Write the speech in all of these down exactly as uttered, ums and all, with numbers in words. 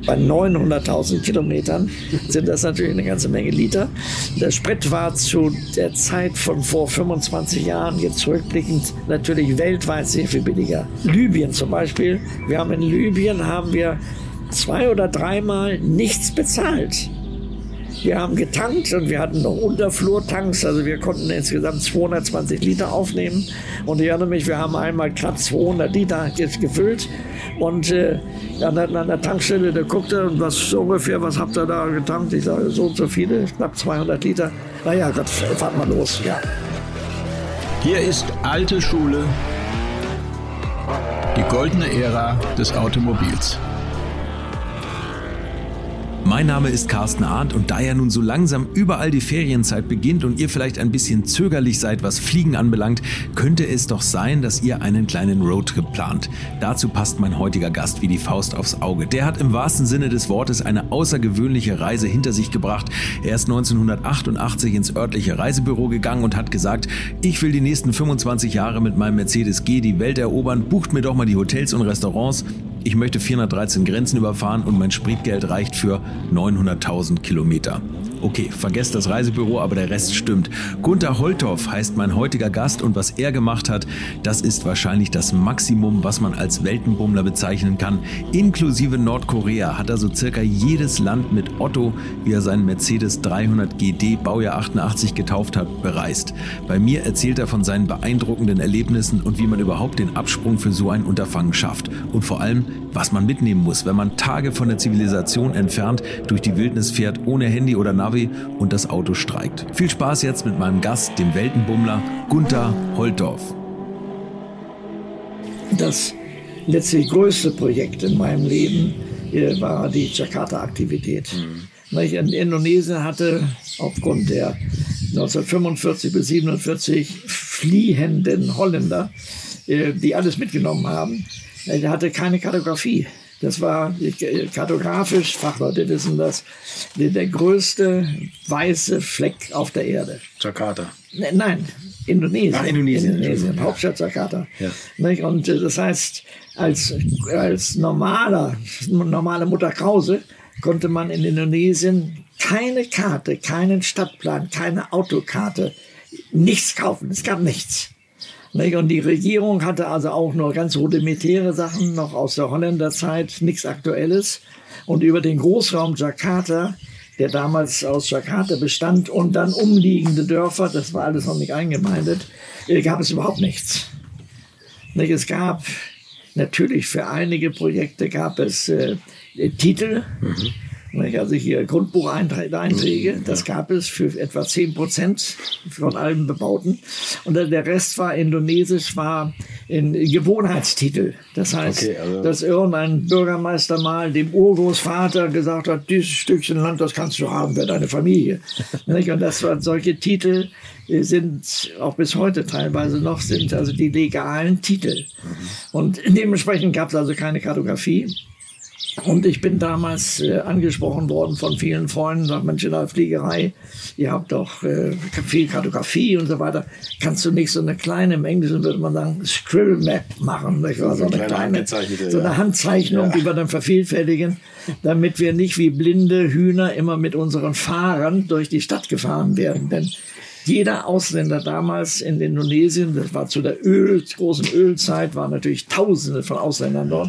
Bei neunhunderttausend Kilometern sind das natürlich eine ganze Menge Liter. Der Sprit war zu der Zeit von vor fünfundzwanzig Jahren, jetzt zurückblickend, natürlich weltweit sehr viel billiger. Libyen zum Beispiel. Wir haben in Libyen haben wir zwei oder dreimal nichts bezahlt. Wir haben getankt und wir hatten noch Unterflurtanks, also wir konnten insgesamt zweihundertzwanzig Liter aufnehmen. Und ich erinnere mich, wir haben einmal knapp zweihundert Liter gefüllt. Und äh, dann hat an der Tankstelle, der guckte, was so ungefähr, was habt ihr da getankt? Ich sage, so und so viele, knapp zweihundert Liter. Naja, Gott, fahrt mal los, ja. Hier ist alte Schule, die goldene Ära des Automobils. Mein Name ist Carsten Arndt und da ja nun so langsam überall die Ferienzeit beginnt und ihr vielleicht ein bisschen zögerlich seid, was Fliegen anbelangt, könnte es doch sein, dass ihr einen kleinen Roadtrip plant. Dazu passt mein heutiger Gast wie die Faust aufs Auge. Der hat im wahrsten Sinne des Wortes eine außergewöhnliche Reise hinter sich gebracht. Er ist neunzehnhundertachtundachtzig ins örtliche Reisebüro gegangen und hat gesagt, ich will die nächsten fünfundzwanzig Jahre mit meinem Mercedes G die Welt erobern, bucht mir doch mal die Hotels und Restaurants. Ich möchte vierhundertdreizehn Grenzen überfahren und mein Spritgeld reicht für neunhunderttausend Kilometer. Okay, vergesst das Reisebüro, aber der Rest stimmt. Gunther Holthoff heißt mein heutiger Gast und was er gemacht hat, das ist wahrscheinlich das Maximum, was man als Weltenbummler bezeichnen kann. Inklusive Nordkorea hat er so circa jedes Land mit Otto, wie er seinen Mercedes dreihundert G D Baujahr achtundachtzig getauft hat, bereist. Bei mir erzählt er von seinen beeindruckenden Erlebnissen und wie man überhaupt den Absprung für so ein Unterfangen schafft. Und vor allem, was man mitnehmen muss, wenn man Tage von der Zivilisation entfernt durch die Wildnis fährt, ohne Handy oder Navi und das Auto streikt. Viel Spaß jetzt mit meinem Gast, dem Weltenbummler Gunther Holthoff. Das letztlich größte Projekt in meinem Leben äh, war die Jakarta-Aktivität. Mhm. Ich in Indonesien hatte aufgrund der neunzehnhundertfünfundvierzig bis siebenundvierzig fliehenden Holländer, äh, die alles mitgenommen haben, er hatte keine Kartografie. Das war kartografisch, Fachleute wissen das, der größte weiße Fleck auf der Erde. Jakarta? Nein, Indonesien. Ach, Indonesien. Indonesien, Hauptstadt Jakarta. Ja. Und das heißt, als, als normaler, normale Mutter Krause konnte man in Indonesien keine Karte, keinen Stadtplan, keine Autokarte, nichts kaufen. Es gab nichts. Und die Regierung hatte also auch nur ganz rudimentäre Sachen, noch aus der Holländerzeit, nichts Aktuelles. Und über den Großraum Jakarta, der damals aus Jakarta bestand und dann umliegende Dörfer, das war alles noch nicht eingemeindet, gab es überhaupt nichts. Es gab natürlich für einige Projekte gab es äh, Titel, mhm. Also hier Grundbucheinträge, das gab es für etwa zehn Prozent von allen Bebauten. Und der Rest war indonesisch, war in Gewohnheitstitel. Das heißt, okay, also dass irgendein Bürgermeister mal dem Urgroßvater gesagt hat, dieses Stückchen Land, das kannst du haben für deine Familie. Und das waren solche Titel, sind auch bis heute teilweise noch, sind also die legalen Titel. Und dementsprechend gab es also keine Kartografie. Und ich bin damals äh, angesprochen worden von vielen Freunden, nach Mensch, in der Fliegerei, ihr habt doch äh, viel Kartografie und so weiter. Kannst du nicht so eine kleine, im Englischen würde man sagen, Scribble Map machen? Nicht? So, so eine kleine, so eine Handzeichnung, ja, die wir dann vervielfältigen, damit wir nicht wie blinde Hühner immer mit unseren Fahrern durch die Stadt gefahren werden. Denn jeder Ausländer damals in Indonesien, das war zu der Öl, großen Ölzeit, waren natürlich Tausende von Ausländern dort.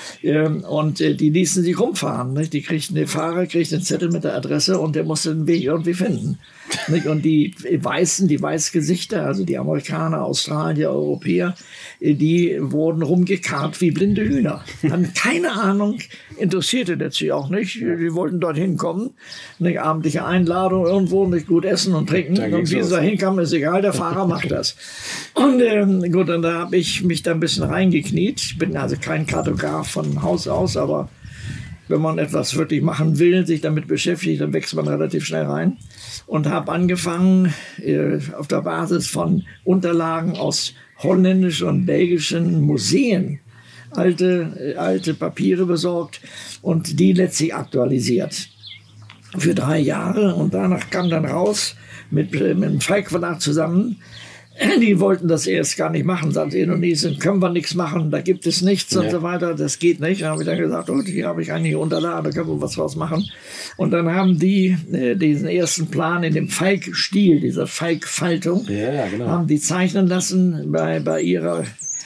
Und die ließen sich rumfahren. Nicht? Die kriegten, der Fahrer kriegt einen Zettel mit der Adresse und der musste den Weg irgendwie finden. Nicht? Und die Weißen, die Weißgesichter, also die Amerikaner, Australier, Europäer, die wurden rumgekarrt wie blinde Hühner. Hatten keine Ahnung, interessierte das sie auch nicht. Die wollten dorthin kommen, eine abendliche Einladung irgendwo, nicht gut essen und trinken. Und wie sie da hinkamen, ist egal, der Fahrer macht das. Und ähm, gut, und da habe ich mich da ein bisschen reingekniet. Ich bin also kein Kartograf von Haus aus, aber wenn man etwas wirklich machen will, sich damit beschäftigt, dann wächst man relativ schnell rein. Und habe angefangen, äh, auf der Basis von Unterlagen aus holländischen und belgischen Museen, alte, äh, alte Papiere besorgt und die letztlich aktualisiert. Für drei Jahre. Und danach kam dann raus, mit, mit dem Falk Verlag zusammen, die wollten das erst gar nicht machen. Sagten, Indonesien können wir nichts machen, da gibt es nichts ja. und so weiter, das geht nicht. Da habe ich dann gesagt, oh, hier habe ich eigentlich Unterlagen, da können wir was draus machen. Und dann haben die äh, diesen ersten Plan in dem Falk-Stil, dieser Falk-Faltung, ja, ja, genau. haben die zeichnen lassen bei, bei ihrer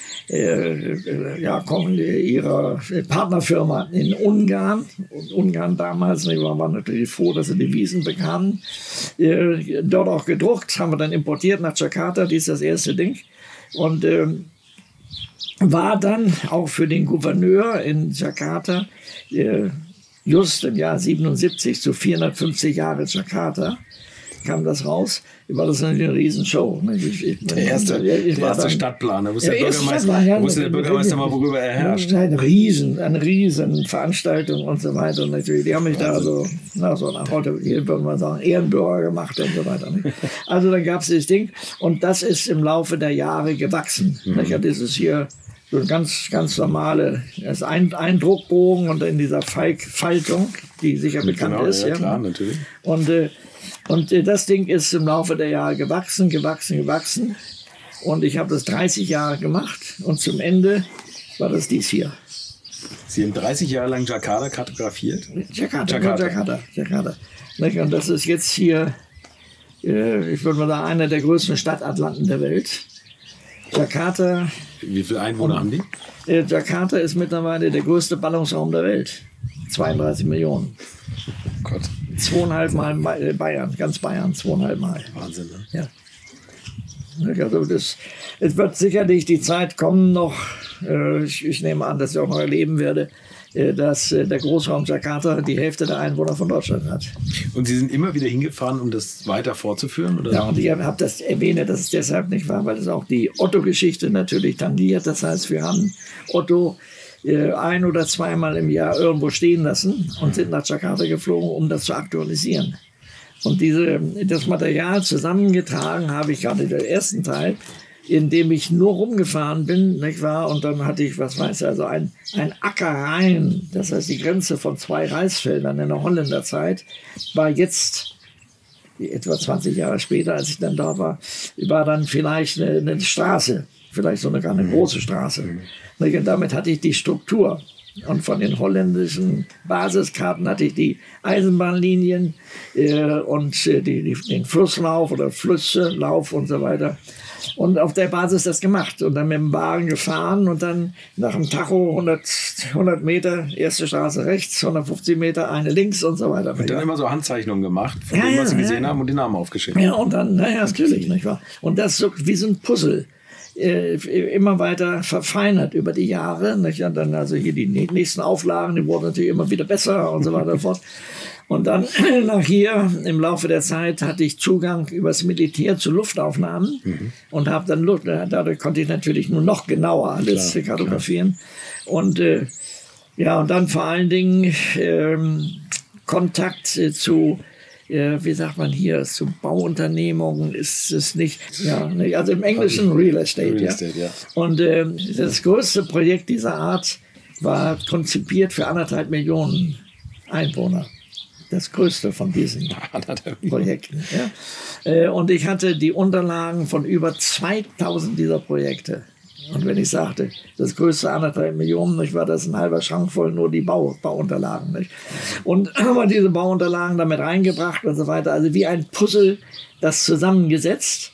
Äh, ja, kommen ihrer Partnerfirma in Ungarn. Und Ungarn damals, wir waren natürlich froh, dass sie die Wiesen bekamen. Äh, dort auch gedruckt, haben wir dann importiert nach Jakarta, dies ist das erste Ding. Und äh, war dann auch für den Gouverneur in Jakarta äh, just im Jahr siebenundsiebzig zu vierhundertfünfzig Jahre Jakarta kam das raus, war das eine Riesenshow. Ich, ich, der erste, ich der erste dann, Stadtplan, da wusste der, der Bürgermeister, ja, wusste der Bürgermeister mal, worüber er herrscht. Eine riesen, eine riesen Veranstaltung und so weiter. Und natürlich, die haben mich da so, na, so nach heute, hier würde man sagen, Ehrenbürger gemacht und so weiter. Nicht? Also dann gab es das Ding und das ist im Laufe der Jahre gewachsen. Mhm. Nicht? Das ist hier so ein ganz, ganz normale, das ist ein, ein Druckbogen und in dieser Falk-Faltung, die sicher bekannt genau, ist. Ja, ja, klar, natürlich. Und äh, Und äh, das Ding ist im Laufe der Jahre gewachsen, gewachsen, gewachsen. Und ich habe das dreißig Jahre gemacht. Und zum Ende war das dies hier. Sie haben dreißig Jahre lang Jakarta kartografiert? Jakarta, Jakarta. Jakarta, Jakarta. Und das ist jetzt hier, äh, ich würde mal sagen, einer der größten Stadtatlanten der Welt. Jakarta. Wie viele Einwohner und, haben die? Äh, Jakarta ist mittlerweile der größte Ballungsraum der Welt. zweiunddreißig Millionen. Oh Gott. Zweieinhalb Mal Bayern, ganz Bayern, zweieinhalb Mal. Wahnsinn, ne? Ja. Also das, es wird sicherlich die Zeit kommen noch, äh, ich, ich nehme an, dass ich auch noch erleben werde, äh, dass äh, der Großraum Jakarta die Hälfte der Einwohner von Deutschland hat. Und Sie sind immer wieder hingefahren, um das weiter fortzuführen? Oder? Ja, und ich habe das erwähnt, dass es deshalb nicht war, weil es auch die Otto-Geschichte natürlich tangiert. Das heißt, wir haben Otto ein oder zweimal im Jahr irgendwo stehen lassen und sind nach Jakarta geflogen, um das zu aktualisieren. Und diese, das Material zusammengetragen habe ich gerade in der ersten Teil, in dem ich nur rumgefahren bin, nicht wahr? Und dann hatte ich, was weiß ich, also ein, ein Ackerrhein, das heißt die Grenze von zwei Reisfeldern in der Holländerzeit, war jetzt etwa zwanzig Jahre später, als ich dann da war, war dann vielleicht eine, eine Straße, vielleicht sogar eine große Straße. Und damit hatte ich die Struktur. Und von den holländischen Basiskarten hatte ich die Eisenbahnlinien äh, und äh, die, die, den Flusslauf oder Flüsselauf und so weiter. Und auf der Basis das gemacht. Und dann mit dem Wagen gefahren und dann nach dem Tacho hundert, hundert Meter, erste Straße rechts, hundertfünfzig Meter, eine links und so weiter. Und dann ja. immer so Handzeichnungen gemacht, von ja, dem, was Sie ja, gesehen ja. haben und die Namen aufgeschrieben. Ja, und dann, naja, natürlich, nicht wahr? Und das so wie so ein Puzzle. Äh, immer weiter verfeinert über die Jahre. Nicht? Und dann also hier die nächsten Auflagen, die wurden natürlich immer wieder besser und so weiter und fort. Und dann nach hier im Laufe der Zeit hatte ich Zugang übers Militär zu Luftaufnahmen mhm. und habe dann Luft, dadurch konnte ich natürlich nur noch genauer alles klar, kartografieren. Klar. Und äh, ja, und dann vor allen Dingen ähm, Kontakt äh, zu wie sagt man hier, zu Bauunternehmungen ist es nicht, ja, nicht also im Englischen Real Estate. Real ja. Estate ja. Und äh, das größte Projekt dieser Art war konzipiert für anderthalb Millionen Einwohner. Das größte von diesen Projekten. Ja. Äh, und ich hatte die Unterlagen von über zweitausend dieser Projekte. Und wenn ich sagte, das größte anderthalb Millionen, nicht, war das ein halber Schrank voll nur die Bau, Bauunterlagen. Nicht? Und haben wir diese Bauunterlagen damit reingebracht und so weiter. Also wie ein Puzzle, das zusammengesetzt.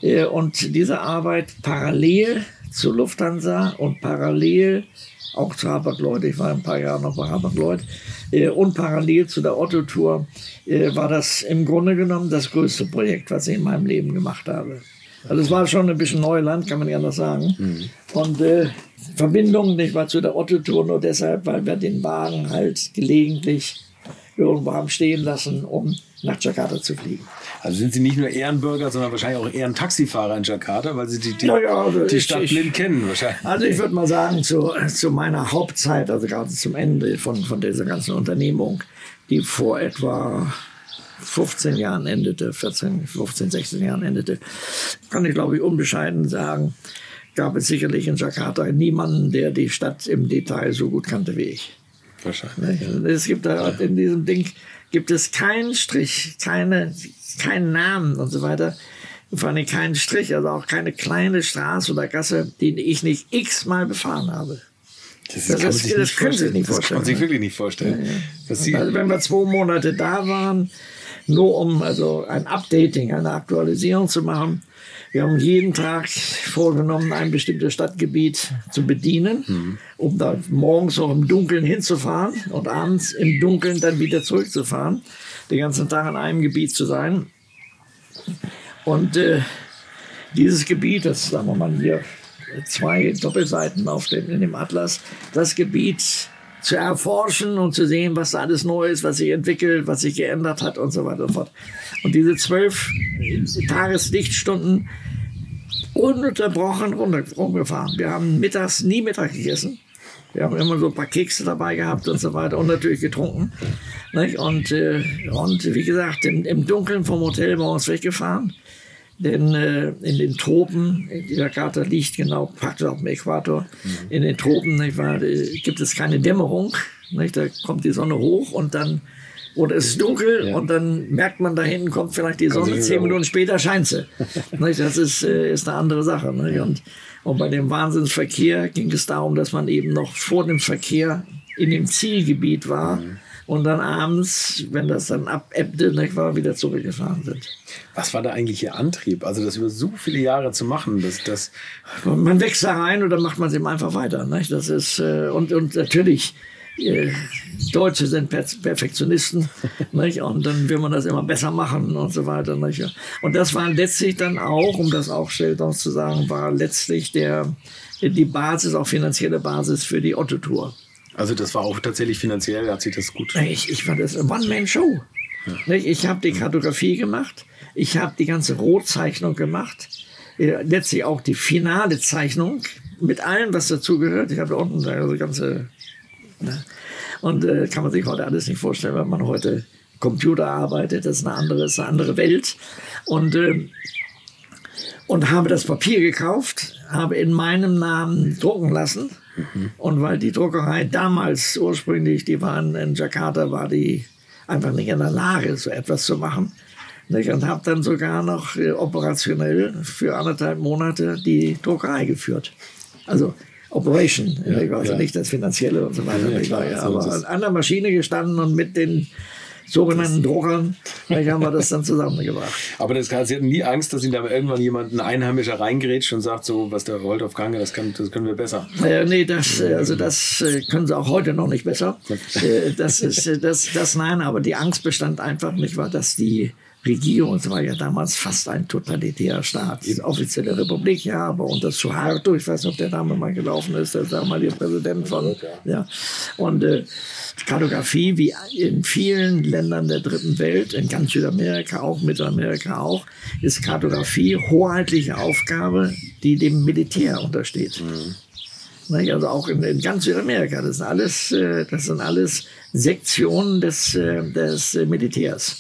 Und diese Arbeit parallel zur Lufthansa und parallel auch zu Hapag-Lloyd, ich war ein paar Jahre noch bei Hapag-Lloyd, und parallel zu der Otto-Tour war das im Grunde genommen das größte Projekt, was ich in meinem Leben gemacht habe. Also es war schon ein bisschen Neuland, kann man ja anders sagen. Mhm. Und äh, Verbindung, nicht war zu der Otto-Tour nur deshalb, weil wir den Wagen halt gelegentlich irgendwo haben stehen lassen, um nach Jakarta zu fliegen. Also sind Sie nicht nur Ehrenbürger, sondern wahrscheinlich auch Ehrentaxifahrer in Jakarta, weil Sie die, die, ja, ja, also die ich, Stadt ich, blind kennen wahrscheinlich. Also ich würde mal sagen, zu, zu meiner Hauptzeit, also gerade zum Ende von, von dieser ganzen Unternehmung, die vor etwa fünfzehn Jahren endete, vierzehn, fünfzehn, sechzehn Jahren endete, kann ich glaube ich unbescheiden sagen, gab es sicherlich in Jakarta niemanden, der die Stadt im Detail so gut kannte wie ich. Wahrscheinlich. Es gibt da in diesem Ding gibt es keinen Strich, keine, keinen Namen und so weiter, vor allem keinen Strich, also auch keine kleine Straße oder Gasse, die ich nicht x-mal befahren habe. Das, das, das, ist, das können Sie sich nicht vorstellen. Das kann man sich wirklich nicht vorstellen. Ja, ja. Also wenn wir zwei Monate da waren, nur um also ein Updating, eine Aktualisierung zu machen, wir haben jeden Tag vorgenommen, ein bestimmtes Stadtgebiet zu bedienen, mhm. um da morgens auch im Dunkeln hinzufahren und abends im Dunkeln dann wieder zurückzufahren, den ganzen Tag an einem Gebiet zu sein. Und äh, dieses Gebiet, das sagen wir mal hier zwei Doppelseiten auf dem, in dem Atlas, das Gebiet zu erforschen und zu sehen, was da alles neu ist, was sich entwickelt, was sich geändert hat und so weiter und so fort. Und diese zwölf Tageslichtstunden ununterbrochen rumgefahren. Wir haben mittags nie Mittag gegessen. Wir haben immer so ein paar Kekse dabei gehabt und so weiter und natürlich getrunken. Nicht? Und, äh, und wie gesagt, im, im Dunkeln vom Hotel waren wir uns weggefahren. Denn äh, in den Tropen, die Jakarta liegt genau praktisch auf dem Äquator, mhm. in den Tropen nicht wahr, gibt es keine Dämmerung. Nicht? Da kommt die Sonne hoch und dann, oder es ist dunkel ja. und dann merkt man, da hinten kommt vielleicht die Sonne, zehn Minuten später scheint sie. Nicht? Das ist, äh, ist eine andere Sache. Nicht? Und, und bei dem Wahnsinnsverkehr ging es darum, dass man eben noch vor dem Verkehr in dem Zielgebiet war. Mhm. Und dann abends, wenn das dann abebbte, nicht wahr, wieder zurückgefahren sind. Was war da eigentlich Ihr Antrieb? Also das über so viele Jahre zu machen, dass das man wächst da rein und dann macht man es eben einfach weiter. Nicht? Das ist äh, und und natürlich äh, Deutsche sind per Perfektionisten, nicht? Und dann will man das immer besser machen und so weiter. Nicht? Und das war letztlich dann auch, um das auch schnell zu sagen, war letztlich der die Basis, auch finanzielle Basis für die Otto-Tour. Also das war auch tatsächlich finanziell, hat sich das gut... Ich, ich fand das eine One-Man-Show. Ja. Ich habe die Kartografie gemacht, ich habe die ganze Rotzeichnung gemacht, letztlich auch die finale Zeichnung mit allem, was dazugehört. Ich habe da unten also ganze... Ne? Und äh, kann man sich heute alles nicht vorstellen, wenn man heute Computer arbeitet, das ist eine andere, ist eine andere Welt. Und, äh, und habe das Papier gekauft, habe in meinem Namen drucken lassen. Mhm. Und weil die Druckerei damals ursprünglich, die waren in Jakarta, war die einfach nicht in der Lage, so etwas zu machen. Nicht? Und habe dann sogar noch äh, operationell für anderthalb Monate die Druckerei geführt. Also Operation, ja, also ja. nicht das Finanzielle und so weiter. Ja, klar, ja, aber an einer Maschine gestanden und mit den sogenannten Druckern, da haben wir das dann zusammengebracht. Aber das, Sie hatten nie Angst, dass Ihnen da irgendwann jemand, ein Einheimischer, reingrätscht und sagt, so, was der Rolf Kange, das, kann, das können wir besser. Äh, nee, das, also das können Sie auch heute noch nicht besser. Das ist, das, das, nein, aber die Angst bestand einfach nicht, war, dass die Regierung, es war ja damals fast ein totalitärer Staat, die offizielle Republik, ja, aber unter Suharto, ich weiß nicht, ob der Name mal gelaufen ist, der damalige Präsident von, ja, und äh, Kartografie, wie in vielen Ländern der dritten Welt, in ganz Südamerika auch, Mittelamerika auch, ist Kartografie hoheitliche Aufgabe, die dem Militär untersteht. Mhm. Also auch in, in ganz Südamerika, das sind alles, das sind alles Sektionen des, des Militärs.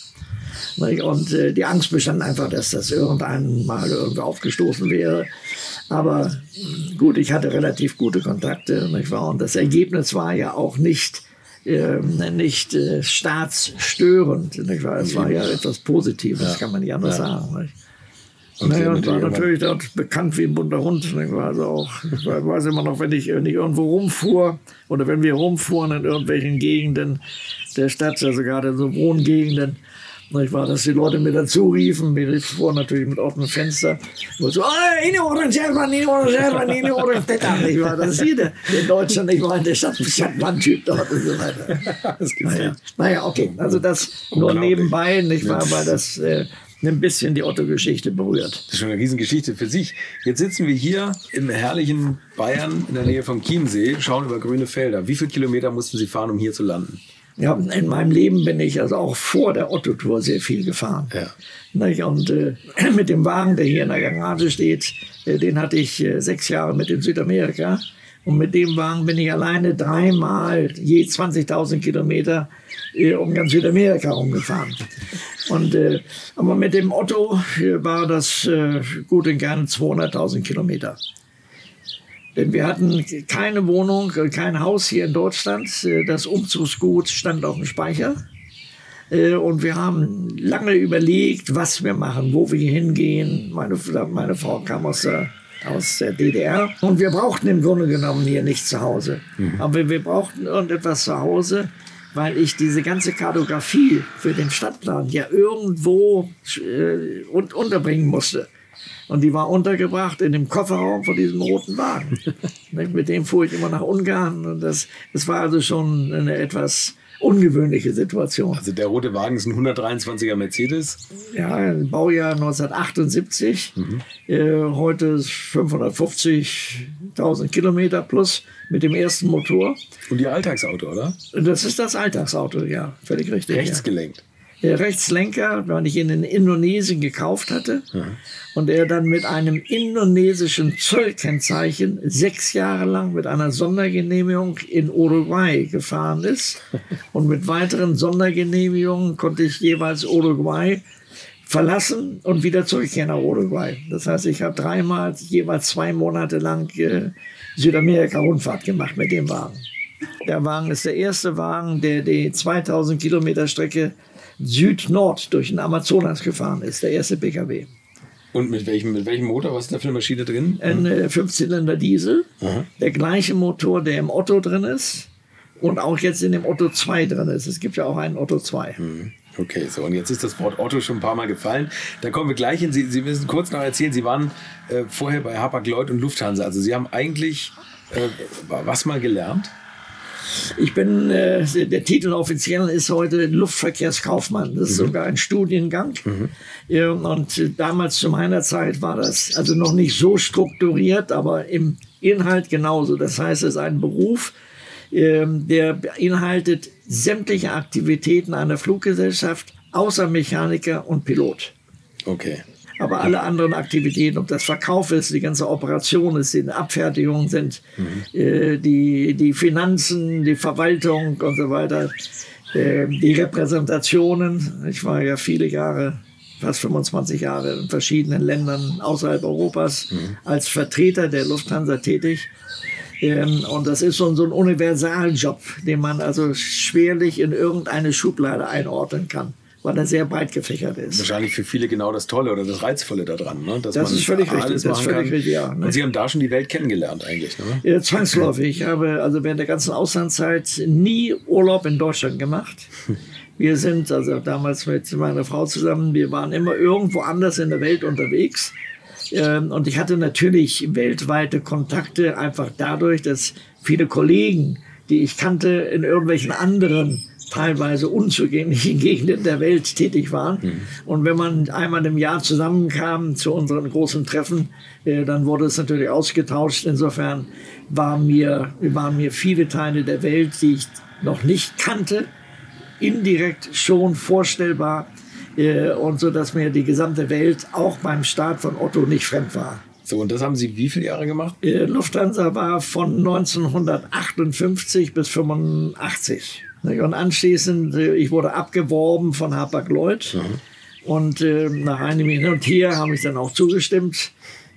Und die Angst bestand einfach, dass das irgendwann mal irgendwie aufgestoßen wäre. Aber gut, ich hatte relativ gute Kontakte, nicht wahr? Und das Ergebnis war ja auch nicht Äh, nicht äh, staatsstörend. Nicht wahr? Es war ja etwas Positives, ja. kann man nicht anders ja. sagen. Nicht? Und naja, und war natürlich dort bekannt wie ein bunter Hund. Nicht wahr? Also auch, ich weiß immer noch, wenn ich, wenn ich irgendwo rumfuhr oder wenn wir rumfuhren in irgendwelchen Gegenden der Stadt, also gerade in so Wohngegenden, nicht wahr, dass die Leute mir dazu riefen, mir vor natürlich mit offenem Fenster, und so, oh, in Orange, in Orange, in Orange, nicht wahr, das ist hier der, der Deutsche, nicht wahr, der Stadtlandtyp dort und so weiter. Das naja. naja, okay, also das nur nebenbei, nicht wahr, weil das äh, ein bisschen die Otto-Geschichte berührt. Das ist schon eine Riesengeschichte für sich. Jetzt sitzen wir hier im herrlichen Bayern in der Nähe vom Chiemsee, schauen über grüne Felder. Wie viele Kilometer mussten Sie fahren, um hier zu landen? Ja, in meinem Leben bin ich also auch vor der Otto-Tour sehr viel gefahren. Ja. Und äh, mit dem Wagen, der hier in der Garage steht, äh, den hatte ich äh, sechs Jahre mit in Südamerika. Und mit dem Wagen bin ich alleine dreimal je zwanzigtausend Kilometer äh, um ganz Südamerika rumgefahren. Und, äh, aber mit dem Otto äh, war das äh, gut und gerne zweihunderttausend Kilometer. Denn wir hatten keine Wohnung, kein Haus hier in Deutschland. Das Umzugsgut stand auf dem Speicher. Und wir haben lange überlegt, was wir machen, wo wir hingehen. Meine, meine Frau kam aus der, aus der D D R. Und wir brauchten im Grunde genommen hier nicht zu Hause. Mhm. Aber wir brauchten irgendetwas zu Hause, weil ich diese ganze Kartografie für den Stadtplan ja irgendwo äh, un- unterbringen musste. Und die war untergebracht in dem Kofferraum von diesem roten Wagen. Mit dem fuhr ich immer nach Ungarn. Und das, das war also schon eine etwas ungewöhnliche Situation. Also der rote Wagen ist ein hundertdreiundzwanziger Mercedes? Ja, Baujahr neunzehnhundertachtundsiebzig. Mhm. Äh, heute fünfhundertfünfzigtausend Kilometer plus mit dem ersten Motor. Und Ihr Alltagsauto, oder? Das ist das Alltagsauto, ja, völlig richtig. Rechtsgelenkt. Ja. Der Rechtslenker, weil ich ihn in Indonesien gekauft hatte, mhm. und er dann mit einem indonesischen Zollkennzeichen sechs Jahre lang mit einer Sondergenehmigung in Uruguay gefahren ist. Und mit weiteren Sondergenehmigungen konnte ich jeweils Uruguay verlassen und wieder zurückkehren nach Uruguay. Das heißt, ich habe dreimal jeweils zwei Monate lang äh, Südamerika-Rundfahrt gemacht mit dem Wagen. Der Wagen ist der erste Wagen, der die zweitausend Kilometer Strecke Süd-Nord durch den Amazonas gefahren ist, der erste P K W. Und mit welchem, mit welchem Motor? Was ist da für eine Maschine drin? Ein äh, Fünfzylinder Diesel, aha. Der gleiche Motor, der im Otto drin ist und auch jetzt in dem Otto zwei drin ist. Es gibt ja auch einen Otto zwei. Mhm. Okay, so und jetzt ist das Wort Otto schon ein paar Mal gefallen. Da kommen wir gleich hin. Sie, Sie müssen kurz noch erzählen, Sie waren äh, vorher bei Hapag-Lloyd und Lufthansa. Also Sie haben eigentlich äh, was mal gelernt? Ich bin, äh, der Titel offiziell ist heute Luftverkehrskaufmann. Das ist mhm. sogar ein Studiengang. Mhm. Ja, und äh, damals zu meiner Zeit war das also noch nicht so strukturiert, aber im Inhalt genauso. Das heißt, es ist ein Beruf, äh, der beinhaltet sämtliche Aktivitäten einer Fluggesellschaft, außer Mechaniker und Pilot. Okay. Aber alle anderen Aktivitäten, ob das Verkauf ist, die ganze Operation ist, die Abfertigung sind, mhm. äh, die, die Finanzen, die Verwaltung und so weiter, äh, die Repräsentationen. Ich war ja viele Jahre, fast fünfundzwanzig Jahre in verschiedenen Ländern außerhalb Europas mhm. als Vertreter der Lufthansa tätig. Ähm, und das ist so, so ein Universaljob, den man also schwerlich in irgendeine Schublade einordnen kann, weil er sehr breit gefächert ist. Wahrscheinlich für viele genau das Tolle oder das Reizvolle daran, ne? Dass das man ist völlig alles richtig. Das ist völlig richtig, ja, ne? Und Sie haben da schon die Welt kennengelernt eigentlich, ne? Ja, zwangsläufig. Ich habe also während der ganzen Auslandszeit nie Urlaub in Deutschland gemacht. Wir sind also damals mit meiner Frau zusammen, wir waren immer irgendwo anders in der Welt unterwegs. Und ich hatte natürlich weltweite Kontakte, einfach dadurch, dass viele Kollegen, die ich kannte, in irgendwelchen anderen, teilweise unzugänglichen Gegenden der Welt tätig waren. Mhm. Und wenn man einmal im Jahr zusammenkam zu unseren großen Treffen, dann wurde es natürlich ausgetauscht. Insofern waren mir, waren mir viele Teile der Welt, die ich noch nicht kannte, indirekt schon vorstellbar. Und so, dass mir die gesamte Welt auch beim Start von Otto nicht fremd war. So, und das haben Sie wie viele Jahre gemacht? Lufthansa war von neunzehnhundertachtundfünfzig bis fünfundachtzig. Und anschließend, ich wurde abgeworben von Hapag-Lloyd. Mhm. Und nach einem Hin und Her habe ich dann auch zugestimmt.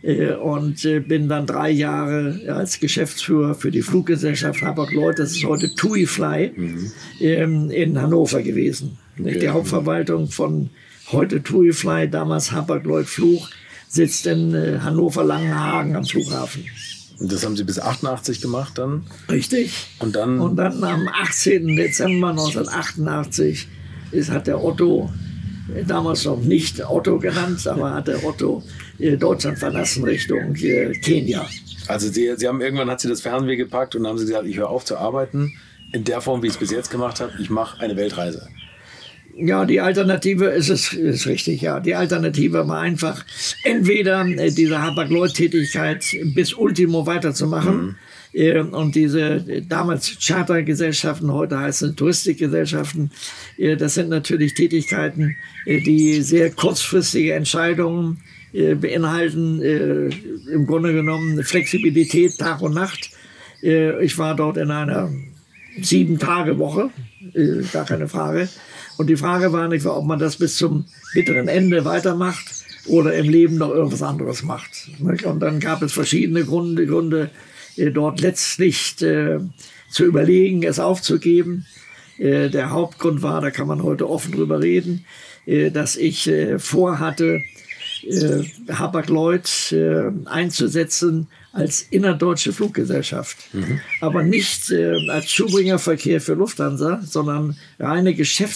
Und bin dann drei Jahre als Geschäftsführer für die Fluggesellschaft Hapag-Lloyd, das ist heute TUI Fly, mhm. in Hannover gewesen. Okay. Die Hauptverwaltung von heute TUI Fly, damals Hapag-Lloyd Flug, sitzt in Hannover Langenhagen am Flughafen. Und das haben Sie bis achtundachtzig gemacht dann? Richtig. Und dann? Und dann am achtzehnten Dezember neunzehnhundertachtundachtzig ist, hat der Otto, damals noch nicht Otto genannt, aber hat der Otto Deutschland verlassen Richtung Kenia. Also Sie, Sie haben irgendwann hat Sie das Fernweh gepackt und haben Sie gesagt, ich höre auf zu arbeiten in der Form, wie ich es bis jetzt gemacht habe. Ich mache eine Weltreise. Ja, die Alternative ist es ist richtig, ja. Die Alternative war einfach, entweder äh, diese Hapag-Lloyd-Tätigkeit bis Ultimo weiterzumachen. Mhm. Äh, und diese äh, damals Chartergesellschaften, heute heißen Touristikgesellschaften, äh, das sind natürlich Tätigkeiten, äh, die sehr kurzfristige Entscheidungen äh, beinhalten. Äh, im Grunde genommen Flexibilität Tag und Nacht. Äh, ich war dort in einer Sieben-Tage-Woche, äh, gar keine Frage. Und die Frage war nicht, ob man das bis zum bitteren Ende weitermacht oder im Leben noch irgendwas anderes macht. Und dann gab es verschiedene Gründe, Gründe dort letztlich äh, zu überlegen, es aufzugeben. Äh, der Hauptgrund war, da kann man heute offen drüber reden, äh, dass ich äh, vorhatte, äh, Hapag-Lloyd äh, einzusetzen als innerdeutsche Fluggesellschaft. Mhm. Aber nicht äh, als Zubringerverkehr für Lufthansa, sondern reine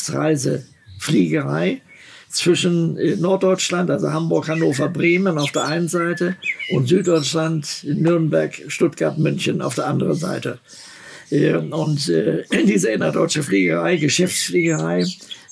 Geschäftsreisefliegerei zwischen äh, Norddeutschland, also Hamburg, Hannover, Bremen auf der einen Seite und Süddeutschland, Nürnberg, Stuttgart, München auf der anderen Seite. Äh, und äh, diese innerdeutsche Fliegerei, Geschäftsfliegerei,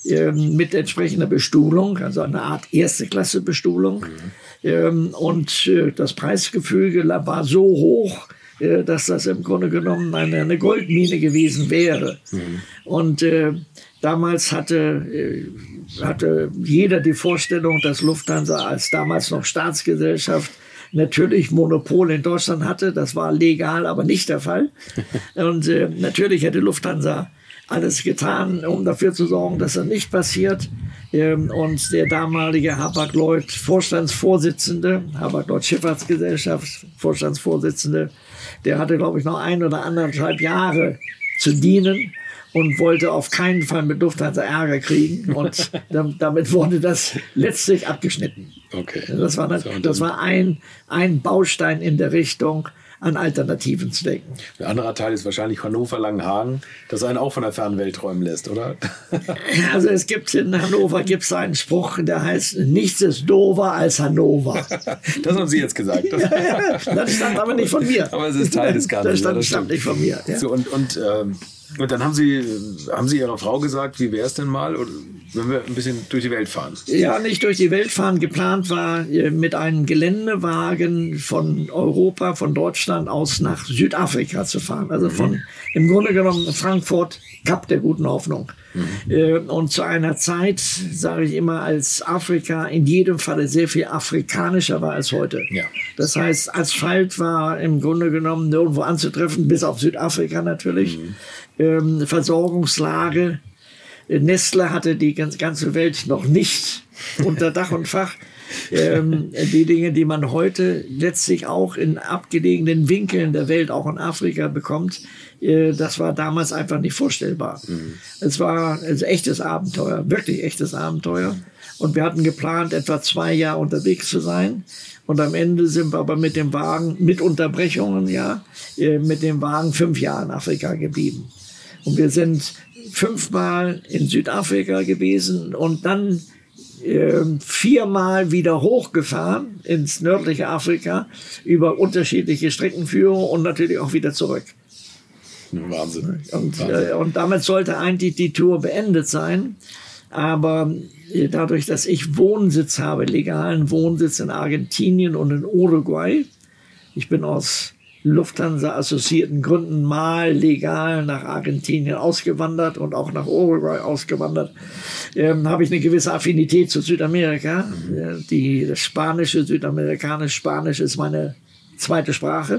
mit entsprechender Bestuhlung, also eine Art Erste-Klasse-Bestuhlung. Mhm. Ähm, und äh, das Preisgefüge war so hoch, äh, dass das im Grunde genommen eine, eine Goldmine gewesen wäre. Mhm. Und äh, damals hatte, äh, hatte jeder die Vorstellung, dass Lufthansa als damals noch Staatsgesellschaft natürlich Monopol in Deutschland hatte. Das war legal, aber nicht der Fall. Und äh, natürlich hätte Lufthansa alles getan, um dafür zu sorgen, dass das nicht passiert. Und der damalige Hapag-Lloyd Vorstandsvorsitzende, Hapag-Lloyd Schifffahrtsgesellschaft Vorstandsvorsitzende, der hatte, glaube ich, noch ein oder anderthalb Jahre zu dienen und wollte auf keinen Fall mit Lufthansa Ärger kriegen. Und damit wurde das letztlich abgeschnitten. Okay. Das war, das war ein, ein Baustein in der Richtung, an Alternativen zu denken. Ein anderer Teil ist wahrscheinlich Hannover-Langenhagen, das einen auch von der fernen Welt träumen lässt, oder? Also es gibt in Hannover gibt's einen Spruch, der heißt, nichts ist doofer als Hannover. Das haben Sie jetzt gesagt. Ja, ja, das stammt aber nicht von mir. Aber es ist Teil des Ganzen. Das stammt, das stammt nicht von mir. Ja. So, und, und, ähm, und dann haben Sie, haben Sie Ihrer Frau gesagt, wie wäre es denn mal, oder, wenn wir ein bisschen durch die Welt fahren? Ja, nicht durch die Welt fahren. Geplant war, mit einem Geländewagen von Europa, von Deutschland aus nach Südafrika zu fahren. Also von, im Grunde genommen, Frankfurt, Kap der Guten Hoffnung. Mhm. Und zu einer Zeit, sage ich immer, als Afrika in jedem Falle sehr viel afrikanischer war als heute. Ja. Das heißt, Asphalt war im Grunde genommen nirgendwo anzutreffen, bis auf Südafrika natürlich. Mhm. Ähm, Versorgungslage. Nestle hatte die ganze Welt noch nicht unter Dach und Fach. Ähm, die Dinge, die man heute letztlich auch in abgelegenen Winkeln der Welt, auch in Afrika bekommt, äh, das war damals einfach nicht vorstellbar. Mhm. Es war ein echtes Abenteuer, wirklich echtes Abenteuer. Und wir hatten geplant, etwa zwei Jahre unterwegs zu sein. Und am Ende sind wir aber mit dem Wagen, mit Unterbrechungen, ja, äh, mit dem Wagen fünf Jahre in Afrika geblieben. Und wir sind fünfmal in Südafrika gewesen und dann äh, viermal wieder hochgefahren ins nördliche Afrika über unterschiedliche Streckenführungen und natürlich auch wieder zurück. Wahnsinn. Und, Wahnsinn. Äh, und damit sollte eigentlich die Tour beendet sein. Aber äh, dadurch, dass ich Wohnsitz habe, legalen Wohnsitz in Argentinien und in Uruguay, ich bin aus Lufthansa-assoziierten Gründen mal legal nach Argentinien ausgewandert und auch nach Uruguay ausgewandert, ähm, habe ich eine gewisse Affinität zu Südamerika. Mhm. Die, das Spanische, Südamerikanisch, Spanisch ist meine zweite Sprache.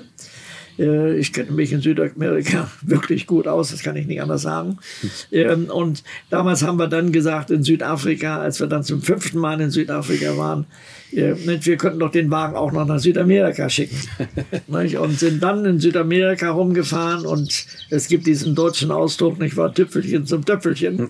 Äh, ich kenne mich in Südamerika wirklich gut aus, das kann ich nicht anders sagen. Ähm, und damals haben wir dann gesagt, in Südafrika, als wir dann zum fünften Mal in Südafrika waren, äh, wir könnten doch den Wagen auch noch nach Südamerika schicken. Und sind dann in Südamerika rumgefahren und es gibt diesen deutschen Ausdruck, nicht wahr, Tüpfelchen zum Töpfelchen.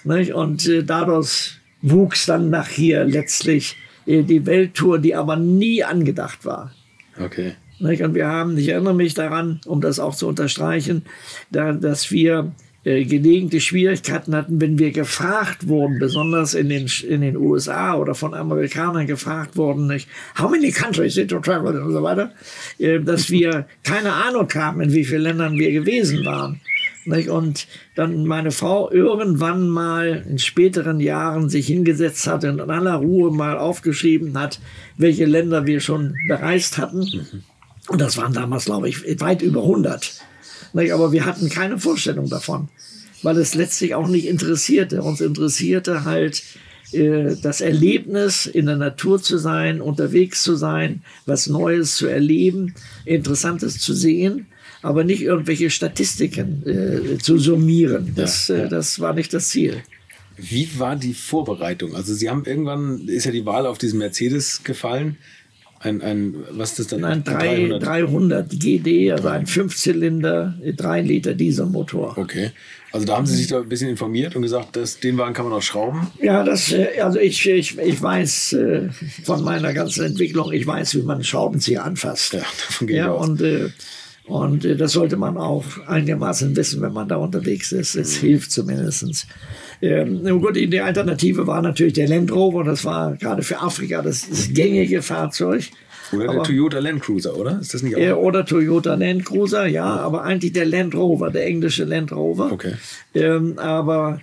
Und äh, dadurch wuchs dann nach hier letztlich äh, die Welttour, die aber nie angedacht war. Okay. Und wir haben, ich erinnere mich daran, um das auch zu unterstreichen, da, dass wir äh, gelegentlich Schwierigkeiten hatten, wenn wir gefragt wurden, besonders in den, in den U S A oder von Amerikanern gefragt wurden, nicht, how many countries did you travel und so weiter, äh, dass wir keine Ahnung haben, in wie vielen Ländern wir gewesen waren. Nicht? Und dann meine Frau irgendwann mal in späteren Jahren sich hingesetzt hat und in aller Ruhe mal aufgeschrieben hat, welche Länder wir schon bereist hatten. Mhm. Und das waren damals, glaube ich, weit über hundert. Aber wir hatten keine Vorstellung davon, weil es letztlich auch nicht interessierte. Uns interessierte halt äh, das Erlebnis, in der Natur zu sein, unterwegs zu sein, was Neues zu erleben, Interessantes zu sehen, aber nicht irgendwelche Statistiken äh, zu summieren. Das, ja, ja. Äh, das war nicht das Ziel. Wie war die Vorbereitung? Also Sie haben irgendwann, ist ja die Wahl auf diesen Mercedes gefallen. Ein, ein, was ist das dann? Ein dreihundert G D, also ein Fünfzylinder, drei Liter Dieselmotor. Okay. Also da haben Sie sich da ein bisschen informiert und gesagt, dass den Wagen kann man auch schrauben? Ja, das, also ich, ich, ich weiß äh, von meiner ganzen Entwicklung, ich weiß, wie man einen Schraubenzieher anfasst. Ja, davon gehe ich ja, aus. Und, äh, und äh, das sollte man auch einigermaßen wissen, wenn man da unterwegs ist. Es mhm. hilft zumindest. Ähm, gut, die Alternative war natürlich der Land Rover. Das war gerade für Afrika das, das gängige Fahrzeug. Oder der aber, Toyota Land Cruiser, oder? Ist das nicht auch? Äh, oder Toyota Land Cruiser, ja, aber eigentlich der Land Rover, der englische Land Rover. Okay. Ähm, aber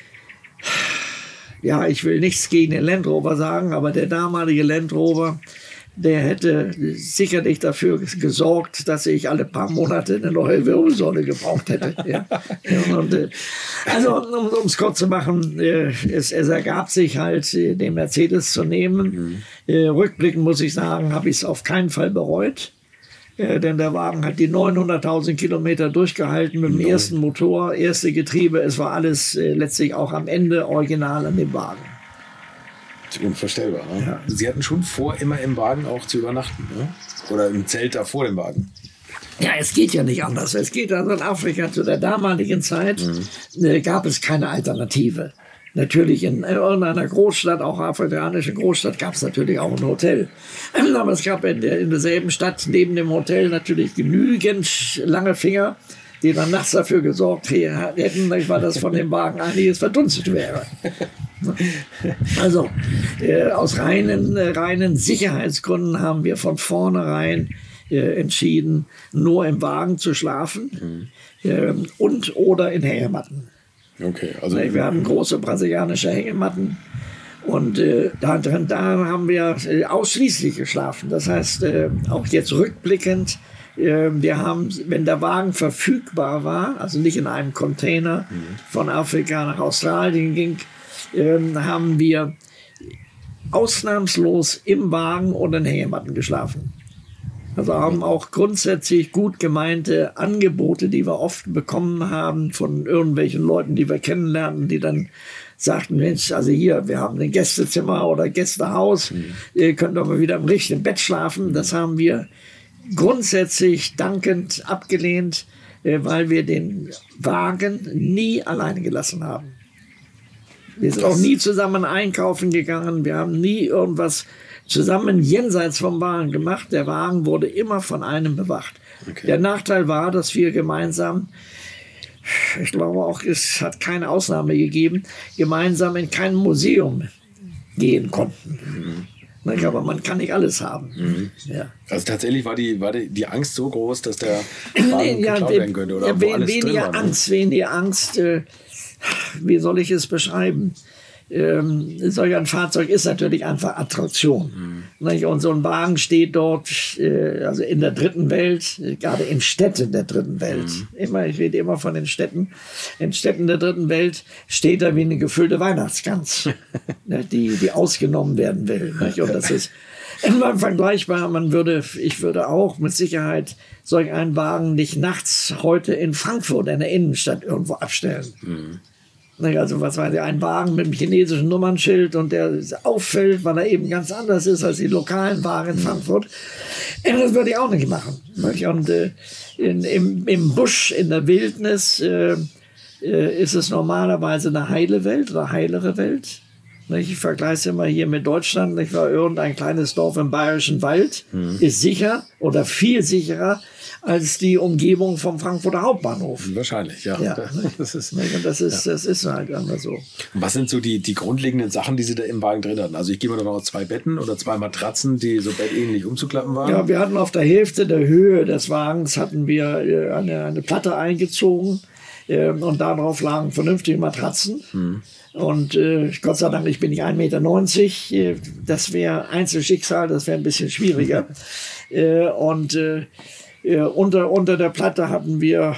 ja, ich will nichts gegen den Land Rover sagen, aber der damalige Land Rover, der hätte sicherlich dafür gesorgt, dass ich alle paar Monate eine neue Wirbelsäule gebraucht hätte. Ja. Und, äh, also, um es kurz zu machen, äh, es, es ergab sich halt, äh, den Mercedes zu nehmen. Mhm. Äh, rückblickend muss ich sagen, habe ich es auf keinen Fall bereut. Äh, denn der Wagen hat die neunhunderttausend Kilometer durchgehalten mit dem Nein. ersten Motor, erste Getriebe. Es war alles äh, letztlich auch am Ende original an dem Wagen. Unvorstellbar. Ne? Ja. Sie hatten schon vor, immer im Wagen auch zu übernachten, ne? Oder im Zelt da vor dem Wagen. Ja, es geht ja nicht anders. Es geht also in Afrika zu der damaligen Zeit, mhm. äh, gab es keine Alternative. Natürlich in irgendeiner Großstadt, auch afrikanischen Großstadt, gab es natürlich auch ein Hotel. Aber es gab in, der, in derselben Stadt neben dem Hotel natürlich genügend lange Finger, die dann nachts dafür gesorgt hätten, weil das von dem Wagen einiges verdunstet wäre. Also äh, aus reinen, äh, reinen Sicherheitsgründen haben wir von vornherein äh, entschieden, nur im Wagen zu schlafen mhm. äh, und oder in Hängematten. Okay, also wir haben große brasilianische Hängematten und äh, da, da haben wir äh, ausschließlich geschlafen. Das heißt, äh, auch jetzt rückblickend, äh, wir haben, wenn der Wagen verfügbar war, also nicht in einem Container mhm. von Afrika nach Australien ging, haben wir ausnahmslos im Wagen oder in Hängematten geschlafen. Also haben auch grundsätzlich gut gemeinte Angebote, die wir oft bekommen haben von irgendwelchen Leuten, die wir kennenlernen, die dann sagten, Mensch, also hier, wir haben ein Gästezimmer oder Gästehaus, mhm. ihr könnt aber wieder im richtigen Bett schlafen. Das haben wir grundsätzlich dankend abgelehnt, weil wir den Wagen nie alleine gelassen haben. Wir sind auch nie zusammen einkaufen gegangen. Wir haben nie irgendwas zusammen jenseits vom Wagen gemacht. Der Wagen wurde immer von einem bewacht. Okay. Der Nachteil war, dass wir gemeinsam, ich glaube auch, es hat keine Ausnahme gegeben, gemeinsam in kein Museum gehen konnten. Mhm. Aber man kann nicht alles haben. Mhm. Ja. Also tatsächlich war die, war die, die Angst so groß, dass der Wagen ja, geklaut werden könnte? Oder ja, wo alles weniger drin war, Angst, weniger Angst. Äh, Wie soll ich es beschreiben? Ähm, solch ein Fahrzeug ist natürlich einfach Attraktion. Mhm. Und so ein Wagen steht dort, äh, also in der dritten Welt, äh, gerade in Städten der dritten Welt. Mhm. Immer, ich rede immer von den Städten. In Städten der dritten Welt steht da wie eine gefüllte Weihnachtsgans, ne, die, die ausgenommen werden will. Nicht? Und das ist immer vergleichbar. Man würde, ich würde auch mit Sicherheit solch einen Wagen nicht nachts heute in Frankfurt in der Innenstadt irgendwo abstellen. Mhm. Also was weiß ich, ein Wagen mit einem chinesischen Nummernschild und der auffällt, weil er eben ganz anders ist als die lokalen Wagen in Frankfurt. Das würde ich auch nicht machen. Und äh, in, im, im Busch, in der Wildnis, äh, äh, ist es normalerweise eine heile Welt oder heilere Welt. Ich vergleiche es immer hier mit Deutschland. Ich war irgendein kleines Dorf im Bayerischen Wald, mhm. ist sicher oder viel sicherer als die Umgebung vom Frankfurter Hauptbahnhof. Wahrscheinlich, ja. ja das ist, das ist, ja. das ist halt einfach so. Und was sind so die, die grundlegenden Sachen, die Sie da im Wagen drin hatten? Also ich gehe mal davon aus, zwei Betten oder zwei Matratzen, die so bettähnlich umzuklappen waren? Ja, wir hatten auf der Hälfte der Höhe des Wagens hatten wir eine, eine Platte eingezogen äh, und darauf lagen vernünftige Matratzen. Hm. Und äh, Gott sei Dank, ich bin nicht ein Meter neunzig. Äh, das wäre Einzelschicksal, das wäre ein bisschen schwieriger. äh, und äh, äh, unter, unter der Platte hatten wir,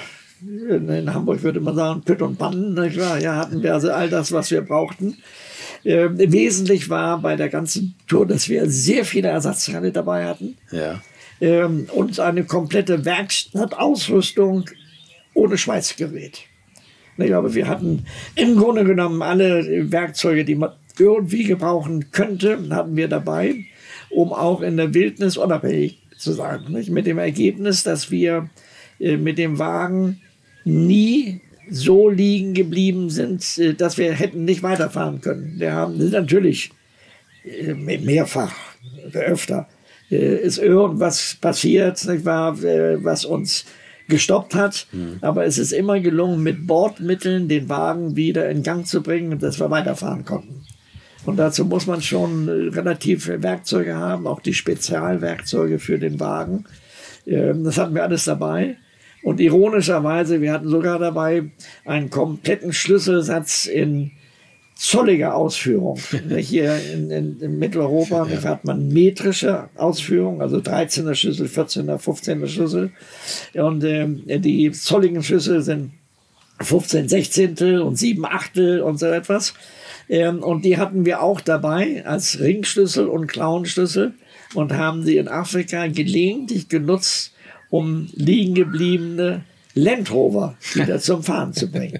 in Hamburg würde man sagen, Pütt und Pannen. Nicht wahr? Ja, hatten wir also all das, was wir brauchten. Äh, wesentlich war bei der ganzen Tour, dass wir sehr viele Ersatzteile dabei hatten. Ja. Ähm, und eine komplette Werkstattausrüstung ohne Schweißgerät. Ich glaube, wir hatten im Grunde genommen alle Werkzeuge, die man irgendwie gebrauchen könnte, hatten wir dabei. um auch in der Wildnis unabhängig zu sein. Nicht? Mit dem Ergebnis, dass wir äh, mit dem Wagen nie so liegen geblieben sind, äh, dass wir hätten nicht weiterfahren können. Wir haben natürlich äh, mehrfach, öfter, äh, ist irgendwas passiert, nicht wahr, äh, was uns gestoppt hat. Mhm. Aber es ist immer gelungen, mit Bordmitteln den Wagen wieder in Gang zu bringen, dass wir weiterfahren konnten. Und dazu muss man schon relativ Werkzeuge haben, auch die Spezialwerkzeuge für den Wagen. Das hatten wir alles dabei. Und ironischerweise, wir hatten sogar dabei einen kompletten Schlüsselsatz in zolliger Ausführung. Hier in, in, in Mitteleuropa ja. hat man metrische Ausführung, also dreizehner Schlüssel, vierzehner, fünfzehner Schlüssel. Und äh, die zolligen Schlüssel sind fünfzehn Sechzehntel und sieben Achtel und so etwas. Ähm, und die hatten wir auch dabei als Ringschlüssel und Klauenschlüssel und haben sie in Afrika gelegentlich genutzt, um liegen gebliebene Land Rover wieder zum Fahren zu bringen.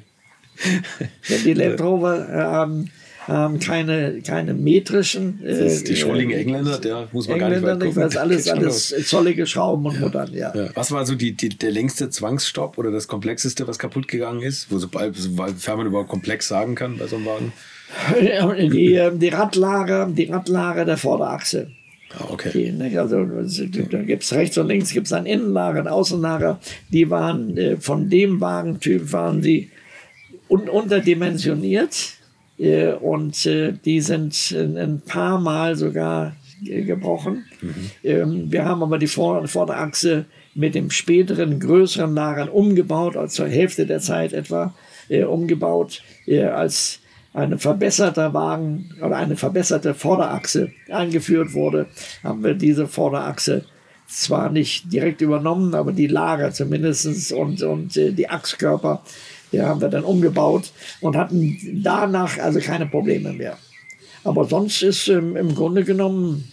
Denn die Land Rover haben, haben keine, keine metrischen. Äh, das ist die schrulligen Engländer, der muss man Engländer gar nicht weit gucken. Nicht, alles, alles zollige Schrauben und ja. Muttern. Ja. Ja. Was war so die, die, der längste Zwangsstopp oder das komplexeste, was kaputt gegangen ist? Wo sobald, sofern man überhaupt komplex sagen kann bei so einem Wagen? Die, die Radlager, die Radlager der Vorderachse. Ah, okay. Die, nicht? Also, da gibt es rechts und links gibt's ein Innenlager, ein Außenlager. Die waren äh, von dem Wagentyp waren die un unterdimensioniert äh, und äh, die sind ein, ein paar Mal sogar äh, gebrochen. Mhm. Ähm, wir haben aber die Vor Vorderachse mit dem späteren größeren Lagern umgebaut, also zur Hälfte der Zeit etwa äh, umgebaut, äh, als ein verbesserter Wagen oder eine verbesserte Vorderachse eingeführt wurde, haben wir diese Vorderachse zwar nicht direkt übernommen, aber die Lager zumindest und, und äh, die Achskörper, die haben wir dann umgebaut und hatten danach also keine Probleme mehr. Aber sonst ist ähm, im Grunde genommen,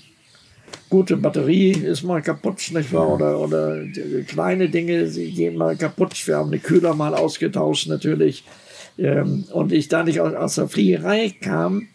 gute Batterie ist mal kaputt, nicht wahr? Oder, oder kleine Dinge, sie gehen mal kaputt. Wir haben den Kühler mal ausgetauscht natürlich. Ähm, und ich da nicht aus, aus der Fliegerei kam,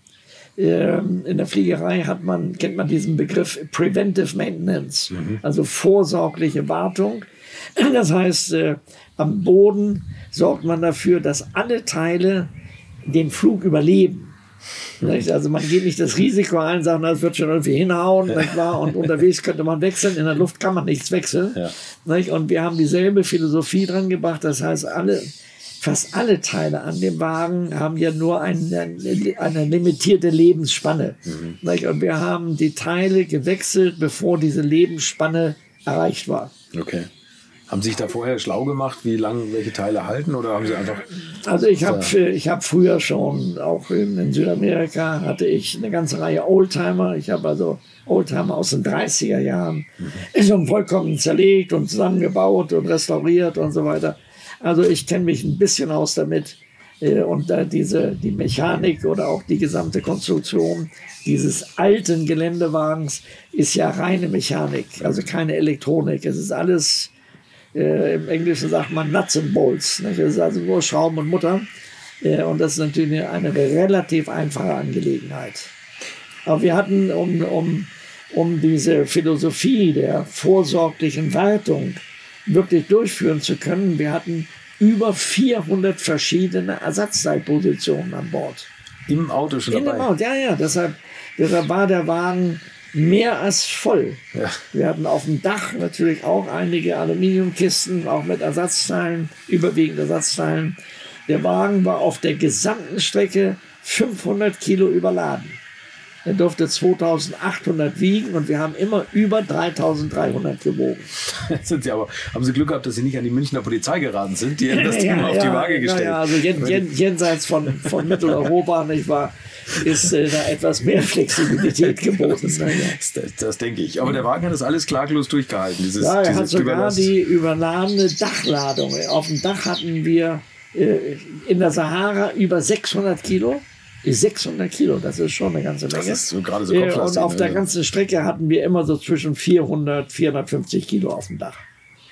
ähm, in der Fliegerei hat man, kennt man diesen Begriff Preventive Maintenance, mhm. also vorsorgliche Wartung. Das heißt, äh, am Boden sorgt man dafür, dass alle Teile den Flug überleben. Mhm. Also man geht nicht das Risiko ein, sagt, das wird schon irgendwie hinhauen, nicht wahr? Und unterwegs könnte man wechseln, in der Luft kann man nichts wechseln. Ja. Nicht? Und wir haben dieselbe Philosophie dran gebracht, das heißt, alle Fast alle Teile an dem Wagen haben ja nur eine, eine limitierte Lebensspanne. Mhm. Und wir haben die Teile gewechselt, bevor diese Lebensspanne erreicht war. Okay. Haben Sie sich da vorher schlau gemacht, wie lange welche Teile halten? Oder haben Sie einfach... Also ich habe ich hab früher schon, auch in, in Südamerika, hatte ich eine ganze Reihe Oldtimer. Ich habe also Oldtimer aus den dreißiger Jahren mhm. schon vollkommen zerlegt und zusammengebaut und restauriert und so weiter. Also ich kenne mich ein bisschen aus damit äh, und da diese, die Mechanik oder auch die gesamte Konstruktion dieses alten Geländewagens ist ja reine Mechanik, also keine Elektronik. Es ist alles, äh, im Englischen sagt man Nuts and Bolts, nicht? Es ist also nur Schrauben und Mutter äh, und das ist natürlich eine relativ einfache Angelegenheit. Aber wir hatten, um, um, um diese Philosophie der vorsorglichen Wartung wirklich durchführen zu können. Wir hatten über vierhundert verschiedene Ersatzteilpositionen an Bord. Im Auto schon In dabei? Im Auto, ja, ja. Deshalb, deshalb war der Wagen mehr als voll. Ja. Wir hatten auf dem Dach natürlich auch einige Aluminiumkisten, auch mit Ersatzteilen, überwiegend Ersatzteilen. Der Wagen war auf der gesamten Strecke fünfhundert Kilo überladen. Er durfte zweitausendachthundert wiegen und wir haben immer über dreitausenddreihundert gewogen. Sind Sie aber, haben Sie Glück gehabt, dass Sie nicht an die Münchner Polizei geraten sind? Die haben das Ding ja, auf ja, die Waage gestellt. Ja, also jen, jen, jenseits von, von Mitteleuropa, nicht wahr, ist äh, da etwas mehr Flexibilität geboten. das, das, das denke ich. Aber der Wagen hat das alles klaglos durchgehalten. Dieses, ja, er dieses hat sogar Überlass. die überladene Dachladung. Auf dem Dach hatten wir äh, in der Sahara über sechshundert Kilo. sechshundert Kilo, das ist schon eine ganze Menge. Das ist so gerade so Kopflastig. Und auf der ganzen Strecke hatten wir immer so zwischen vierhundert, vierhundertfünfzig Kilo auf dem Dach.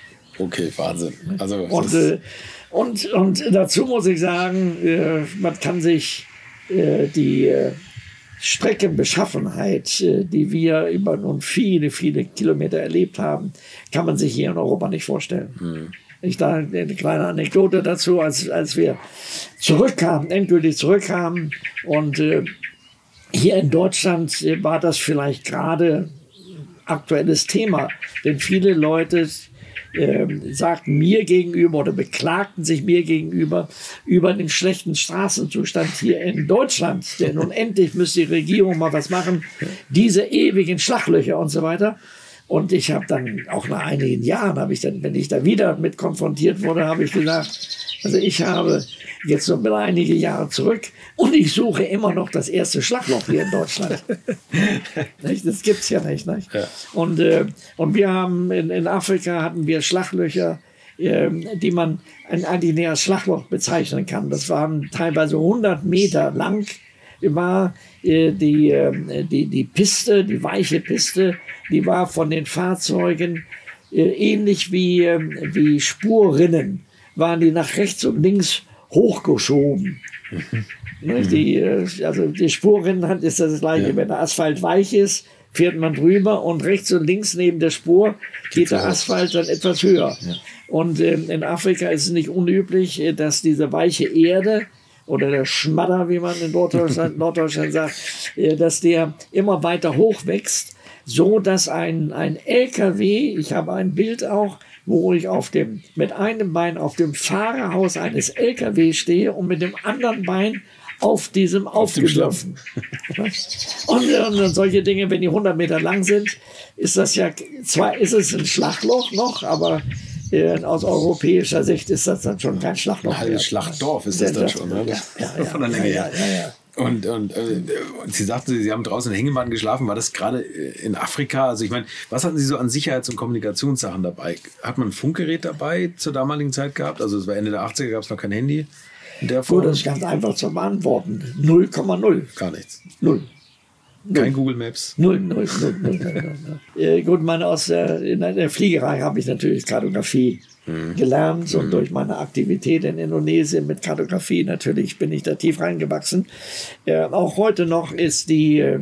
Okay, Wahnsinn. Also, und, äh, und, und dazu muss ich sagen, äh, man kann sich äh, die, äh, Streckenbeschaffenheit, die wir über nun viele, viele Kilometer erlebt haben, kann man sich hier in Europa nicht vorstellen. Mhm. Ich da eine kleine Anekdote dazu, als, als wir zurückkamen, endgültig zurückkamen und äh, hier in Deutschland äh, war das vielleicht gerade aktuelles Thema, denn viele Leute äh, sagten mir gegenüber oder beklagten sich mir gegenüber über den schlechten Straßenzustand hier in Deutschland, denn nun endlich müsste die Regierung mal was machen, diese ewigen Schlaglöcher und so weiter. Und ich habe dann auch nach einigen Jahren, habe ich dann, wenn ich da wieder mit konfrontiert wurde, habe ich gesagt, also ich habe jetzt noch mal einige Jahre zurück und ich suche immer noch das erste Schlagloch hier in Deutschland. Das gibt's ja nicht. nicht? Ja. Und, äh, und wir haben in, in Afrika hatten wir Schlaglöcher, äh, die man eigentlich näher als Schlagloch bezeichnen kann. Das waren teilweise hundert Meter lang. War äh, die, äh, die, die Piste, die weiche Piste, die war von den Fahrzeugen äh, ähnlich wie, äh, wie Spurrinnen, waren die nach rechts und links hochgeschoben. Mhm. Die, äh, also die Spurrinnen ist das gleiche, ja. Wenn der Asphalt weich ist, fährt man drüber und rechts und links neben der Spur geht der Asphalt dann etwas höher. Ja. Und äh, in Afrika ist es nicht unüblich, dass diese weiche Erde oder der Schmadder, wie man in Norddeutschland, Norddeutschland sagt, dass der immer weiter hoch wächst, so dass ein, ein L K W, ich habe ein Bild auch, wo ich auf dem, mit einem Bein auf dem Fahrerhaus eines L K W stehe und mit dem anderen Bein auf diesem aufgeschlafen. Und, und solche Dinge, wenn die hundert Meter lang sind, ist das ja, zwar ist es ein Schlagloch noch, aber Äh, aus europäischer Sicht ist das dann schon kein Schlagloch. Ein halbes Schlachtdorf ist das dann schon, ne? Ja, ja, ja, von der Länge her. Ja, ja, ja. Und, und, äh, und Sie sagten, Sie haben draußen in Hängematten geschlafen. War das gerade in Afrika? Also ich meine, was hatten Sie so an Sicherheits- und Kommunikationssachen dabei? Hat man ein Funkgerät dabei zur damaligen Zeit gehabt? Also es war Ende der achtziger, gab es noch kein Handy in der Form? Oh, das ist ganz einfach zu beantworten. null Komma null. Gar nichts. Null. Kein Google Maps? Null, null, null, null, null, null. Äh, gut, meine, aus der, in der Fliegerei habe ich natürlich Kartografie mhm. gelernt und mhm. durch meine Aktivität in Indonesien mit Kartografie natürlich bin ich da tief reingewachsen. Äh, auch heute noch ist die, äh,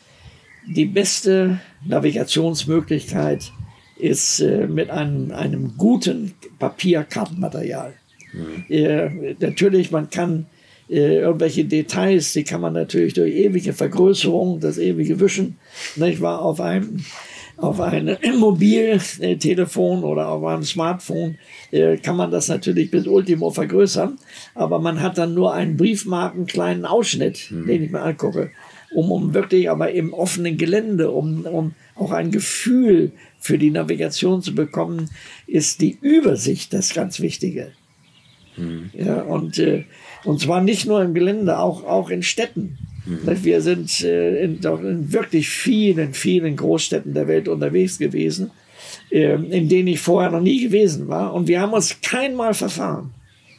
die beste Navigationsmöglichkeit ist äh, mit einem, einem guten Papierkartenmaterial. Mhm. Äh, natürlich, man kann Äh, irgendwelche Details, die kann man natürlich durch ewige Vergrößerung, das ewige Wischen, ich war auf einem, auf einem Mobiltelefon oder auf einem Smartphone, äh, kann man das natürlich bis Ultimo vergrößern, aber man hat dann nur einen Briefmarken kleinen Ausschnitt, mhm. den ich mir angucke, um, um wirklich aber im offenen Gelände, um, um auch ein Gefühl für die Navigation zu bekommen, ist die Übersicht das ganz Wichtige. Mhm. Ja, und, äh, und zwar nicht nur im Gelände, auch, auch in Städten. Mhm. Wir sind äh, in, in wirklich vielen, vielen Großstädten der Welt unterwegs gewesen, äh, in denen ich vorher noch nie gewesen war. Und wir haben uns kein Mal verfahren.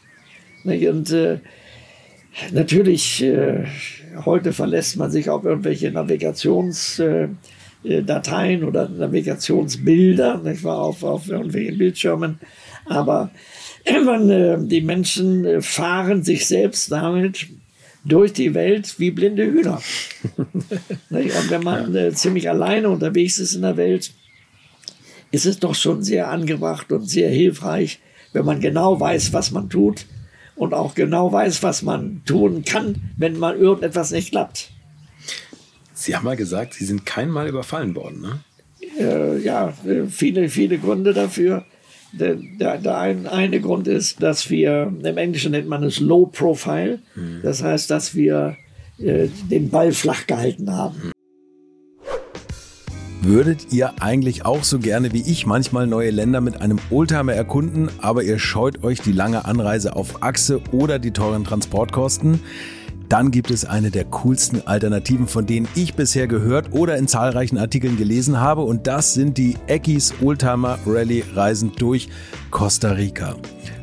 Und äh, natürlich, äh, heute verlässt man sich auf irgendwelche Navigationsdateien äh, oder Navigationsbilder, nicht wahr, auf, auf irgendwelchen Bildschirmen. Aber Man, äh, die Menschen äh, fahren sich selbst damit durch die Welt wie blinde Hühner. Und wenn man äh, ziemlich alleine unterwegs ist in der Welt, ist es doch schon sehr angebracht und sehr hilfreich, wenn man genau weiß, was man tut und auch genau weiß, was man tun kann, wenn mal irgendetwas nicht klappt. Sie haben mal gesagt, Sie sind kein Mal überfallen worden, ne? Äh, ja, viele, viele Gründe dafür. Der, der, der ein, eine Grund ist, dass wir, im Englischen nennt man es Low Profile, mhm. das heißt, dass wir äh, den Ball flach gehalten haben. Würdet ihr eigentlich auch so gerne wie ich manchmal neue Länder mit einem Oldtimer erkunden, aber ihr scheut euch die lange Anreise auf Achse oder die teuren Transportkosten? Dann gibt es eine der coolsten Alternativen, von denen ich bisher gehört oder in zahlreichen Artikeln gelesen habe, und das sind die Eckis Oldtimer Rallye Reisen durch Costa Rica.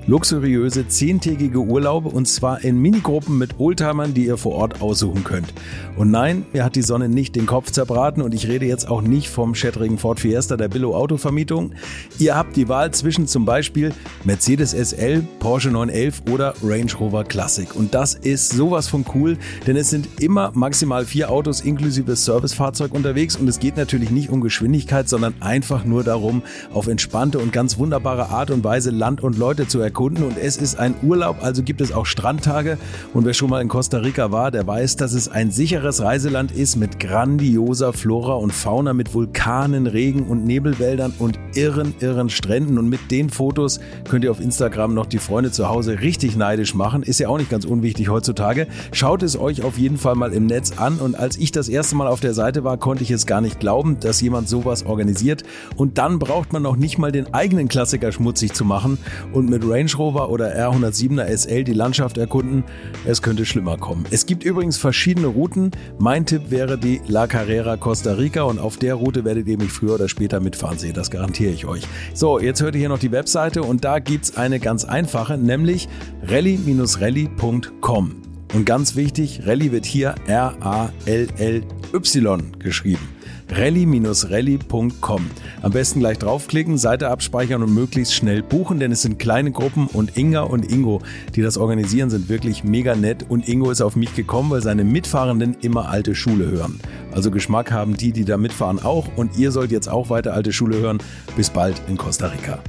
Luxuriöse zehntägige Urlaube und zwar in Minigruppen mit Oldtimern, die ihr vor Ort aussuchen könnt. Und nein, mir hat die Sonne nicht den Kopf zerbraten und ich rede jetzt auch nicht vom schättrigen Ford Fiesta der Billo Autovermietung. Ihr habt die Wahl zwischen zum Beispiel Mercedes S L, Porsche neun elf oder Range Rover Classic. Und das ist sowas von cool, denn es sind immer maximal vier Autos inklusive Servicefahrzeug unterwegs und es geht natürlich nicht um Geschwindigkeit, sondern einfach nur darum, auf entspannte und ganz wunderbare Art und Weise Land und Leute zu erkunden. Und es ist ein Urlaub, also gibt es auch Strandtage. Und wer schon mal in Costa Rica war, der weiß, dass es ein sicheres Reiseland ist mit grandioser Flora und Fauna, mit Vulkanen, Regen- und Nebelwäldern und irren, irren Stränden. Und mit den Fotos könnt ihr auf Instagram noch die Freunde zu Hause richtig neidisch machen. Ist ja auch nicht ganz unwichtig heutzutage. Schaut es euch auf jeden Fall mal im Netz an. Und als ich das erste Mal auf der Seite war, konnte ich es gar nicht glauben, dass jemand sowas organisiert. Und dann braucht man noch nicht mal den eigenen Klassiker schmutzig zu machen und mit Range Rover oder R hundertsiebener S L die Landschaft erkunden. Es könnte schlimmer kommen. Es gibt übrigens verschiedene Routen. Mein Tipp wäre die La Carrera Costa Rica und auf der Route werdet ihr mich früher oder später mitfahren sehen. Das garantiere ich euch. So, jetzt hört ihr hier noch die Webseite und da gibt's eine ganz einfache, nämlich rally Bindestrich rally Punkt com. Und ganz wichtig, Rally wird hier R A L L Y geschrieben. rally Bindestrich rally Punkt com. Am besten gleich draufklicken, Seite abspeichern und möglichst schnell buchen, denn es sind kleine Gruppen und Inga und Ingo, die das organisieren, sind wirklich mega nett und Ingo ist auf mich gekommen, weil seine Mitfahrenden immer alte Schule hören. Also Geschmack haben die, die da mitfahren auch und ihr sollt jetzt auch weiter alte Schule hören. Bis bald in Costa Rica.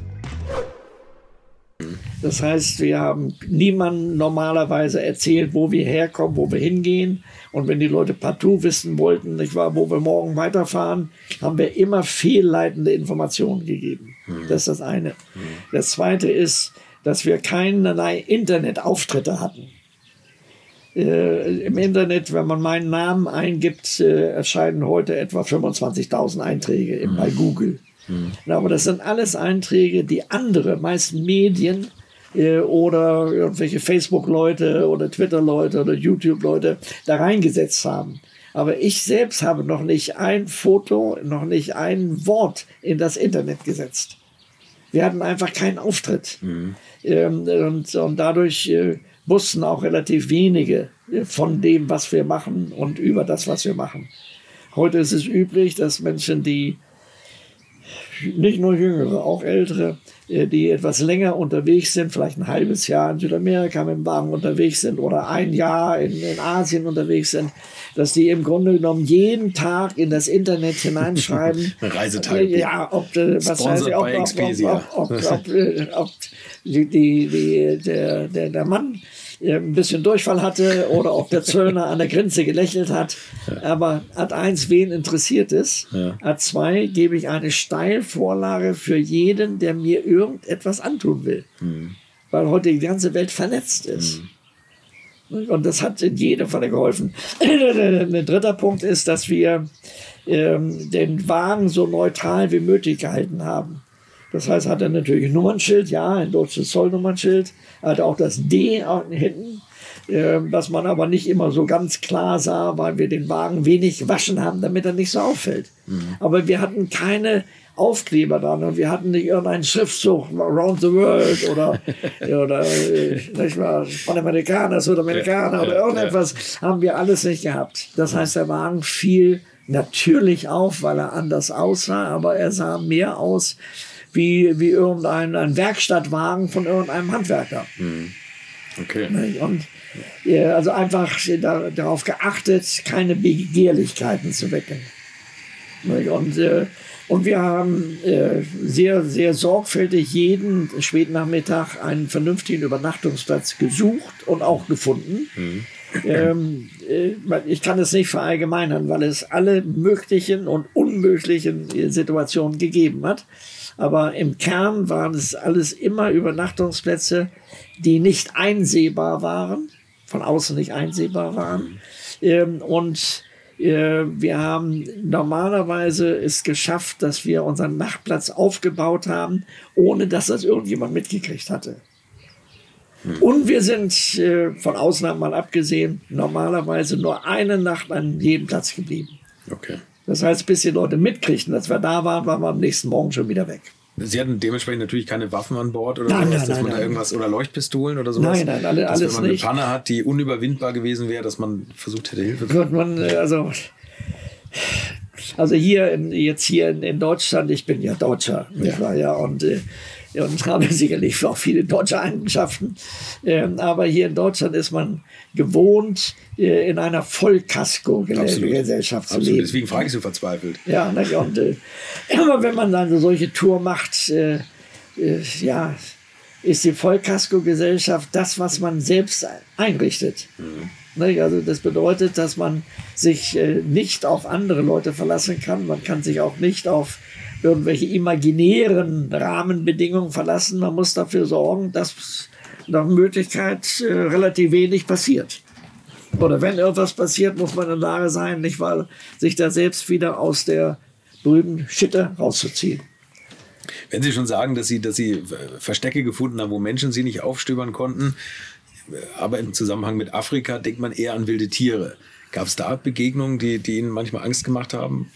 Das heißt, wir haben niemandem normalerweise erzählt, wo wir herkommen, wo wir hingehen. Und wenn die Leute partout wissen wollten, nicht wahr, wo wir morgen weiterfahren, haben wir immer fehlleitende Informationen gegeben. Mhm. Das ist das eine. Mhm. Das zweite ist, dass wir keinerlei Internetauftritte hatten. Äh, Im Internet, wenn man meinen Namen eingibt, äh, erscheinen heute etwa fünfundzwanzigtausend Einträge mhm. bei Google. Mhm. Aber das sind alles Einträge, die andere, meist Medien äh, oder irgendwelche Facebook-Leute oder Twitter-Leute oder YouTube-Leute da reingesetzt haben. Aber ich selbst habe noch nicht ein Foto, noch nicht ein Wort in das Internet gesetzt. Wir hatten einfach keinen Auftritt. Mhm. Ähm, und, und dadurch äh, wussten auch relativ wenige von dem, was wir machen und über das, was wir machen. Heute ist es üblich, dass Menschen, die nicht nur Jüngere, auch Ältere, die etwas länger unterwegs sind, vielleicht ein halbes Jahr in Südamerika mit dem Wagen unterwegs sind oder ein Jahr in, in Asien unterwegs sind, dass die im Grunde genommen jeden Tag in das Internet hineinschreiben. Reisetagebuch. Ja, ob, was heißt, ob, ob, ob, ob, ob, ob, ob die, die, der, der, der Mann ein bisschen Durchfall hatte oder ob der Zöllner an der Grenze gelächelt hat. Ja. Aber Ad eins, wen interessiert es? Ja. Ad zwei, gebe ich eine Steilvorlage für jeden, der mir irgendetwas antun will. Mhm. Weil heute die ganze Welt vernetzt ist. Mhm. Und das hat in jedem Fall geholfen. Ein dritter Punkt ist, dass wir ähm, den Wagen so neutral wie möglich gehalten haben. Das heißt, hat er natürlich ein Nummernschild, ja, ein deutsches Zollnummernschild, hat auch das D hinten, äh, was man aber nicht immer so ganz klar sah, weil wir den Wagen wenig gewaschen haben, damit er nicht so auffällt. Mhm. Aber wir hatten keine Aufkleber dran und wir hatten nicht irgendeinen Schriftzug, Around the World oder, oder äh, nicht mal, Panamericana, Sudamericana ja, oder ja, irgendetwas, ja. haben wir alles nicht gehabt. Das heißt, der Wagen fiel natürlich auf, weil er anders aussah, aber er sah mehr aus wie, wie irgendein ein Werkstattwagen von irgendeinem Handwerker. Okay. Und ja, also einfach da, darauf geachtet, keine Begehrlichkeiten zu wecken. Und, äh, und wir haben äh, sehr, sehr sorgfältig jeden Spätnachmittag einen vernünftigen Übernachtungsplatz gesucht und auch gefunden. Mhm. ähm, äh, ich kann es nicht verallgemeinern, weil es alle möglichen und unmöglichen Situationen gegeben hat. Aber im Kern waren es alles immer Übernachtungsplätze, die nicht einsehbar waren, von außen nicht einsehbar waren. Ähm, und äh, wir haben normalerweise es geschafft, dass wir unseren Nachtplatz aufgebaut haben, ohne dass das irgendjemand mitgekriegt hatte. Hm. Und wir sind, äh, von Ausnahmen mal abgesehen, normalerweise nur eine Nacht an jedem Platz geblieben. Okay. Das heißt, bis die Leute mitkriegten, dass wir da waren, waren wir am nächsten Morgen schon wieder weg. Sie hatten dementsprechend natürlich keine Waffen an Bord oder nein, sowas, nein, dass nein, man da nein. irgendwas oder Leuchtpistolen oder sowas. Nein, nein, alle, dass, alles wenn man nicht. eine Panne hat, die unüberwindbar gewesen wäre, dass man versucht hätte, Hilfe zu Wird man, also, also hier, in, jetzt hier in, in Deutschland, ich bin ja Deutscher, ja. Nicht wahr, ja, und, äh, und habe sicherlich auch viele deutsche Eigenschaften. Ähm, aber hier in Deutschland ist man gewohnt, äh, in einer Vollkasko-Gesellschaft zu Absolut. leben. Deswegen frage ich so verzweifelt. Ja, ne, und äh, aber wenn man dann eine solche Tour macht, äh, äh, ja, ist die Vollkasko-Gesellschaft das, was man selbst einrichtet. Mhm. Ne, also das bedeutet, dass man sich äh, nicht auf andere Leute verlassen kann. Man kann sich auch nicht auf irgendwelche imaginären Rahmenbedingungen verlassen. Man muss dafür sorgen, dass nach Möglichkeit äh, relativ wenig passiert. Oder wenn irgendwas passiert, muss man in der Lage sein, nicht wahr, sich da selbst wieder aus der berühmten Schitte rauszuziehen. Wenn Sie schon sagen, dass Sie, dass Sie Verstecke gefunden haben, wo Menschen sie nicht aufstöbern konnten, aber im Zusammenhang mit Afrika denkt man eher an wilde Tiere. Gab es da Begegnungen, die, die Ihnen manchmal Angst gemacht haben?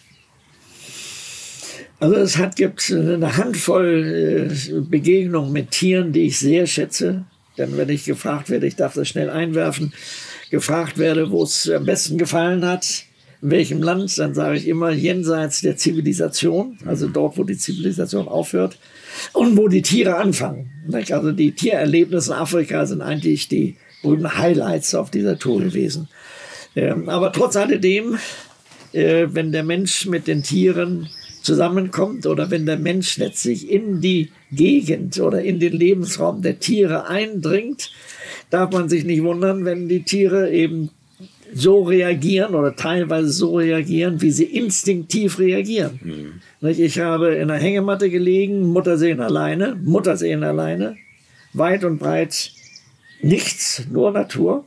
Also es hat, gibt eine Handvoll äh, Begegnungen mit Tieren, die ich sehr schätze. Denn wenn ich gefragt werde, ich darf das schnell einwerfen, gefragt werde, wo es am besten gefallen hat, in welchem Land, dann sage ich immer jenseits der Zivilisation, also dort, wo die Zivilisation aufhört und wo die Tiere anfangen. Also die Tiererlebnisse in Afrika sind eigentlich die berühmten Highlights auf dieser Tour gewesen. Aber trotz alledem, wenn der Mensch mit den Tieren zusammenkommt oder wenn der Mensch letztlich in die Gegend oder in den Lebensraum der Tiere eindringt, darf man sich nicht wundern, wenn die Tiere eben so reagieren oder teilweise so reagieren, wie sie instinktiv reagieren. Mhm. Ich habe in einer Hängematte gelegen, Mutterseen alleine, Mutterseen alleine, weit und breit nichts, nur Natur.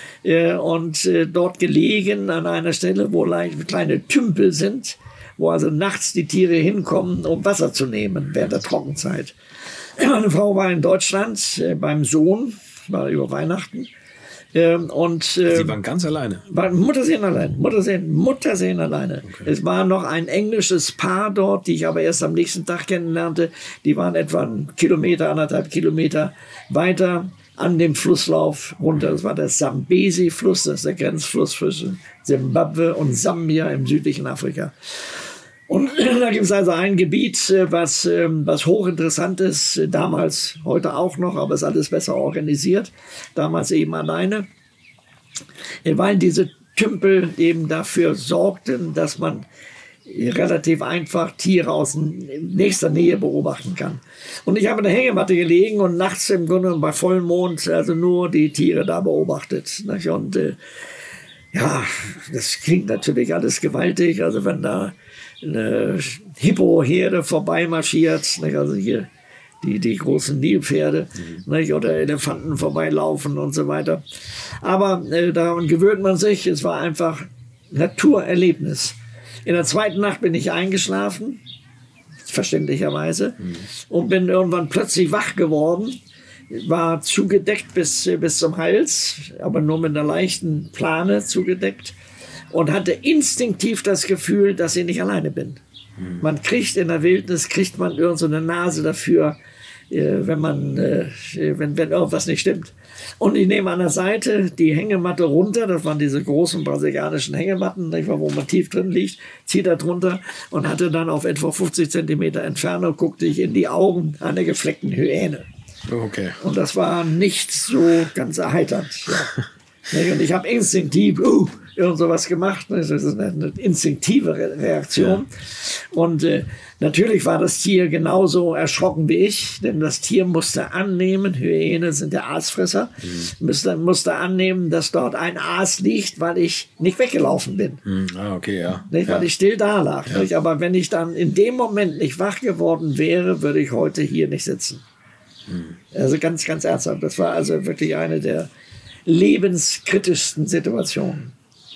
Und dort gelegen an einer Stelle, wo kleine Tümpel sind, wo also nachts die Tiere hinkommen, um Wasser zu nehmen während der Trockenzeit. Meine Frau war in Deutschland äh, beim Sohn, war über Weihnachten. Ähm, und, äh, Sie waren ganz alleine? War Mutterseen allein, Mutterseen, Mutterseen alleine. Okay. Es war noch ein englisches Paar dort, die ich aber erst am nächsten Tag kennenlernte. Die waren etwa einen Kilometer, anderthalb Kilometer weiter an dem Flusslauf runter. Das war der Sambesi-Fluss, das ist der Grenzfluss zwischen Simbabwe und Sambia im südlichen Afrika. Und da gibt es also ein Gebiet, was, was hochinteressant ist, damals, heute auch noch, aber ist alles besser organisiert, damals eben alleine, weil diese Tümpel eben dafür sorgten, dass man relativ einfach Tiere aus nächster Nähe beobachten kann. Und ich habe in der Hängematte gelegen und nachts im Grunde bei Vollmond also nur die Tiere da beobachtet. Und äh, ja, das klingt natürlich alles gewaltig, also wenn da eine Hippoherde vorbeimarschiert, nicht? Also hier die, die großen Nilpferde, mhm. nicht? Oder Elefanten vorbeilaufen und so weiter. Aber äh, daran gewöhnt man sich, es war einfach Naturerlebnis. In der zweiten Nacht bin ich eingeschlafen, verständlicherweise, mhm. und bin irgendwann plötzlich wach geworden, war zugedeckt bis, bis zum Hals, aber nur mit einer leichten Plane zugedeckt. Und hatte instinktiv das Gefühl, dass ich nicht alleine bin. Mhm. Man kriegt in der Wildnis, kriegt man irgend so eine Nase dafür, äh, wenn, man, äh, wenn, wenn irgendwas nicht stimmt. Und ich nehme an der Seite die Hängematte runter, das waren diese großen brasilianischen Hängematten, wo man tief drin liegt, zieht da drunter und hatte dann auf etwa fünfzig Zentimeter Entfernung, guckte ich in die Augen einer gefleckten Hyäne. Okay. Und das war nicht so ganz erheiternd. Ja. Und ich habe instinktiv uh, irgend sowas gemacht. Das ist eine, eine instinktive Reaktion. Ja. Und äh, natürlich war das Tier genauso erschrocken wie ich, denn das Tier musste annehmen, Hyänen sind ja Aasfresser, mhm. musste, musste annehmen, dass dort ein Aas liegt, weil ich nicht weggelaufen bin. Mhm. Ah, okay, ja. Nicht, weil ja. ich still da lag. Ja. Nicht? Aber wenn ich dann in dem Moment nicht wach geworden wäre, würde ich heute hier nicht sitzen. Mhm. Also ganz, ganz ernsthaft. Das war also wirklich eine der lebenskritischsten Situationen.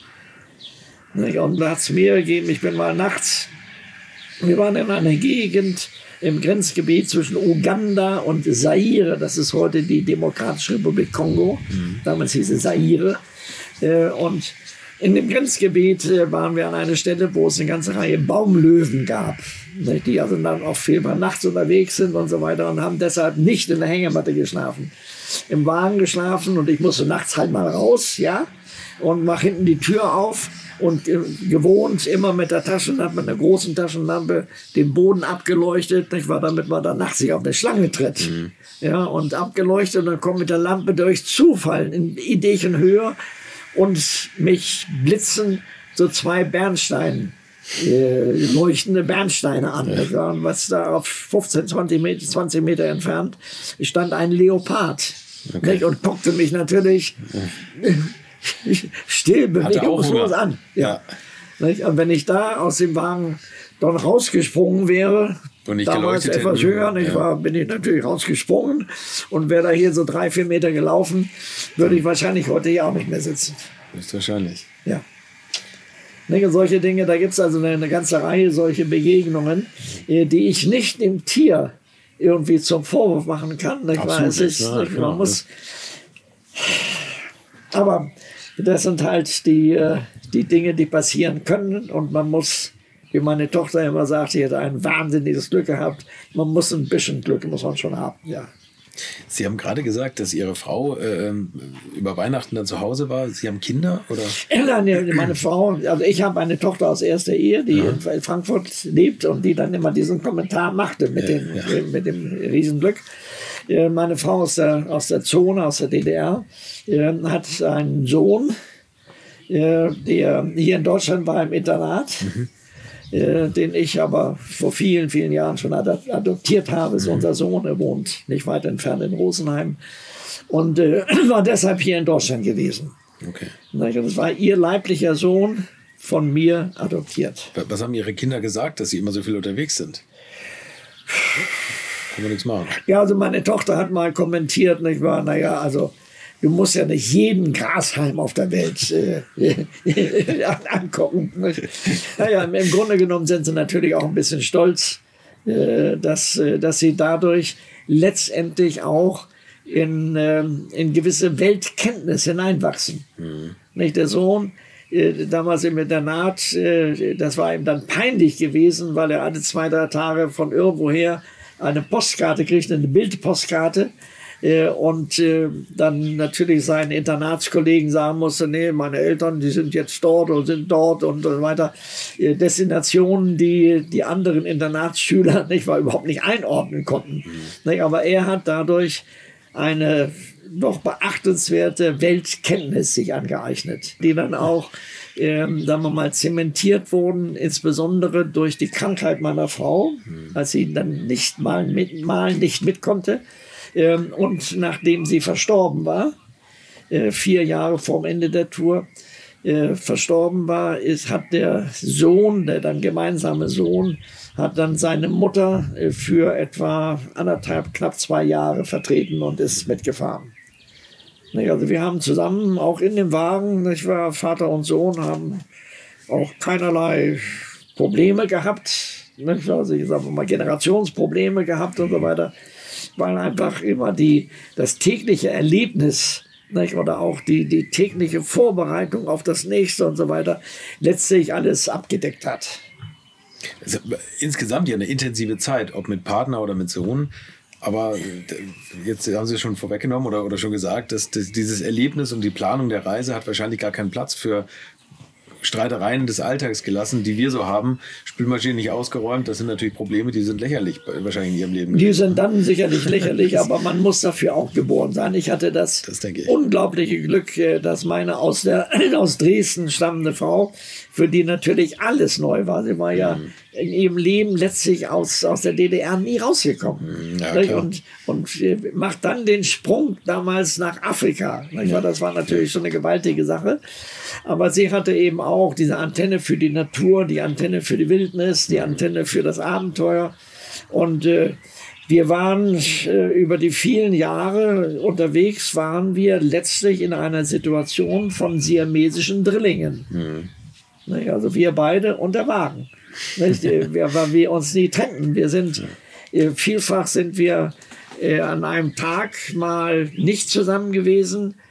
Und da hat es mir gegeben, ich bin mal nachts, wir waren in einer Gegend im Grenzgebiet zwischen Uganda und Zaire, das ist heute die Demokratische Republik Kongo, mhm. damals hieß es Zaire, und In dem Grenzgebiet äh, waren wir an einer Stelle, wo es eine ganze Reihe Baumlöwen gab, ne, die also dann auch viel mal nachts unterwegs sind und so weiter und haben deshalb nicht in der Hängematte geschlafen. Im Wagen geschlafen und ich musste nachts halt mal raus, ja, und mach hinten die Tür auf und äh, gewohnt immer mit der Taschenlampe, mit einer großen Taschenlampe, den Boden abgeleuchtet, nicht wahr, damit man dann nachts nicht auf eine Schlange tritt. Mhm. Ja, und abgeleuchtet und dann kommt mit der Lampe durch Zufall in Idechenhöhe und mich blitzen so zwei Bernsteine, äh, leuchtende Bernsteine an. Ja. Und was da auf fünfzehn, zwanzig Meter, zwanzig Meter entfernt stand ein Leopard. Okay. Nicht, und guckte mich natürlich still bewegungslos an. Ja. Nicht? Und wenn ich da aus dem Wagen dann rausgesprungen wäre, und nicht damals etwas höher, nicht ja. wahr, bin ich natürlich rausgesprungen und wäre da hier so drei, vier Meter gelaufen, würde ich wahrscheinlich heute hier auch nicht mehr sitzen. Höchstwahrscheinlich. Ja. Nicht? Und solche Dinge, da gibt es also eine, eine ganze Reihe solche Begegnungen, die ich nicht dem Tier irgendwie zum Vorwurf machen kann. Nicht? Absolut, es ist, ja, nicht, man ja, muss, aber das sind halt die, die Dinge, die passieren können und man muss, wie meine Tochter immer sagt, sie hat ein wahnsinniges Glück gehabt. Man muss ein bisschen Glück, muss man schon haben, ja. Sie haben gerade gesagt, dass Ihre Frau äh, über Weihnachten dann zu Hause war. Sie haben Kinder, oder? Nein, meine Frau, also ich habe eine Tochter aus erster Ehe, die ja. in Frankfurt lebt und die dann immer diesen Kommentar machte mit, ja, den, ja. mit dem Riesenglück. Meine Frau aus der, aus der Zone, aus der D D R, hat einen Sohn, der hier in Deutschland war im Internat. Mhm. Den ich aber vor vielen, vielen Jahren schon adoptiert habe. Ist unser Sohn, er wohnt nicht weit entfernt in Rosenheim und äh, war deshalb hier in Deutschland gewesen. Okay. Das war ihr leiblicher Sohn, von mir adoptiert. Was haben Ihre Kinder gesagt, dass Sie immer so viel unterwegs sind? Kann man nichts machen. Ja, also meine Tochter hat mal kommentiert, nicht wahr? Naja, also du musst ja nicht jeden Grashalm auf der Welt äh, angucken. Naja, im Grunde genommen sind sie natürlich auch ein bisschen stolz, äh, dass, äh, dass sie dadurch letztendlich auch in, äh, in gewisse Weltkenntnis hineinwachsen. Mhm. Nicht der Sohn, äh, damals im Internat, äh, das war ihm dann peinlich gewesen, weil er alle zwei, drei Tage von irgendwoher eine Postkarte kriegte, eine Bildpostkarte. Und äh, dann natürlich seinen Internatskollegen sagen musste, nee, meine Eltern, die sind jetzt dort und sind dort und so weiter. Äh, Destinationen, die die anderen Internatsschüler nicht, war, überhaupt nicht einordnen konnten. Mhm. Nicht, aber er hat dadurch eine doch beachtenswerte Weltkenntnis sich angeeignet, die dann auch, ähm, sagen wir mal, zementiert wurden, insbesondere durch die Krankheit meiner Frau, mhm. als sie dann nicht mal, mit, mal nicht mit konnte. Und nachdem sie verstorben war, vier Jahre vorm Ende der Tour, verstorben war, ist, hat der Sohn, der dann gemeinsame Sohn, hat dann seine Mutter für etwa anderthalb, knapp zwei Jahre vertreten und ist mitgefahren. Also wir haben zusammen, auch in dem Wagen, ich war Vater und Sohn, haben auch keinerlei Probleme gehabt, also ich sage mal Generationsprobleme gehabt und so weiter. Weil einfach immer die, das tägliche Erlebnis, nicht, oder auch die, die tägliche Vorbereitung auf das Nächste und so weiter letztlich alles abgedeckt hat. Also insgesamt ja eine intensive Zeit, ob mit Partner oder mit Sohn. Aber jetzt haben Sie schon vorweggenommen oder, oder schon gesagt, dass, dass dieses Erlebnis und die Planung der Reise hat wahrscheinlich gar keinen Platz für Streitereien des Alltags gelassen, die wir so haben. Spülmaschine nicht ausgeräumt, das sind natürlich Probleme, die sind lächerlich wahrscheinlich in Ihrem Leben. Die sind dann sicherlich lächerlich, aber man muss dafür auch geboren sein. Ich hatte das, das unglaubliche Glück, dass meine aus, der, aus Dresden stammende Frau, für die natürlich alles neu war, sie war ja mhm. in ihrem Leben letztlich aus, aus der D D R nie rausgekommen. Ja, und, und macht dann den Sprung damals nach Afrika. Ja. Das war natürlich schon eine gewaltige Sache. Aber sie hatte eben auch diese Antenne für die Natur, die Antenne für die Wildnis, die Antenne für das Abenteuer. Und äh, wir waren äh, über die vielen Jahre unterwegs, waren wir letztlich in einer Situation von siamesischen Drillingen. Mhm. Also wir beide und der Wagen. Nicht? Wir, weil wir uns nie trennten. Wir sind, äh, vielfach sind wir äh, an einem Tag mal nicht zusammen gewesen.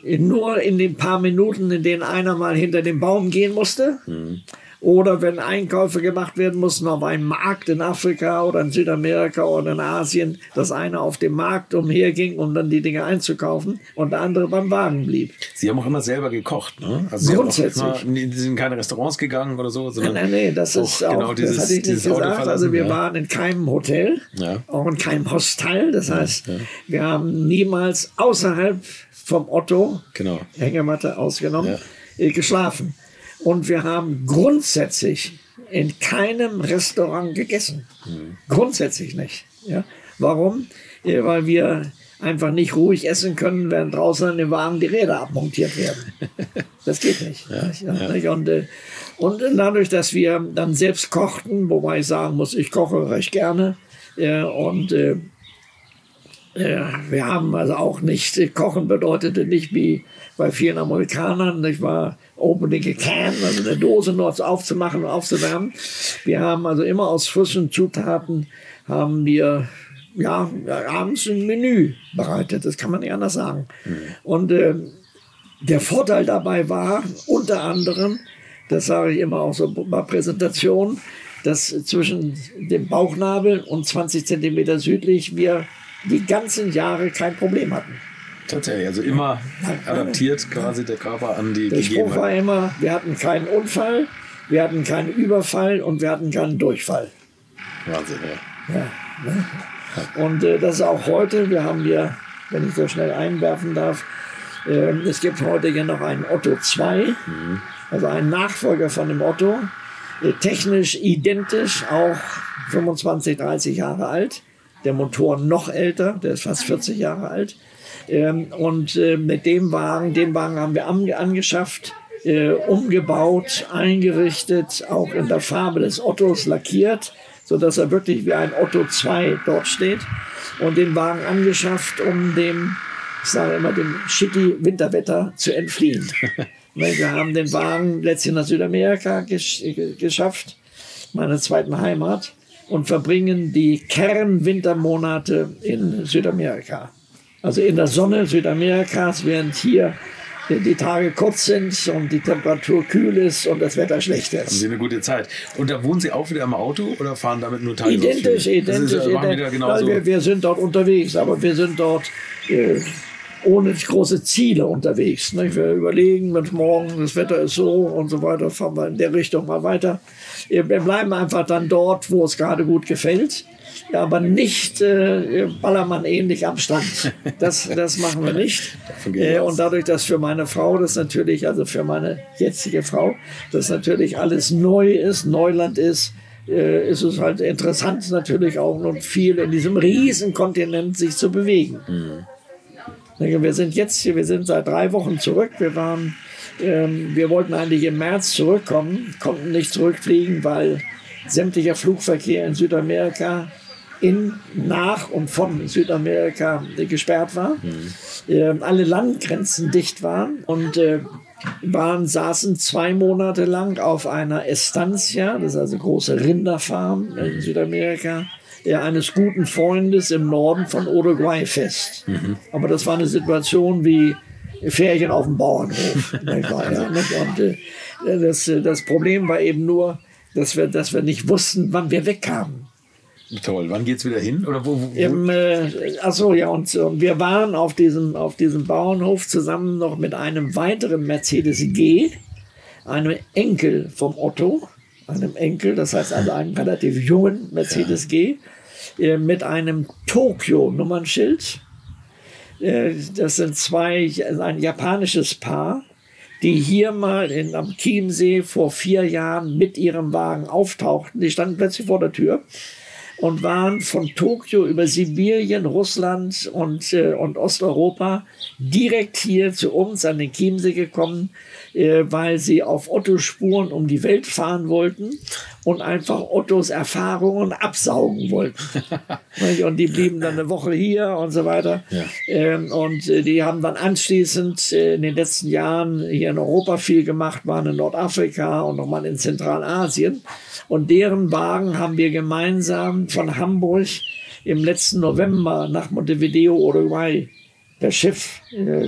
nur in den paar Minuten, in denen einer mal hinter den Baum gehen musste. Mhm. Oder wenn Einkäufe gemacht werden mussten auf einem Markt in Afrika oder in Südamerika oder in Asien, dass einer auf dem Markt umherging, um dann die Dinge einzukaufen und der andere beim Wagen blieb. Sie haben auch immer selber gekocht, ne? Also Grundsätzlich. Sie, immer, Sie sind in keine Restaurants gegangen oder so? Nein, nein, nee, das ist auch, genau dieses, das hatte ich nicht gesagt. Also wir ja. waren in keinem Hotel, ja. auch in keinem Hostel. Das heißt, ja. wir haben niemals außerhalb vom Otto, genau. Hängematte ausgenommen, ja. geschlafen. Und wir haben grundsätzlich in keinem Restaurant gegessen. Mhm. Grundsätzlich nicht. Ja? Warum? Ja, weil wir einfach nicht ruhig essen können, während draußen an den Wagen die Räder abmontiert werden. Das geht nicht. Ja, ja. Ja. Und, und dadurch, dass wir dann selbst kochten, wobei ich sagen muss, ich koche recht gerne. Ja, und äh, wir haben also auch nicht, Kochen bedeutete nicht wie bei vielen Amerikanern, ich war opening a can, also eine Dose nur aufzumachen und aufzuwärmen. Wir haben also immer aus frischen Zutaten, haben wir ja, abends ein Menü bereitet, das kann man nicht anders sagen. Mhm. Und äh, der Vorteil dabei war unter anderem, das sage ich immer auch so bei Präsentationen, dass zwischen dem Bauchnabel und zwanzig Zentimeter südlich wir die ganzen Jahre kein Problem hatten. Tatsächlich, also immer adaptiert quasi der Körper an die Gegebenheiten. Der Spruch war immer, wir hatten keinen Unfall, wir hatten keinen Überfall und wir hatten keinen Durchfall. Wahnsinn, ja. ja, ne? Und äh, das ist auch heute, wir haben hier, wenn ich so schnell einwerfen darf, äh, es gibt heute hier noch einen Otto zwei, mhm. also einen Nachfolger von dem Otto, äh, technisch identisch, auch fünfundzwanzig, dreißig Jahre alt. Der Motor noch älter, der ist fast vierzig Jahre alt. Ähm, und äh, mit dem Wagen, den Wagen haben wir an, angeschafft, äh, umgebaut, eingerichtet, auch in der Farbe des Ottos lackiert, sodass er wirklich wie ein Otto zwei dort steht. Und den Wagen angeschafft, um dem, ich sage immer, dem shitty Winterwetter zu entfliehen. Wir haben den Wagen letztlich nach Südamerika gesch geschafft, meine zweiten Heimat. Und verbringen die Kernwintermonate in Südamerika. Also in der Sonne Südamerikas, während hier die Tage kurz sind und die Temperatur kühl ist und das Wetter schlecht ist. Haben Sie eine gute Zeit. Und da wohnen Sie auch wieder im Auto oder fahren damit nur Teile? Identisch, identisch. Das ist, identisch. Wir, wir sind dort unterwegs, aber wir sind dort äh, ohne große Ziele unterwegs. Nicht? Wir überlegen, wenn morgen das Wetter ist so und so weiter, fahren wir in der Richtung mal weiter. Wir bleiben einfach dann dort, wo es gerade gut gefällt, ja, aber nicht äh, Ballermann ähnlich am Strand. Das, das machen wir nicht. Äh, und dadurch, dass für meine Frau das natürlich, also für meine jetzige Frau, das natürlich alles neu ist, Neuland ist, äh, ist es halt interessant natürlich auch noch viel in diesem riesen Kontinent sich zu bewegen. Mhm. Wir sind jetzt hier, wir sind seit drei Wochen zurück. Wir waren, ähm, wir wollten eigentlich im März zurückkommen, konnten nicht zurückfliegen, weil sämtlicher Flugverkehr in Südamerika in, nach und von Südamerika gesperrt war. Mhm. Ähm, alle Landgrenzen dicht waren und äh, waren, saßen zwei Monate lang auf einer Estancia, das ist also eine große Rinderfarm in Südamerika, eines guten Freundes im Norden von Uruguay fest. Mhm. Aber das war eine Situation wie Ferien auf dem Bauernhof. ja, und äh, das, das Problem war eben nur, dass wir, dass wir nicht wussten, wann wir wegkamen. Toll, wann geht's wieder hin? Oder wo, wo, wo? Im, äh, achso, ja, und, und wir waren auf diesem, auf diesem Bauernhof zusammen noch mit einem weiteren Mercedes G, einem Enkel vom Otto, einem Enkel, das heißt also einem relativ jungen Mercedes G, äh, mit einem Tokio-Nummernschild. Äh, das sind zwei, ein japanisches Paar, die hier mal in, am Chiemsee vor vier Jahren mit ihrem Wagen auftauchten. Die standen plötzlich vor der Tür und waren von Tokio über Sibirien, Russland und, äh, und Osteuropa direkt hier zu uns an den Chiemsee gekommen, äh, weil sie auf Otto-Spuren um die Welt fahren wollten und einfach Ottos Erfahrungen absaugen wollten. Und die blieben dann eine Woche hier und so weiter. Ja. Ähm, und äh, die haben dann anschließend äh, in den letzten Jahren hier in Europa viel gemacht, waren in Nordafrika und nochmal in Zentralasien. Und deren Wagen haben wir gemeinsam von Hamburg im letzten November nach Montevideo, Uruguay, per Schiff äh,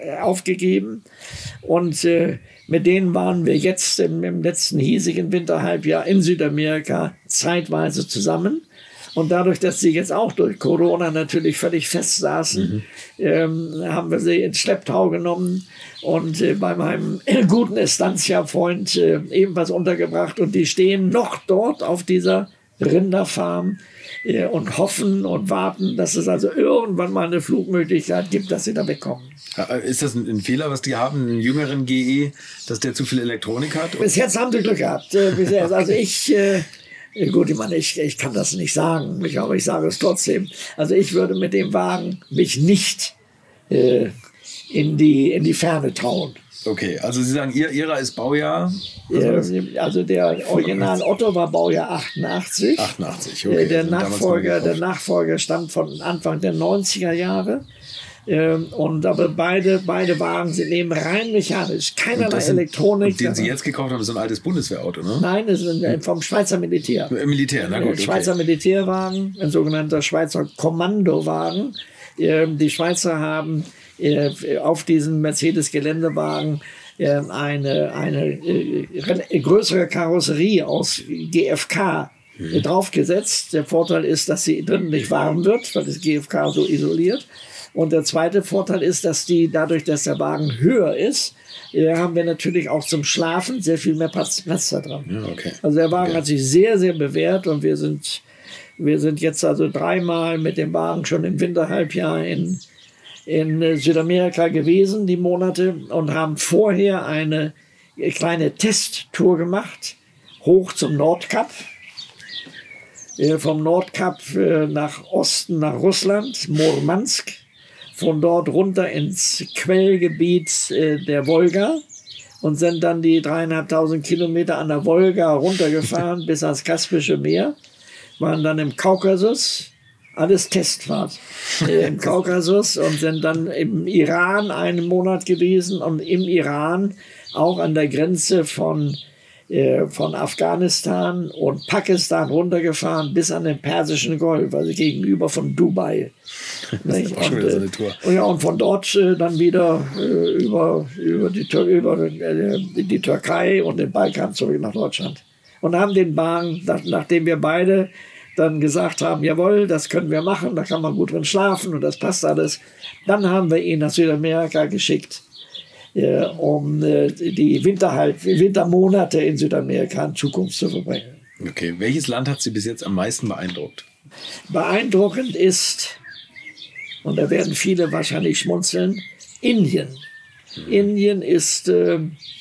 aufgegeben. Und äh, mit denen waren wir jetzt im, im letzten hiesigen Winterhalbjahr in Südamerika zeitweise zusammen. Und dadurch, dass sie jetzt auch durch Corona natürlich völlig fest saßen, mhm. ähm, haben wir sie ins Schlepptau genommen und äh, bei meinem äh, guten Estancia-Freund äh, ebenfalls untergebracht. Und die stehen noch dort auf dieser Rinderfarm äh, und hoffen und warten, dass es also irgendwann mal eine Flugmöglichkeit gibt, dass sie da wegkommen. Ist das ein, ein Fehler, was die haben, einen jüngeren G E, dass der zu viel Elektronik hat? Bis jetzt haben sie Glück gehabt. Äh, bis jetzt. Also ich... Äh, Gut, ich meine, ich, ich kann das nicht sagen, aber ich sage es trotzdem. Also ich würde mit dem Wagen mich nicht äh, in, die, in die Ferne trauen. Okay, also Sie sagen, ihr, Ihrer ist Baujahr? Äh, also der Original Otto war Baujahr achtundachtzig. achtundachtzig, okay. Äh, der, Nachfolger, der Nachfolger stammt von Anfang der neunziger Jahre. Ähm, und aber beide, beide Wagen sind eben rein mechanisch, keinerlei sind, Elektronik. Und den Sie jetzt gekauft haben, ist so ein altes Bundeswehrauto, ne? Nein, das ist ein, vom Schweizer Militär. Militär, na gut. Ein Schweizer okay. Militärwagen, ein sogenannter Schweizer Kommandowagen. Ähm, die Schweizer haben äh, auf diesen Mercedes-Geländewagen äh, eine, eine äh, größere Karosserie aus G F K mhm. draufgesetzt. Der Vorteil ist, dass sie drinnen nicht warm wird, weil das G F K so isoliert. Und der zweite Vorteil ist, dass die, dadurch, dass der Wagen höher ist, äh, haben wir natürlich auch zum Schlafen sehr viel mehr Platz, Platz da dran. Ja, okay. Also der Wagen okay. hat sich sehr, sehr bewährt und wir sind, wir sind jetzt also dreimal mit dem Wagen schon im Winterhalbjahr in, in Südamerika gewesen, die Monate, und haben vorher eine kleine Testtour gemacht, hoch zum Nordkap. Äh, vom Nordkap äh, nach Osten, nach Russland, Murmansk. Von dort runter ins Quellgebiet äh, der Wolga und sind dann die dreieinhalbtausend Kilometer an der Wolga runtergefahren bis ans Kaspische Meer, waren dann im Kaukasus, alles Testfahrt äh, im Kaukasus, und sind dann im Iran einen Monat gewesen und im Iran auch an der Grenze von von Afghanistan und Pakistan runtergefahren bis an den Persischen Golf, also gegenüber von Dubai. Das ist auch schon wieder so eine Tour. Und, ja, und von dort äh, dann wieder äh, über, über, die, über äh, die Türkei und den Balkan zurück nach Deutschland. Und haben den Wagen, nach, nachdem wir beide dann gesagt haben, jawohl, das können wir machen, da kann man gut drin schlafen und das passt alles, dann haben wir ihn nach Südamerika geschickt. Äh, um äh, die Winterhalb Wintermonate in Südamerika in Zukunft zu verbringen. Okay, welches Land hat Sie bis jetzt am meisten beeindruckt? Beeindruckend ist, und da werden viele wahrscheinlich schmunzeln, Indien. Mhm. Indien ist äh,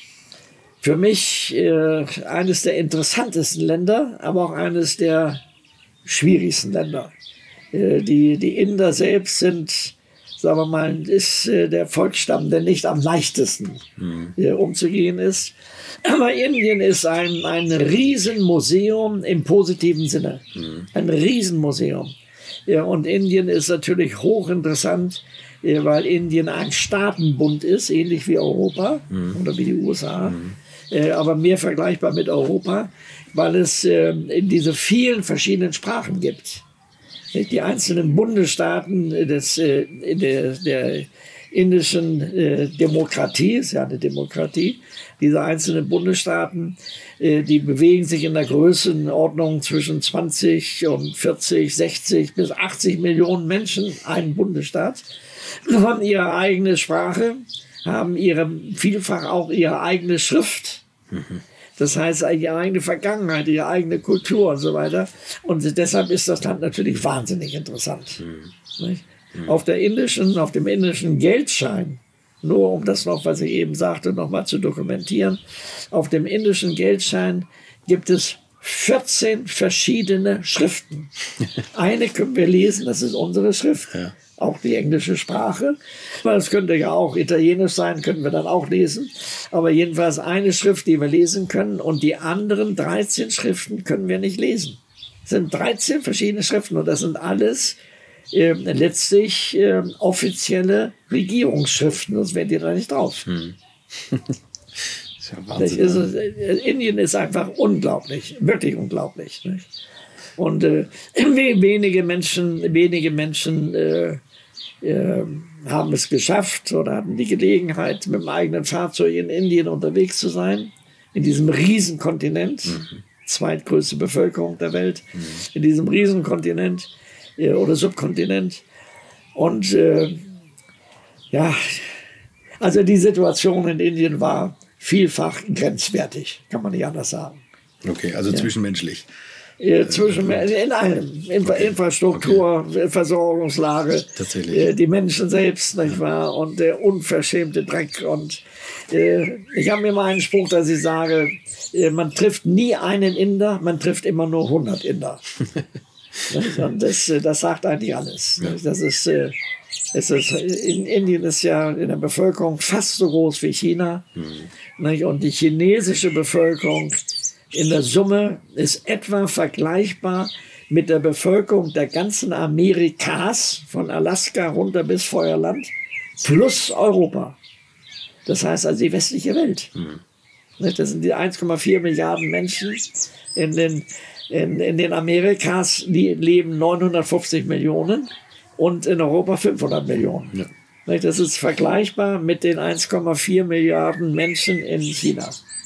für mich äh, eines der interessantesten Länder, aber auch eines der schwierigsten Länder. Äh, die, die Inder selbst sind, sagen wir mal, ist äh, der Volksstamm, der nicht am leichtesten mhm. äh, umzugehen ist. Aber Indien ist ein, ein Riesenmuseum im positiven Sinne. Mhm. Ein Riesenmuseum. Ja, und Indien ist natürlich hochinteressant, äh, weil Indien ein Staatenbund ist, ähnlich wie Europa mhm. oder wie die U S A, mhm. äh, aber mehr vergleichbar mit Europa, weil es äh, in diese vielen verschiedenen Sprachen gibt. Die einzelnen Bundesstaaten des, äh, der, der indischen äh, Demokratie, ist ja eine Demokratie, diese einzelnen Bundesstaaten, äh, die bewegen sich in der Größenordnung zwischen zwanzig und vierzig, sechzig bis achtzig Millionen Menschen, ein Bundesstaat, haben ihre eigene Sprache, haben ihre, vielfach auch ihre eigene Schrift. Mhm. Das heißt, ihre eigene Vergangenheit, ihre eigene Kultur und so weiter. Und deshalb ist das Land natürlich wahnsinnig interessant. Mhm. Nicht? Mhm. Auf der indischen, auf dem indischen Geldschein, nur um das noch, was ich eben sagte, noch mal zu dokumentieren, auf dem indischen Geldschein gibt es vierzehn verschiedene Schriften. Eine können wir lesen, das ist unsere Schrift. Ja. Auch die englische Sprache. Das könnte ja auch Italienisch sein, können wir dann auch lesen. Aber jedenfalls eine Schrift, die wir lesen können, und die anderen dreizehn Schriften können wir nicht lesen. Es sind dreizehn verschiedene Schriften und das sind alles äh, letztlich äh, offizielle Regierungsschriften, sonst wären die da nicht drauf. Hm. ist ja Wahnsinn, ist es, äh, Indien ist einfach unglaublich, wirklich unglaublich. Nicht? Und äh, wenige Menschen, wenige Menschen äh, äh, haben es geschafft oder hatten die Gelegenheit, mit dem eigenen Fahrzeug in Indien unterwegs zu sein, in diesem Riesenkontinent, mhm. zweitgrößte Bevölkerung der Welt, mhm. in diesem Riesenkontinent äh, oder Subkontinent. Und äh, ja, also die Situation in Indien war vielfach grenzwertig, kann man nicht anders sagen. Okay, also ja. zwischenmenschlich. Äh, zwischen, in allem. Infra okay. Infrastruktur, okay. Versorgungslage, äh, die Menschen selbst, nicht wahr? Und der unverschämte Dreck. Und äh, ich habe mir mal einen Spruch, dass ich sage, äh, man trifft nie einen Inder, man trifft immer nur hundert Inder. Und das, das sagt eigentlich alles. Ja. Das ist, äh, es ist, in Indien ist ja in der Bevölkerung fast so groß wie China. Mhm. Nicht? Und die chinesische Bevölkerung in der Summe ist etwa vergleichbar mit der Bevölkerung der ganzen Amerikas, von Alaska runter bis Feuerland, plus Europa. Das heißt also die westliche Welt. Mhm. Das sind die eins Komma vier Milliarden Menschen. In den, in, in den Amerikas leben neunhundertfünfzig Millionen und in Europa fünfhundert Millionen. Ja. Das ist vergleichbar mit den eins Komma vier Milliarden Menschen in China.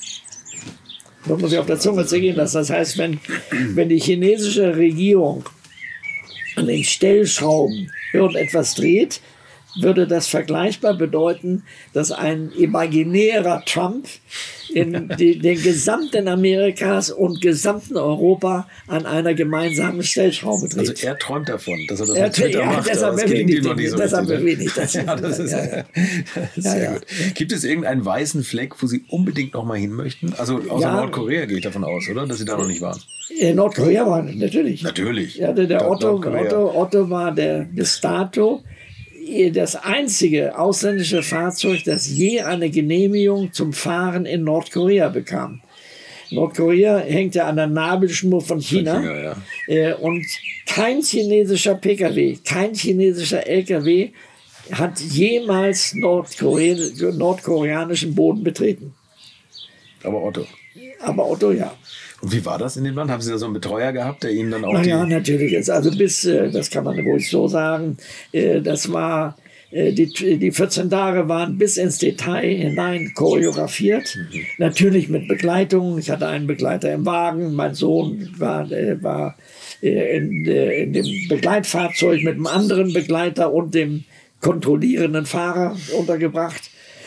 Das muss ich auf der Zunge zergehen lassen. Das heißt, wenn, wenn die chinesische Regierung an den Stellschrauben irgendetwas dreht, würde das vergleichbar bedeuten, dass ein imaginärer Trump in die, den gesamten Amerikas und gesamten Europa an einer gemeinsamen Stellschraube dreht. Also er träumt davon, dass er das er mit Twitter ja, macht, deshalb aber es gelingt ihm noch nicht so deshalb richtig. Das, ja, das ist, ja, ja. Das ist sehr ja, gut. Ja. Gibt es irgendeinen weißen Fleck, wo Sie unbedingt noch mal hin möchten? Also außer ja. Nordkorea gehe ich davon aus, oder? Dass Sie da noch nicht waren. In Nordkorea war natürlich. Natürlich. Ja, der, der Otto, Otto, Otto war der bis dato das einzige ausländische Fahrzeug, das je eine Genehmigung zum Fahren in Nordkorea bekam. Nordkorea hängt ja an der Nabelschnur von China. China ja. Und kein chinesischer P K W, kein chinesischer L K W hat jemals Nordkore nordkoreanischen Boden betreten. Aber Otto. Aber Otto, ja. Und wie war das in dem Land? Haben Sie da so einen Betreuer gehabt, der Ihnen dann auch... Na ja, natürlich. Also bis, das kann man ruhig so sagen, das war, die, die vierzehn Tage waren bis ins Detail hinein choreografiert. Mhm. Natürlich mit Begleitung. Ich hatte einen Begleiter im Wagen. Mein Sohn war, war in, in dem Begleitfahrzeug mit einem anderen Begleiter und dem kontrollierenden Fahrer untergebracht.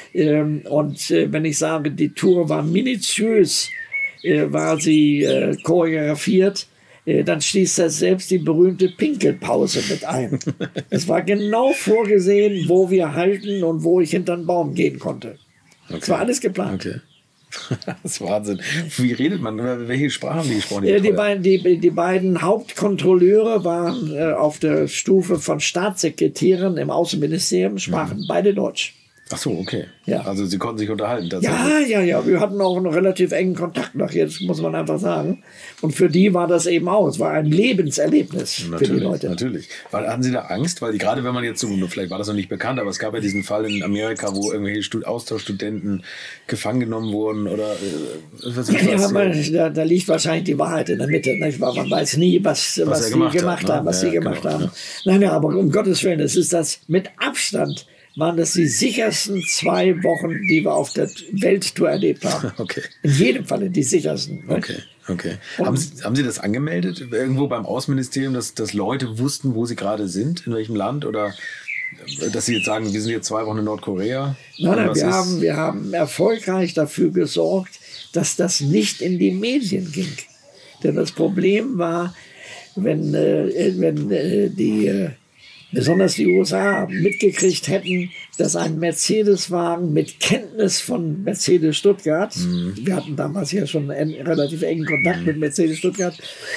Und wenn ich sage, die Tour war minutiös, war sie äh, choreografiert, äh, dann schließt das selbst die berühmte Pinkelpause mit ein. Es war genau vorgesehen, wo wir halten und wo ich hinter den Baum gehen konnte. Es okay. war alles geplant. Okay. Das ist Wahnsinn. Wie redet man? Welche Sprache haben die gesprochen? Die, äh, die, beiden, die, die beiden Hauptkontrolleure waren äh, auf der Stufe von Staatssekretären im Außenministerium, sprachen mhm. beide Deutsch. Ach so, okay. Ja. Also Sie konnten sich unterhalten. Ja, ja, ja. Wir hatten auch einen relativ engen Kontakt nach jetzt, muss man einfach sagen. Und für die war das eben auch. Es war ein Lebenserlebnis natürlich, für die Leute. Natürlich. Weil, hatten Sie da Angst? Weil die, gerade wenn man jetzt so, vielleicht war das noch nicht bekannt, aber es gab ja diesen Fall in Amerika, wo irgendwelche Stud Austauschstudenten gefangen genommen wurden oder äh, was ist ja, das? Man, da, da liegt wahrscheinlich die Wahrheit in der Mitte. Nicht? Man weiß nie, was, was, was sie gemacht, gemacht hat, haben, ne? was ja, sie gemacht genau, haben. Ja. Nein, ja, aber um Gottes Willen, es ist das mit Abstand waren das die sichersten zwei Wochen, die wir auf der Welttour erlebt haben. Okay. In jedem Falle die sichersten. Ne? Okay, okay. Haben Sie, haben Sie das angemeldet irgendwo beim Außenministerium, dass, dass Leute wussten, wo sie gerade sind, in welchem Land? Oder dass Sie jetzt sagen, wir sind jetzt zwei Wochen in Nordkorea? Nein, nein, wir haben, wir haben erfolgreich dafür gesorgt, dass das nicht in die Medien ging. Denn das Problem war, wenn, äh, wenn äh, die... Äh, besonders die U S A mitgekriegt hätten, dass ein Mercedes-Wagen mit Kenntnis von Mercedes Stuttgart, mhm. wir hatten damals ja schon einen relativ engen Kontakt mit Mercedes Stuttgart,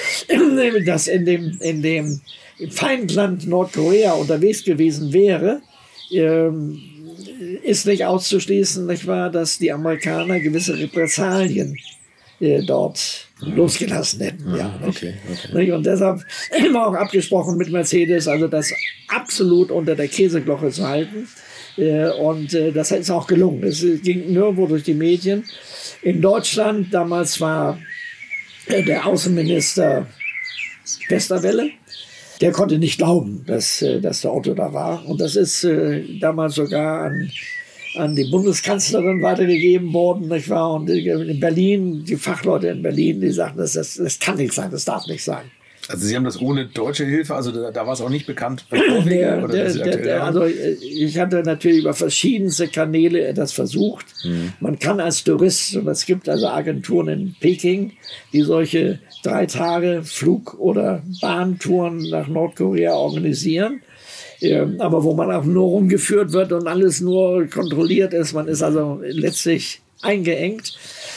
dass in dem, in dem Feindland Nordkorea unterwegs gewesen wäre, ähm, ist nicht auszuschließen, nicht wahr, dass die Amerikaner gewisse Repressalien äh, dort losgelassen hätten. Ja, okay, okay. Und deshalb immer auch abgesprochen mit Mercedes, also das absolut unter der Käseglocke zu halten. Und das ist auch gelungen. Es ging nirgendwo durch die Medien. In Deutschland, damals war der Außenminister Westerwelle, Der konnte nicht glauben, dass, äh, dass der Otto da war. Und das ist äh, damals sogar an, an die Bundeskanzlerin weitergegeben worden, nicht wahr? Und in Berlin, die Fachleute in Berlin, die sagten, das, das, das kann nicht sein, das darf nicht sein. Also Sie haben das ohne deutsche Hilfe, also da, da war es auch nicht bekannt? Der, der, der, der, also ich hatte natürlich über verschiedenste Kanäle das versucht. Mhm. Man kann als Tourist, und es gibt also Agenturen in Peking, die solche drei Tage Flug- oder Bahntouren nach Nordkorea organisieren. Aber wo man auch nur rumgeführt wird und alles nur kontrolliert ist. Man ist also letztlich eingeengt.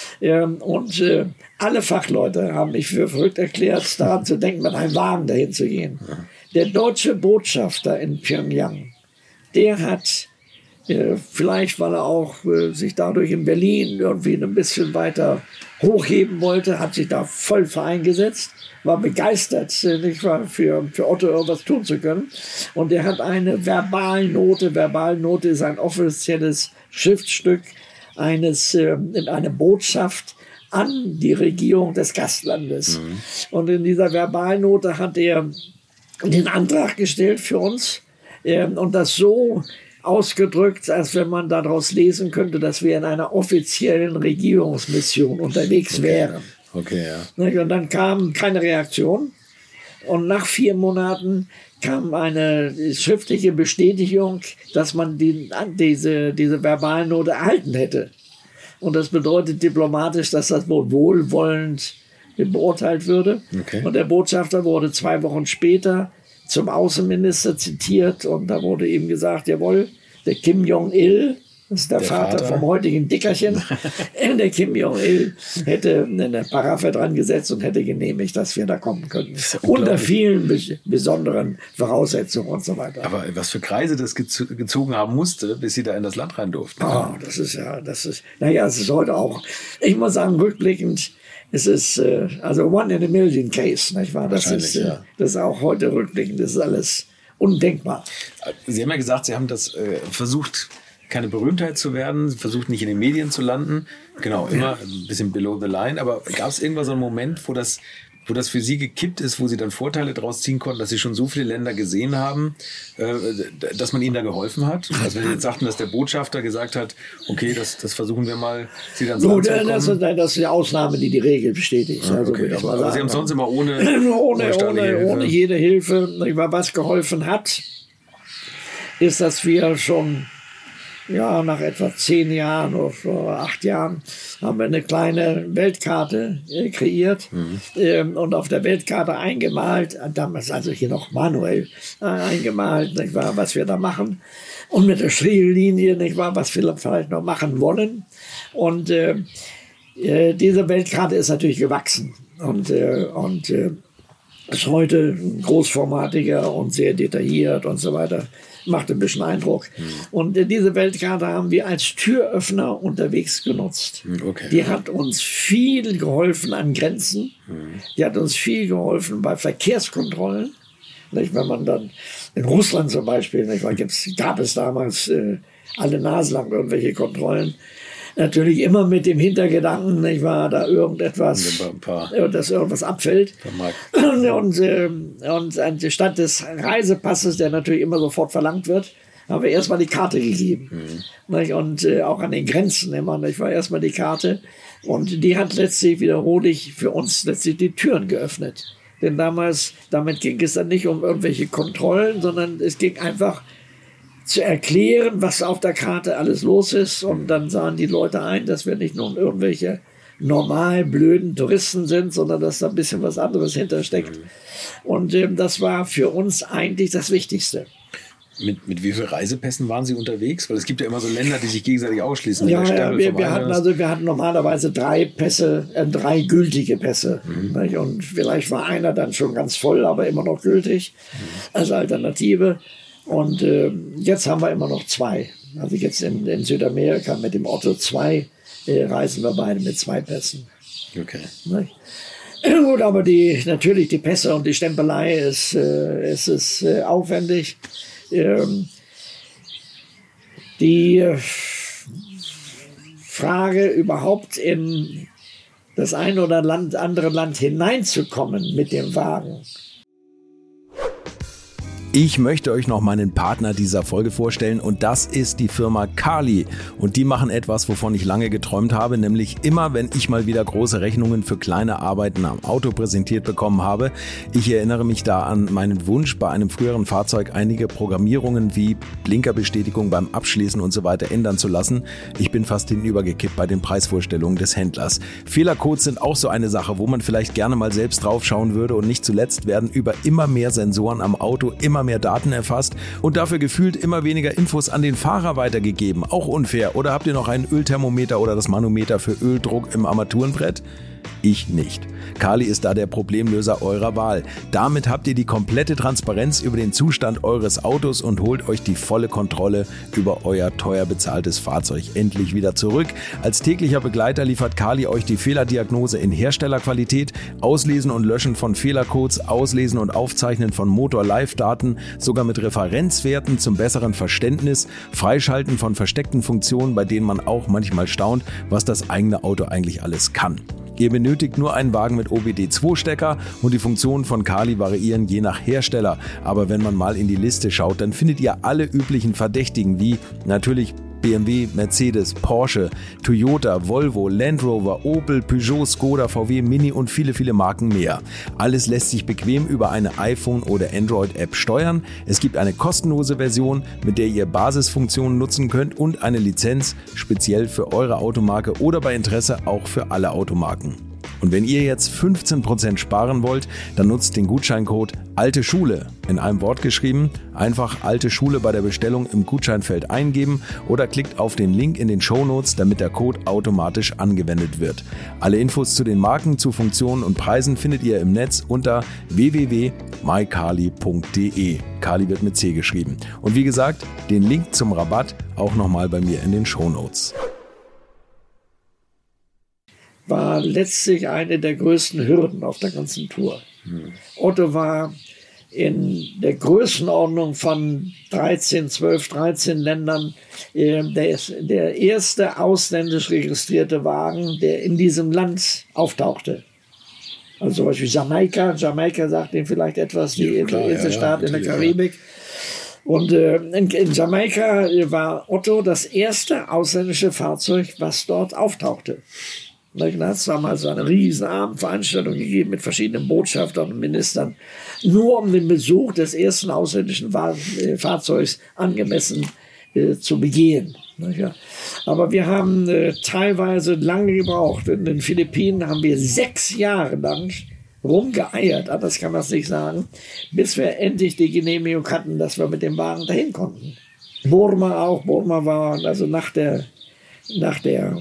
Und alle Fachleute haben mich für verrückt erklärt, daran zu denken, mit einem Wagen dahin zu gehen. Der deutsche Botschafter in Pyongyang, der hat, vielleicht weil er auch sich dadurch in Berlin irgendwie ein bisschen weiter hochheben wollte, hat sich da voll für eingesetzt, war begeistert, nicht wahr, für, für Otto irgendwas tun zu können. Und er hat eine Verbalnote, Verbalnote ist ein offizielles Schriftstück eines, äh, in einer Botschaft an die Regierung des Gastlandes. Mhm. Und in dieser Verbalnote hat er den Antrag gestellt für uns äh, und das so ausgedrückt, als wenn man daraus lesen könnte, dass wir in einer offiziellen Regierungsmission unterwegs okay. wären. Okay, ja. Und dann kam keine Reaktion. Und nach vier Monaten kam eine schriftliche Bestätigung, dass man die, diese, diese Verbalnote erhalten hätte. Und das bedeutet diplomatisch, dass das wohl wohlwollend beurteilt würde. Okay. Und der Botschafter wurde zwei Wochen später zum Außenminister zitiert und da wurde ihm gesagt, jawohl, der Kim Jong-il, das ist der, der Vater, Vater vom heutigen Dickerchen, der Kim Jong-il hätte eine Paraffe dran gesetzt und hätte genehmigt, dass wir da kommen könnten. Unter vielen be besonderen Voraussetzungen und so weiter. Aber was für Kreise das gez gezogen haben musste, bis sie da in das Land rein durften. Oh, das ist ja, das ist, naja, es ist heute auch, ich muss sagen, rückblickend, es ist äh, also one in a million case, nicht wahr? Das ist, äh, ja. das ist auch heute rückblickend, das ist alles undenkbar. Sie haben ja gesagt, Sie haben das äh, versucht, keine Berühmtheit zu werden, versucht nicht in den Medien zu landen. Genau, immer ja. ein bisschen below the line. Aber gab es irgendwann so einen Moment, wo das, wo das für Sie gekippt ist, wo Sie dann Vorteile daraus ziehen konnten, dass Sie schon so viele Länder gesehen haben, äh, dass man Ihnen da geholfen hat? Also wenn Sie jetzt sagten, dass der Botschafter gesagt hat, okay, das, das versuchen wir mal, Sie dann so, das, das, das ist die Ausnahme, die die Regel bestätigt. Ah, also, okay. aber, aber Sie haben sonst immer ohne, ohne, ohne, ohne, ohne jede Hilfe. Was geholfen hat, ist, dass wir schon ja, nach etwa zehn Jahren oder acht Jahren haben wir eine kleine Weltkarte äh, kreiert mhm. ähm, und auf der Weltkarte eingemalt, damals also hier noch manuell äh, eingemalt, nicht wahr, was wir da machen und mit der Schriellinie, nicht wahr, was wir vielleicht noch machen wollen. Und äh, äh, diese Weltkarte ist natürlich gewachsen und, äh, und äh, ist heute großformatiger und sehr detailliert und so weiter. Macht ein bisschen Eindruck. Mhm. Und äh, diese Weltkarte haben wir als Türöffner unterwegs genutzt. Okay. Die hat uns viel geholfen an Grenzen. Mhm. Die hat uns viel geholfen bei Verkehrskontrollen. Nicht, wenn man dann in Russland zum Beispiel, nicht, weil gab es damals äh, alle Nase lang irgendwelche Kontrollen. Natürlich immer mit dem Hintergedanken, nicht wahr, da irgendetwas, dass irgendwas abfällt. Und, und, äh, und anstatt des Reisepasses, der natürlich immer sofort verlangt wird, haben wir erstmal die Karte gegeben. Mhm. Nicht? Und äh, auch an den Grenzen immer, nicht wahr, erstmal die Karte. Und die hat letztlich, wiederhole ich, für uns letztlich die Türen geöffnet. Denn damals, damit ging es dann nicht um irgendwelche Kontrollen, sondern es ging einfach zu erklären, was auf der Karte alles los ist. Und dann sahen die Leute ein, dass wir nicht nur irgendwelche normal blöden Touristen sind, sondern dass da ein bisschen was anderes hintersteckt. Und ähm, das war für uns eigentlich das Wichtigste. Mit, mit wie vielen Reisepässen waren Sie unterwegs? Weil es gibt ja immer so Länder, die sich gegenseitig ausschließen. Ja, ja wir, wir, hatten also, wir hatten normalerweise drei Pässe, äh, drei gültige Pässe. Mhm. Nicht? Und vielleicht war einer dann schon ganz voll, aber immer noch gültig mhm. als Alternative. Und äh, jetzt haben wir immer noch zwei. Also jetzt in, in Südamerika mit dem Otto zwei äh, reisen wir beide mit zwei Pässen. Okay. Nicht? Gut, aber die, natürlich die Pässe und die Stempelei ist, äh, ist, ist äh, aufwendig. Ähm, die äh, Frage, überhaupt in das ein oder Land, andere Land hineinzukommen mit dem Wagen, Ich möchte euch noch meinen Partner dieser Folge vorstellen und das ist die Firma Carli. Und die machen etwas, wovon ich lange geträumt habe, nämlich immer, wenn ich mal wieder große Rechnungen für kleine Arbeiten am Auto präsentiert bekommen habe. Ich erinnere mich da an meinen Wunsch, bei einem früheren Fahrzeug einige Programmierungen wie Blinkerbestätigung beim Abschließen und so weiter ändern zu lassen. Ich bin fast hinübergekippt bei den Preisvorstellungen des Händlers. Fehlercodes sind auch so eine Sache, wo man vielleicht gerne mal selbst draufschauen würde und nicht zuletzt werden über immer mehr Sensoren am Auto immer mehr Daten erfasst und dafür gefühlt immer weniger Infos an den Fahrer weitergegeben. Auch unfair. Oder habt ihr noch einen Ölthermometer oder das Manometer für Öldruck im Armaturenbrett? Ich nicht. Carli ist da der Problemlöser eurer Wahl. Damit habt ihr die komplette Transparenz über den Zustand eures Autos und holt euch die volle Kontrolle über euer teuer bezahltes Fahrzeug endlich wieder zurück. Als täglicher Begleiter liefert Carli euch die Fehlerdiagnose in Herstellerqualität, Auslesen und Löschen von Fehlercodes, Auslesen und Aufzeichnen von Motor-Live-Daten, sogar mit Referenzwerten zum besseren Verständnis, Freischalten von versteckten Funktionen, bei denen man auch manchmal staunt, was das eigene Auto eigentlich alles kann. Ihr benötigt nur einen Wagen mit O B D zwei Stecker und die Funktionen von Carli variieren je nach Hersteller. Aber wenn man mal in die Liste schaut, dann findet ihr alle üblichen Verdächtigen wie natürlich B M W, Mercedes, Porsche, Toyota, Volvo, Land Rover, Opel, Peugeot, Skoda, V W, Mini und viele, viele Marken mehr. Alles lässt sich bequem über eine iPhone- oder Android-App steuern. Es gibt eine kostenlose Version, mit der ihr Basisfunktionen nutzen könnt und eine Lizenz speziell für eure Automarke oder bei Interesse auch für alle Automarken. Und wenn ihr jetzt fünfzehn Prozent sparen wollt, dann nutzt den Gutscheincode Alte Schule, in einem Wort geschrieben, einfach Alte Schule bei der Bestellung im Gutscheinfeld eingeben oder klickt auf den Link in den Shownotes, damit der Code automatisch angewendet wird. Alle Infos zu den Marken, zu Funktionen und Preisen findet ihr im Netz unter w w w punkt my carli punkt d e. Carli wird mit C geschrieben. Und wie gesagt, den Link zum Rabatt auch nochmal bei mir in den Shownotes. War letztlich eine der größten Hürden auf der ganzen Tour. Hm. Otto war in der Größenordnung von dreizehn, zwölf, dreizehn Ländern äh, der, der erste ausländisch registrierte Wagen, der in diesem Land auftauchte. Also zum Beispiel Jamaika. Jamaika sagt Ihnen vielleicht etwas, die ja, klar, Inselstaat ja, ja, in der Karibik. Ja. Und äh, in, in Jamaika war Otto das erste ausländische Fahrzeug, was dort auftauchte. Da hat es damals so eine riesen Abendveranstaltung gegeben mit verschiedenen Botschaftern und Ministern, nur um den Besuch des ersten ausländischen Fahrzeugs angemessen äh, zu begehen. Aber wir haben äh, teilweise lange gebraucht. In den Philippinen haben wir sechs Jahre lang rumgeeiert, anders kann man es nicht sagen, bis wir endlich die Genehmigung hatten, dass wir mit dem Wagen dahin konnten. Burma auch. Burma war also nach der, nach der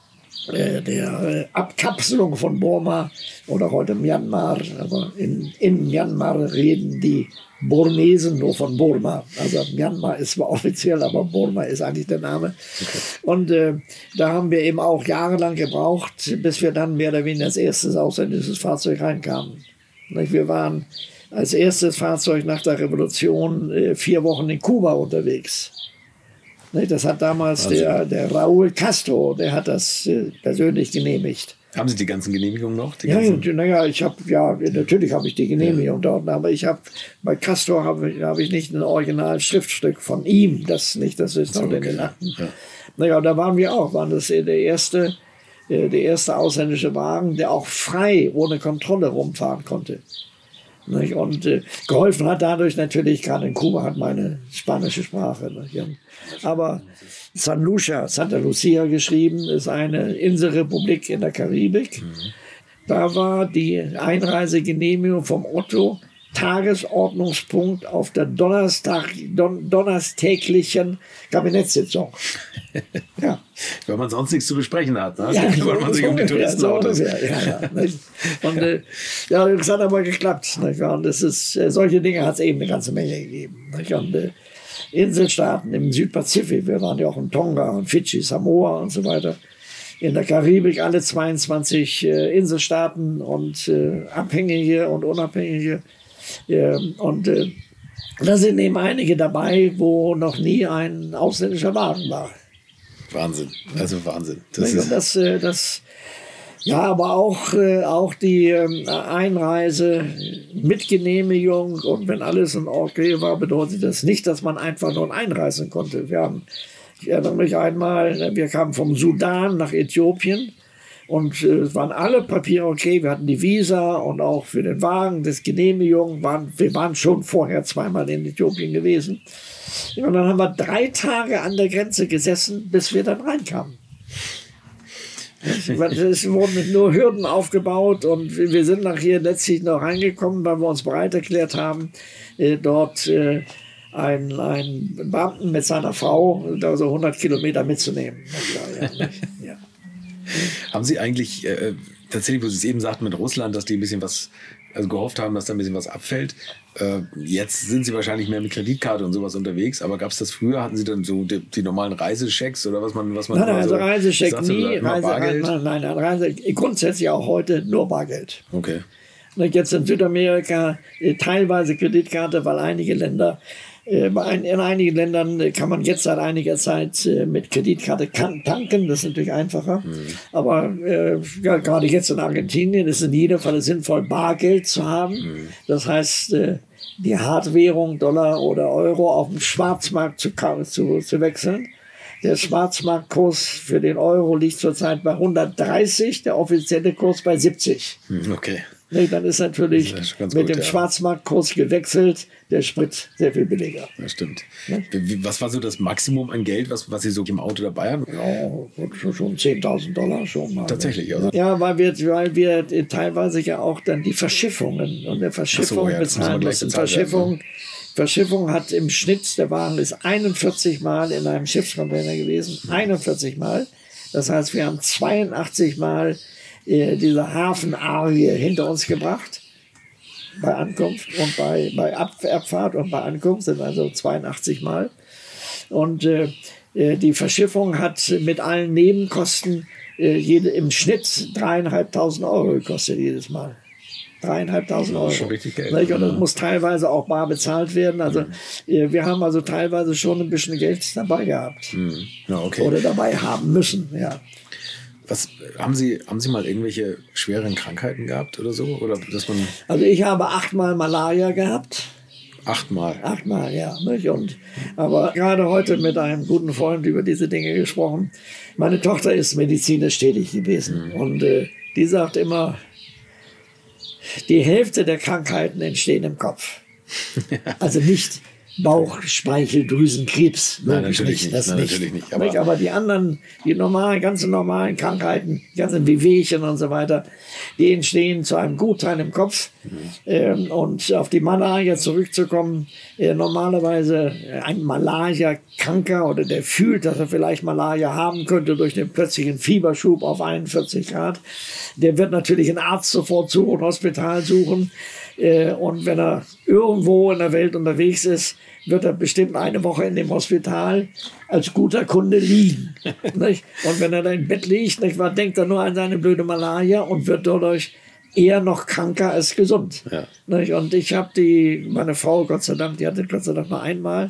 der Abkapselung von Burma oder heute Myanmar, aber in, in Myanmar reden die Burmesen nur von Burma. Also Myanmar ist zwar offiziell, aber Burma ist eigentlich der Name. Okay. Und äh, da haben wir eben auch jahrelang gebraucht, bis wir dann mehr oder weniger als erstes ausländisches Fahrzeug reinkamen. Wir waren als erstes Fahrzeug nach der Revolution äh, vier Wochen in Kuba unterwegs. Das hat damals also der, der Raúl Castro, der hat das äh, persönlich genehmigt. Haben Sie die ganzen Genehmigungen noch? Die ja, ganzen? naja, ich habe, ja, natürlich habe ich die Genehmigung ja. dort, aber ich habe, bei Castro habe hab ich nicht ein original Schriftstück von ihm, das nicht, das ist noch so, in den Akten. Ja. Naja, da waren wir auch, waren das der erste, äh, der erste ausländische Wagen, der auch frei, ohne Kontrolle rumfahren konnte. Und äh, geholfen hat dadurch natürlich, gerade in Kuba hat meine spanische Sprache. Nicht? Aber San Lucia, Santa Lucia geschrieben, ist eine Inselrepublik in der Karibik. Mhm. Da war die Einreisegenehmigung vom Otto Tagesordnungspunkt auf der Donnerstag, don, donnerstäglichen Kabinettssitzung. Ja. Weil man sonst nichts zu besprechen hat. Ne? Ja, so, man sich um die Touristenautos. So ja, ja, und äh, ja, es hat aber geklappt. Nicht? Und das ist, äh, solche Dinge hat es eben eine ganze Menge gegeben. Nicht? Und äh, Inselstaaten im Südpazifik, wir waren ja auch in Tonga und Fidschi, Samoa und so weiter. In der Karibik alle zweiundzwanzig äh, Inselstaaten und äh, Abhängige und Unabhängige. Ja, und äh, da sind eben einige dabei, wo noch nie ein ausländischer Wagen war. Wahnsinn, also Wahnsinn. Das, ist das, äh, das Ja, aber auch, äh, auch die ähm, Einreise mit Genehmigung und wenn alles in Ordnung war, bedeutet das nicht, dass man einfach nur einreisen konnte. Wir haben, ich erinnere mich einmal, wir kamen vom Sudan nach Äthiopien und äh, es waren alle Papiere okay. Wir hatten die Visa und auch für den Wagen, das Genehmigung. Waren, wir waren schon vorher zweimal in Äthiopien gewesen. Und dann haben wir drei Tage an der Grenze gesessen, bis wir dann reinkamen. Es wurden nur Hürden aufgebaut und wir sind nachher letztlich noch reingekommen, weil wir uns bereit erklärt haben, äh, dort äh, einen, einen Beamten mit seiner Frau da so hundert Kilometer mitzunehmen. Ja, ja, ja. Haben Sie eigentlich äh, tatsächlich, wo Sie es eben sagten mit Russland, dass die ein bisschen was, also gehofft haben, dass da ein bisschen was abfällt? Äh, jetzt sind Sie wahrscheinlich mehr mit Kreditkarte und sowas unterwegs, aber gab es das früher? Hatten Sie dann so die, die normalen Reisechecks oder was man was man Nein, nein, also so Reisecheck sagt, nie. Reise, Bargeld? Nein, nein, nein, Reise, grundsätzlich auch heute nur Bargeld. Okay. Jetzt in Südamerika äh, teilweise Kreditkarte, weil einige Länder In einigen Ländern kann man jetzt seit einiger Zeit mit Kreditkarte tanken, das ist natürlich einfacher. Mhm. Aber äh, ja, gerade jetzt in Argentinien ist es in jedem Fall sinnvoll, Bargeld zu haben. Mhm. Das heißt, äh, die Hartwährung, Dollar oder Euro, auf dem Schwarzmarkt zu, zu, zu wechseln. Der Schwarzmarktkurs für den Euro liegt zurzeit bei hundertdreißig, der offizielle Kurs bei siebzig. Okay. Nee, dann ist natürlich ist mit gut, dem ja. Schwarzmarktkurs gewechselt, der Sprit sehr viel billiger. Das stimmt. Ja? Was war so das Maximum an Geld, was, was Sie so im Auto dabei haben? Ja, schon zehntausend Dollar schon mal. Tatsächlich, also. Ja, weil wir, weil wir teilweise ja auch dann die Verschiffungen und der Verschiffung so, ja, bezahlen müssen. Verschiffung, werden, Verschiffung hat im Schnitt, der Wagen ist einundvierzig Mal in einem Schiffscontainer gewesen. Mhm. einundvierzig Mal. Das heißt, wir haben zweiundachtzig Mal diese Hafenarie hinter uns gebracht, bei Ankunft und bei, bei Abfahrt und bei Ankunft sind also zweiundachtzig Mal. Und äh, die Verschiffung hat mit allen Nebenkosten äh, jede, im Schnitt dreieinhalbtausend Euro gekostet jedes Mal. Dreieinhalbtausend Euro. Schon richtig Geld. Und das muss teilweise auch bar bezahlt werden. Also mhm. wir haben also teilweise schon ein bisschen Geld dabei gehabt. Mhm. Ja, okay. Oder dabei haben müssen, ja. Was, haben Sie, haben Sie mal irgendwelche schweren Krankheiten gehabt oder so? Oder dass man also ich habe achtmal Malaria gehabt. Achtmal? Achtmal, ja. Nicht? Und, aber gerade heute mit einem guten Freund über diese Dinge gesprochen. Meine Tochter ist medizinisch tätig gewesen. Mhm. Und äh, die sagt immer, die Hälfte der Krankheiten entstehen im Kopf. Also nicht Bauchspeicheldrüsenkrebs. Nein, natürlich nicht. Das Nein, nicht. Natürlich nicht. Aber, nicht. Aber die anderen, die normalen, ganz normalen Krankheiten, die ganzen Wehwehchen und so weiter, die entstehen zu einem Gutteil im Kopf. Mhm. Ähm, und auf die Malaria zurückzukommen, äh, normalerweise ein Malaria-Kranker oder der fühlt, dass er vielleicht Malaria haben könnte durch den plötzlichen Fieberschub auf einundvierzig Grad, der wird natürlich einen Arzt sofort suchen, ein Hospital suchen. Äh, und wenn er irgendwo in der Welt unterwegs ist, wird er bestimmt eine Woche in dem Hospital als guter Kunde liegen. Nicht? Und wenn er da im Bett liegt, nicht, denkt er nur an seine blöde Malaria und wird dadurch eher noch kranker als gesund. Ja. Nicht? Und ich habe die, meine Frau, Gott sei Dank, die hatte Gott sei Dank nur einmal.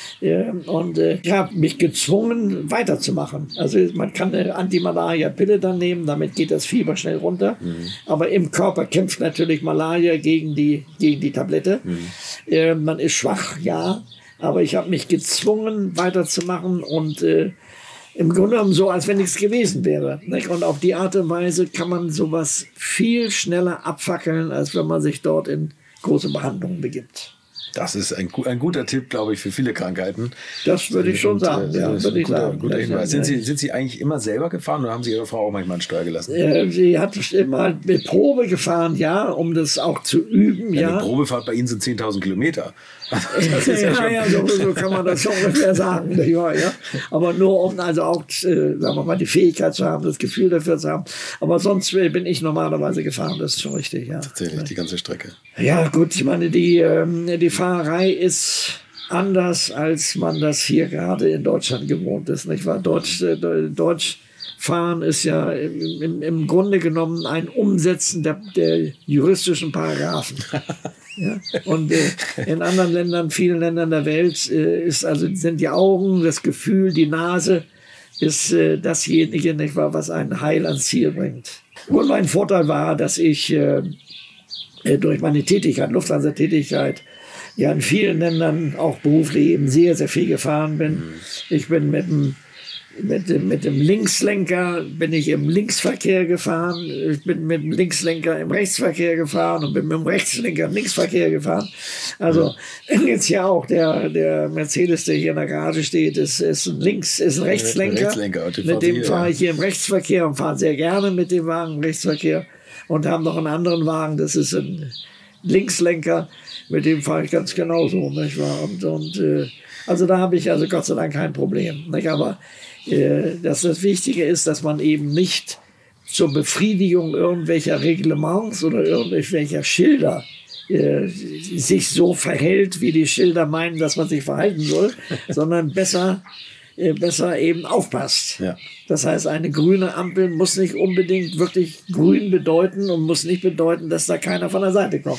Und äh, ich habe mich gezwungen, weiterzumachen. Also man kann eine Anti-Malaria-Pille dann nehmen, damit geht das Fieber schnell runter. Mhm. Aber im Körper kämpft natürlich Malaria gegen die, gegen die Tablette. Mhm. Äh, man ist schwach, ja, aber ich habe mich gezwungen, weiterzumachen und äh, im Grunde genommen so, als wenn nichts gewesen wäre. Nicht? Und auf die Art und Weise kann man sowas viel schneller abfackeln, als wenn man sich dort in große Behandlungen begibt. Das ist ein, ein guter Tipp, glaube ich, für viele Krankheiten. Das würde ich schon sagen. Ja, das ist ein guter, guter Hinweis. Sind Sie, sind Sie eigentlich immer selber gefahren oder haben Sie Ihre Frau auch manchmal einen Steuer gelassen? Äh, sie hat immer mit Probe gefahren, ja, um das auch zu üben. Ja, ja. Eine Probefahrt bei Ihnen sind zehntausend Kilometer. Das ist ja, ja, ja so, so kann man das schon ungefähr sagen. Ja, ja. Aber nur um also auch, äh, sagen wir mal, die Fähigkeit zu haben, das Gefühl dafür zu haben. Aber sonst bin ich normalerweise gefahren, das ist schon richtig. Ja. Tatsächlich, die ganze Strecke. Ja, gut, ich meine, die, ähm, die Fahrerei ist anders, als man das hier gerade in Deutschland gewohnt ist. Nicht wahr? Deutsch, äh, Deutsch fahren ist ja im, im, im Grunde genommen ein Umsetzen der, der juristischen Paragraphen. Ja? Und äh, in anderen Ländern, vielen Ländern der Welt, äh, ist also, sind die Augen, das Gefühl, die Nase ist äh, dasjenige, nicht wahr, was ein Heil ans Ziel bringt. Und mein Vorteil war, dass ich äh, durch meine Tätigkeit, Lufthansa-Tätigkeit, ja in vielen Ländern auch beruflich eben sehr, sehr viel gefahren bin. Ich bin mit dem, mit dem, mit dem Linkslenker bin ich im Linksverkehr gefahren. Ich bin mit dem Linkslenker im Rechtsverkehr gefahren und bin mit dem Rechtslenker im Linksverkehr gefahren. Also jetzt ja auch der, der Mercedes, der hier in der Garage steht, ist, ist ein Links, ist ein Rechtslenker. Rechtslenker mit dem fahre ich hier im Rechtsverkehr und fahre sehr gerne mit dem Wagen im Rechtsverkehr. Und haben noch einen anderen Wagen, das ist ein Linkslenker, mit dem fahre ich ganz genauso, nicht wahr? Und, und äh, also da habe ich also Gott sei Dank kein Problem. Nicht? Aber äh, dass das Wichtige ist, dass man eben nicht zur Befriedigung irgendwelcher Reglements oder irgendwelcher Schilder äh, sich so verhält, wie die Schilder meinen, dass man sich verhalten soll, sondern besser äh, besser eben aufpasst. Ja. Das heißt, eine grüne Ampel muss nicht unbedingt wirklich grün bedeuten und muss nicht bedeuten, dass da keiner von der Seite kommt.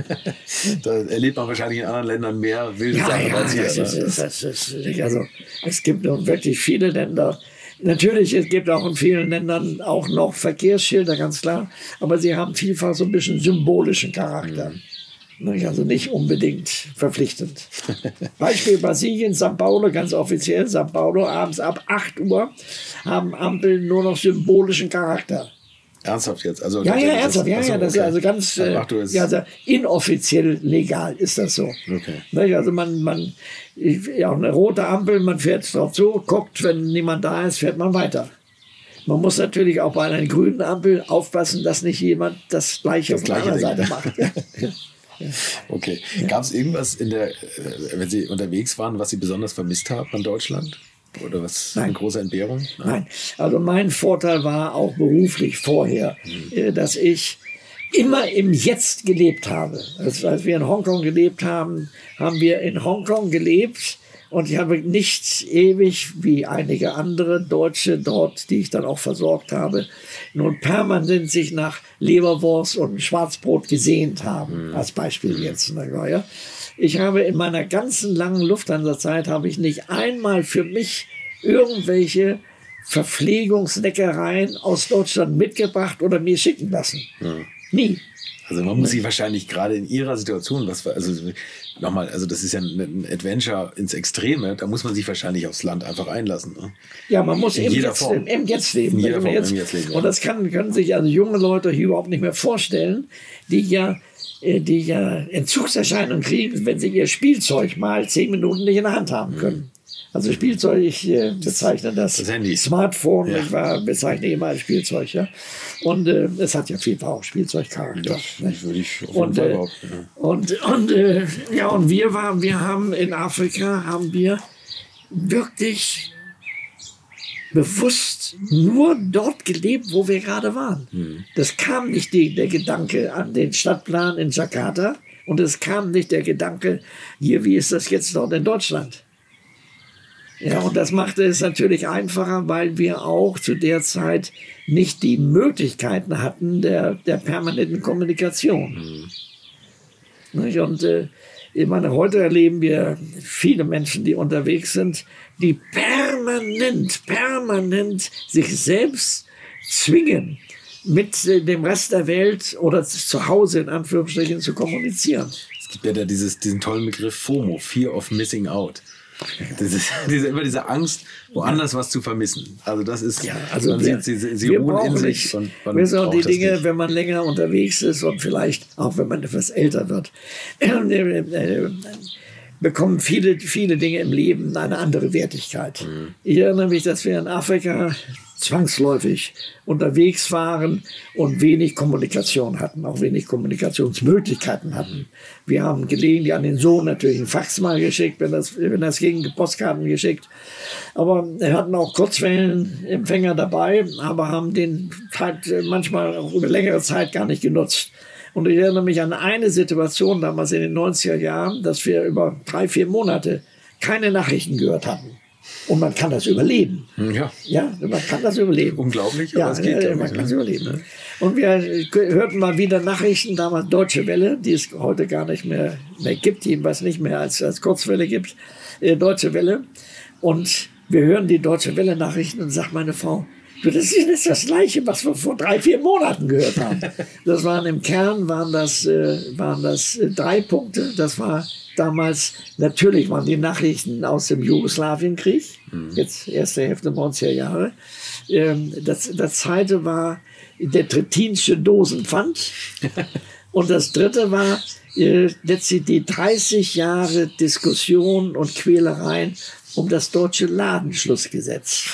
Da erlebt man wahrscheinlich in anderen Ländern mehr wilde ja, Sachen ja, als hier. Das ist, das ist, das ist, also, es gibt wirklich viele Länder. Natürlich, es gibt auch in vielen Ländern auch noch Verkehrsschilder, ganz klar. Aber sie haben vielfach so ein bisschen symbolischen Charakter. Mhm. Also nicht unbedingt verpflichtend. Beispiel Brasilien, São Paulo, ganz offiziell, São Paulo, abends ab acht Uhr haben Ampeln nur noch symbolischen Charakter. Ernsthaft jetzt? Also ja, ja, ernsthaft. Ja, ja, das okay. ist also ganz äh, Ach, ja, also inoffiziell legal ist das so. Okay. Also man, man, ja, eine rote Ampel, man fährt drauf zu, guckt, wenn niemand da ist, fährt man weiter. Man muss natürlich auch bei einer grünen Ampel aufpassen, dass nicht jemand das Gleiche das auf der anderen Seite macht. Ja. Okay. Ja. Gab es irgendwas in der, wenn Sie unterwegs waren, was Sie besonders vermisst haben an Deutschland? Oder was Nein. eine große Entbehrung? Nein. Nein. Also mein Vorteil war auch beruflich vorher, mhm. dass ich immer im Jetzt gelebt habe. Also als wir in Hongkong gelebt haben, haben wir in Hongkong gelebt. Und ich habe nicht ewig, wie einige andere Deutsche dort, die ich dann auch versorgt habe, nun permanent sich nach Leberwurst und Schwarzbrot gesehnt haben, mhm. als Beispiel jetzt. Ja. Ich habe in meiner ganzen langen Lufthansa-Zeit habe ich nicht einmal für mich irgendwelche Verpflegungsleckereien aus Deutschland mitgebracht oder mir schicken lassen. Mhm. Nie. Also man muss sich wahrscheinlich gerade in Ihrer Situation, was also nochmal, also das ist ja ein Adventure ins Extreme, da muss man sich wahrscheinlich aufs Land einfach einlassen. Ne? Ja, man muss in im, jeder jetzt, Form. im Jetzt leben. In jeder Form, jetzt, im Jetzt leben ja. Und das kann, können sich also junge Leute hier überhaupt nicht mehr vorstellen, die ja, die ja Entzugserscheinungen kriegen, wenn sie ihr Spielzeug mal zehn Minuten nicht in der Hand haben können. Also Spielzeug, ich äh, bezeichne das, das Handy. Smartphone, ja. ich war, bezeichne immer als Spielzeug. Ja? Und äh, es hat ja vielfach auch Spielzeugcharakter. Ja, das würde ich auf jeden und, Fall äh, behaupten. Ja. Und, und, äh, ja, und wir, waren, wir haben in Afrika, haben wir wirklich bewusst nur dort gelebt, wo wir gerade waren. Mhm. Das kam nicht die, der Gedanke an den Stadtplan in Jakarta und es kam nicht der Gedanke, hier, wie ist das jetzt dort in Deutschland? Ja, und das machte es natürlich einfacher, weil wir auch zu der Zeit nicht die Möglichkeiten hatten der, der permanenten Kommunikation. Mhm. Und äh, ich meine, heute erleben wir viele Menschen, die unterwegs sind, die permanent, permanent sich selbst zwingen, mit äh, dem Rest der Welt oder zu Hause in Anführungsstrichen zu kommunizieren. Es gibt ja da dieses, diesen tollen Begriff FOMO, Fear of Missing Out. Das ist diese, immer diese Angst, woanders was zu vermissen. Also das ist, ja, also man wir, sieht, sie, sie ruhen in sich. Nicht, und man wir sind auch die Dinge, nicht. Wenn man länger unterwegs ist und vielleicht auch wenn man etwas älter wird, äh, äh, bekommen viele, viele Dinge im Leben eine andere Wertigkeit. Mhm. Ich erinnere mich, dass wir in Afrika zwangsläufig unterwegs waren und wenig Kommunikation hatten, auch wenig Kommunikationsmöglichkeiten hatten. Wir haben gelegentlich an den Sohn natürlich einen Fax mal geschickt, wenn das, wenn das ging, Postkarten geschickt. Aber wir hatten auch Kurzwellenempfänger dabei, aber haben den halt manchmal auch über längere Zeit gar nicht genutzt. Und ich erinnere mich an eine Situation damals in den neunziger Jahren, dass wir über drei, vier Monate keine Nachrichten gehört hatten. Und man kann das überleben. Ja. Ja, man kann das überleben. Unglaublich, ja, aber es geht. Ja, man kann es überleben. Ne? Und wir hörten mal wieder Nachrichten, damals Deutsche Welle, die es heute gar nicht mehr, mehr gibt, jedenfalls nicht mehr als, als Kurzwelle gibt, äh, Deutsche Welle. Und wir hören die Deutsche Welle Nachrichten und sagt meine Frau, du, das ist jetzt das Gleiche, was wir vor drei, vier Monaten gehört haben. Das waren im Kern, waren das, äh, waren das äh, drei Punkte. Das war damals, natürlich waren die Nachrichten aus dem Jugoslawienkrieg, mhm. jetzt erste Hälfte neunziger Jahre. Ähm, das, das zweite war der Trittinsche Dosenpfand. Und das dritte war äh, letztlich die dreißig Jahre Diskussion und Quälereien um das deutsche Ladenschlussgesetz.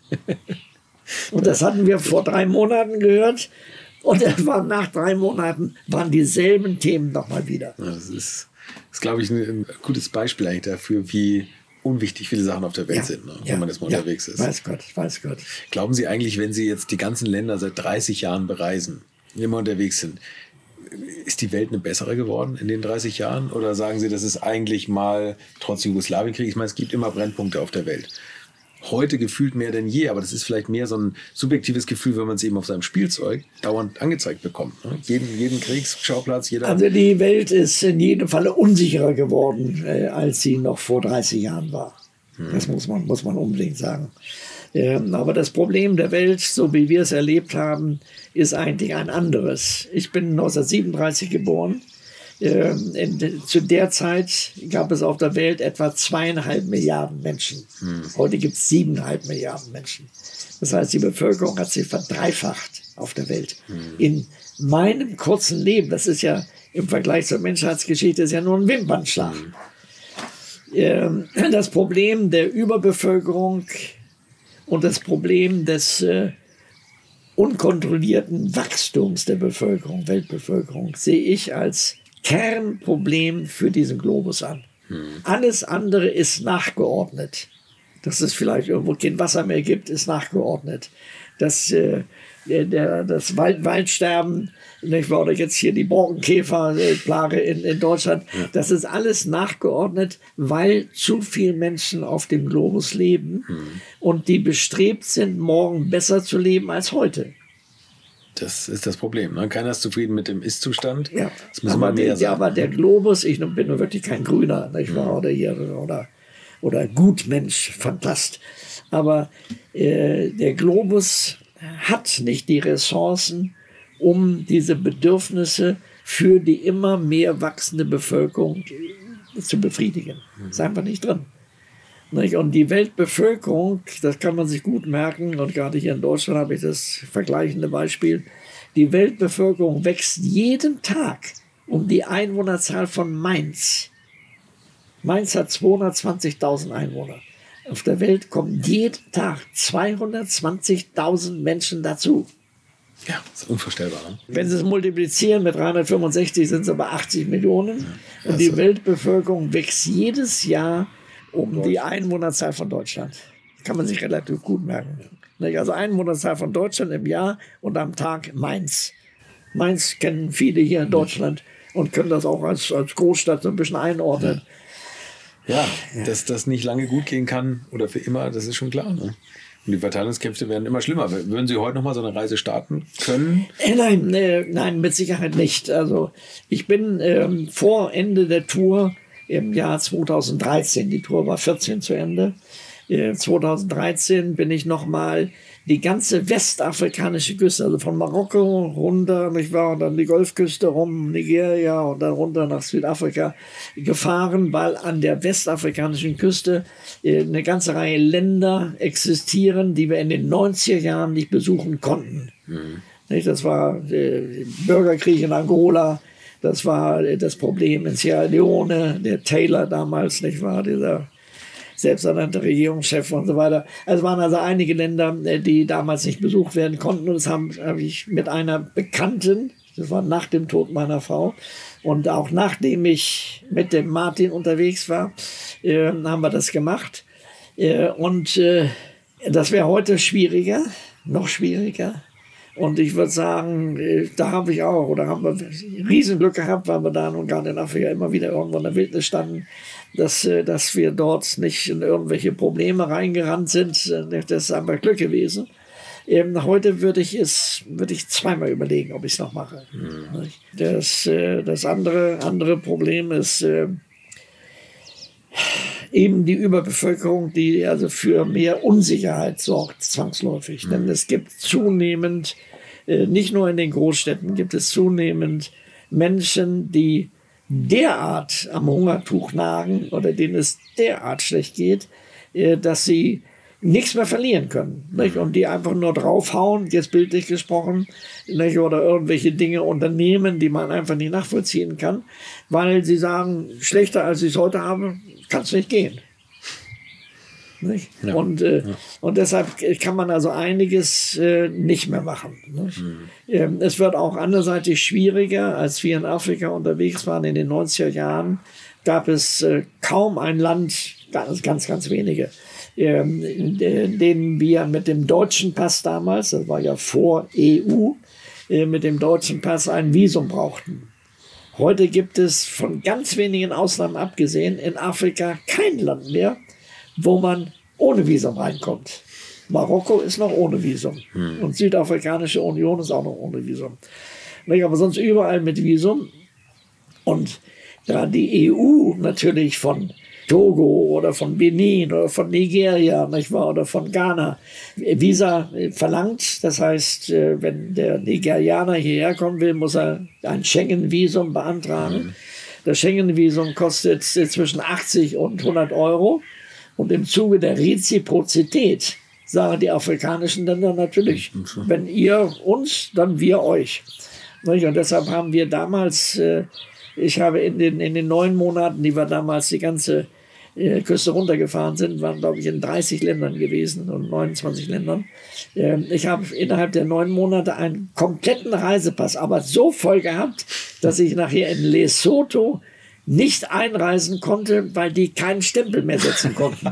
Und das hatten wir vor drei Monaten gehört. Und es waren nach drei Monaten waren dieselben Themen nochmal wieder. Ja, das ist, das ist glaube ich, ein, ein gutes Beispiel eigentlich dafür, wie unwichtig viele Sachen auf der Welt ja, sind, ne, wenn ja, man jetzt mal ja, unterwegs ist. Weiß Gott, weiß Gott. Glauben Sie eigentlich, wenn Sie jetzt die ganzen Länder seit dreißig Jahren bereisen, immer unterwegs sind, ist die Welt eine bessere geworden in den dreißig Jahren? Oder sagen Sie, das ist eigentlich mal trotz Jugoslawienkrieg? Ich meine, es gibt immer Brennpunkte auf der Welt. Heute gefühlt mehr denn je, aber das ist vielleicht mehr so ein subjektives Gefühl, wenn man es eben auf seinem Spielzeug dauernd angezeigt bekommt. Ne? Jeden, jeden Kriegsschauplatz, jeder... Also die Welt ist in jedem Falle unsicherer geworden, äh, als sie noch vor dreißig Jahren war. Hm. Das muss man, muss man unbedingt sagen. Ähm, aber das Problem der Welt, so wie wir es erlebt haben, ist eigentlich ein anderes. Ich bin neunzehnhundertsiebenunddreißig geboren. Ähm, in, zu der Zeit gab es auf der Welt etwa zweieinhalb Milliarden Menschen. Hm. Heute gibt es siebeneinhalb Milliarden Menschen. Das heißt, die Bevölkerung hat sich verdreifacht auf der Welt. Hm. In meinem kurzen Leben, das ist ja im Vergleich zur Menschheitsgeschichte, ist ja nur ein Wimpernschlag. Hm. Ähm, das Problem der Überbevölkerung und das Problem des äh, unkontrollierten Wachstums der Bevölkerung, Weltbevölkerung, sehe ich als Kernproblem für diesen Globus an. Hm. Alles andere ist nachgeordnet. Dass es vielleicht irgendwo kein Wasser mehr gibt, ist nachgeordnet. Dass äh, der, der, das Wald, Waldsterben, nicht wahr, oder jetzt hier die Borkenkäferplage in, in Deutschland, ja. Das ist alles nachgeordnet, weil zu viele Menschen auf dem Globus leben hm. und die bestrebt sind, morgen besser zu leben als heute. Das ist das Problem. Ne? Keiner ist zufrieden mit dem Ist-Zustand. Ja, das muss aber, mehr der, ja, aber der Globus, ich bin nur wirklich kein Grüner, nicht wahr? Mhm. Oder hier oder, oder Gutmensch, Fantast. Aber äh, der Globus hat nicht die Ressourcen, um diese Bedürfnisse für die immer mehr wachsende Bevölkerung zu befriedigen. Mhm. Ist einfach nicht drin. Und die Weltbevölkerung, das kann man sich gut merken, und gerade hier in Deutschland habe ich das vergleichende Beispiel, die Weltbevölkerung wächst jeden Tag um die Einwohnerzahl von Mainz. Mainz hat zweihundertzwanzigtausend Einwohner. Auf der Welt kommen jeden Tag zweihundertzwanzigtausend Menschen dazu. Ja, das ist unvorstellbar. Ne? Wenn Sie es multiplizieren mit dreihundertfünfundsechzig, sind es aber achtzig Millionen. Ja, und die also Weltbevölkerung wächst jedes Jahr um die Einwohnerzahl von Deutschland. Das kann man sich relativ gut merken. Also Einwohnerzahl von Deutschland im Jahr und am Tag Mainz. Mainz kennen viele hier in Deutschland und können das auch als, als Großstadt so ein bisschen einordnen. Ja, ja. Dass das nicht lange gut gehen kann oder für immer, das ist schon klar. Ne? Und die Verteilungskämpfe werden immer schlimmer. Würden Sie heute noch mal so eine Reise starten können? Äh, nein, äh, nein, mit Sicherheit nicht. Also ich bin ähm, vor Ende der Tour im Jahr zweitausenddreizehn, die Tour war vierzehn zu Ende, äh, zweitausenddreizehn bin ich nochmal die ganze westafrikanische Küste, also von Marokko runter, nicht wahr, und dann die Golfküste rum, Nigeria und dann runter nach Südafrika gefahren, weil an der westafrikanischen Küste äh, eine ganze Reihe Länder existieren, die wir in den neunziger Jahren nicht besuchen konnten. Mhm. Nicht, das war äh, Bürgerkrieg in Angola, das war das Problem in Sierra Leone, der Taylor damals, nicht wahr, dieser selbsternannte Regierungschef und so weiter. Es waren also einige Länder, die damals nicht besucht werden konnten. Und das habe hab ich mit einer Bekannten, das war nach dem Tod meiner Frau, und auch nachdem ich mit dem Martin unterwegs war, äh, haben wir das gemacht. Äh, und äh, das wäre heute schwieriger, noch schwieriger. Und ich würde sagen, da habe ich auch, oder haben wir Riesenglück gehabt, weil wir da nun gerade in Afrika immer wieder irgendwo in der Wildnis standen, dass, dass wir dort nicht in irgendwelche Probleme reingerannt sind. Das ist einfach Glück gewesen. Ähm, heute würde ich es würde ich zweimal überlegen, ob ich es noch mache. Mhm. Das, das andere, andere Problem ist, eben die Überbevölkerung, die also für mehr Unsicherheit sorgt, zwangsläufig. Mhm. Denn es gibt zunehmend, äh, nicht nur in den Großstädten, gibt es zunehmend Menschen, die derart am Hungertuch nagen oder denen es derart schlecht geht, äh, dass sie nichts mehr verlieren können. Nicht? Und die einfach nur draufhauen, jetzt bildlich gesprochen, nicht? Oder irgendwelche Dinge unternehmen, die man einfach nicht nachvollziehen kann, weil sie sagen, schlechter als ich es heute habe, kann es nicht gehen. Nicht? Ja. Und, äh, ja. und deshalb kann man also einiges äh, nicht mehr machen. Nicht? Mhm. Ähm, es wird auch anderseitig schwieriger, als wir in Afrika unterwegs waren in den neunziger Jahren, gab es äh, kaum ein Land, ganz, ganz, ganz wenige, ähm, in denen wir mit dem deutschen Pass damals, das war ja vor E U, äh, mit dem deutschen Pass ein Visum brauchten. Heute gibt es von ganz wenigen Ausnahmen abgesehen in Afrika kein Land mehr, wo man ohne Visum reinkommt. Marokko ist noch ohne Visum. Hm. Und Südafrikanische Union ist auch noch ohne Visum. Aber sonst überall mit Visum. Und da die E U natürlich von Togo oder von Benin oder von Nigeria, nicht wahr, oder von Ghana Visa verlangt. Das heißt, wenn der Nigerianer hierher kommen will, muss er ein Schengen-Visum beantragen. Mhm. Das Schengen-Visum kostet zwischen achtzig und hundert Euro. Und im Zuge der Reziprozität sagen die afrikanischen Länder natürlich, wenn ihr uns, dann wir euch. Und deshalb haben wir damals, ich habe in den, in den neun Monaten, die wir damals die ganze Küste runtergefahren sind, waren, glaube ich, in dreißig Ländern gewesen und neunundzwanzig Ländern. Ich habe innerhalb der neun Monate einen kompletten Reisepass, aber so voll gehabt, dass ich nachher in Lesotho nicht einreisen konnte, weil die keinen Stempel mehr setzen konnten.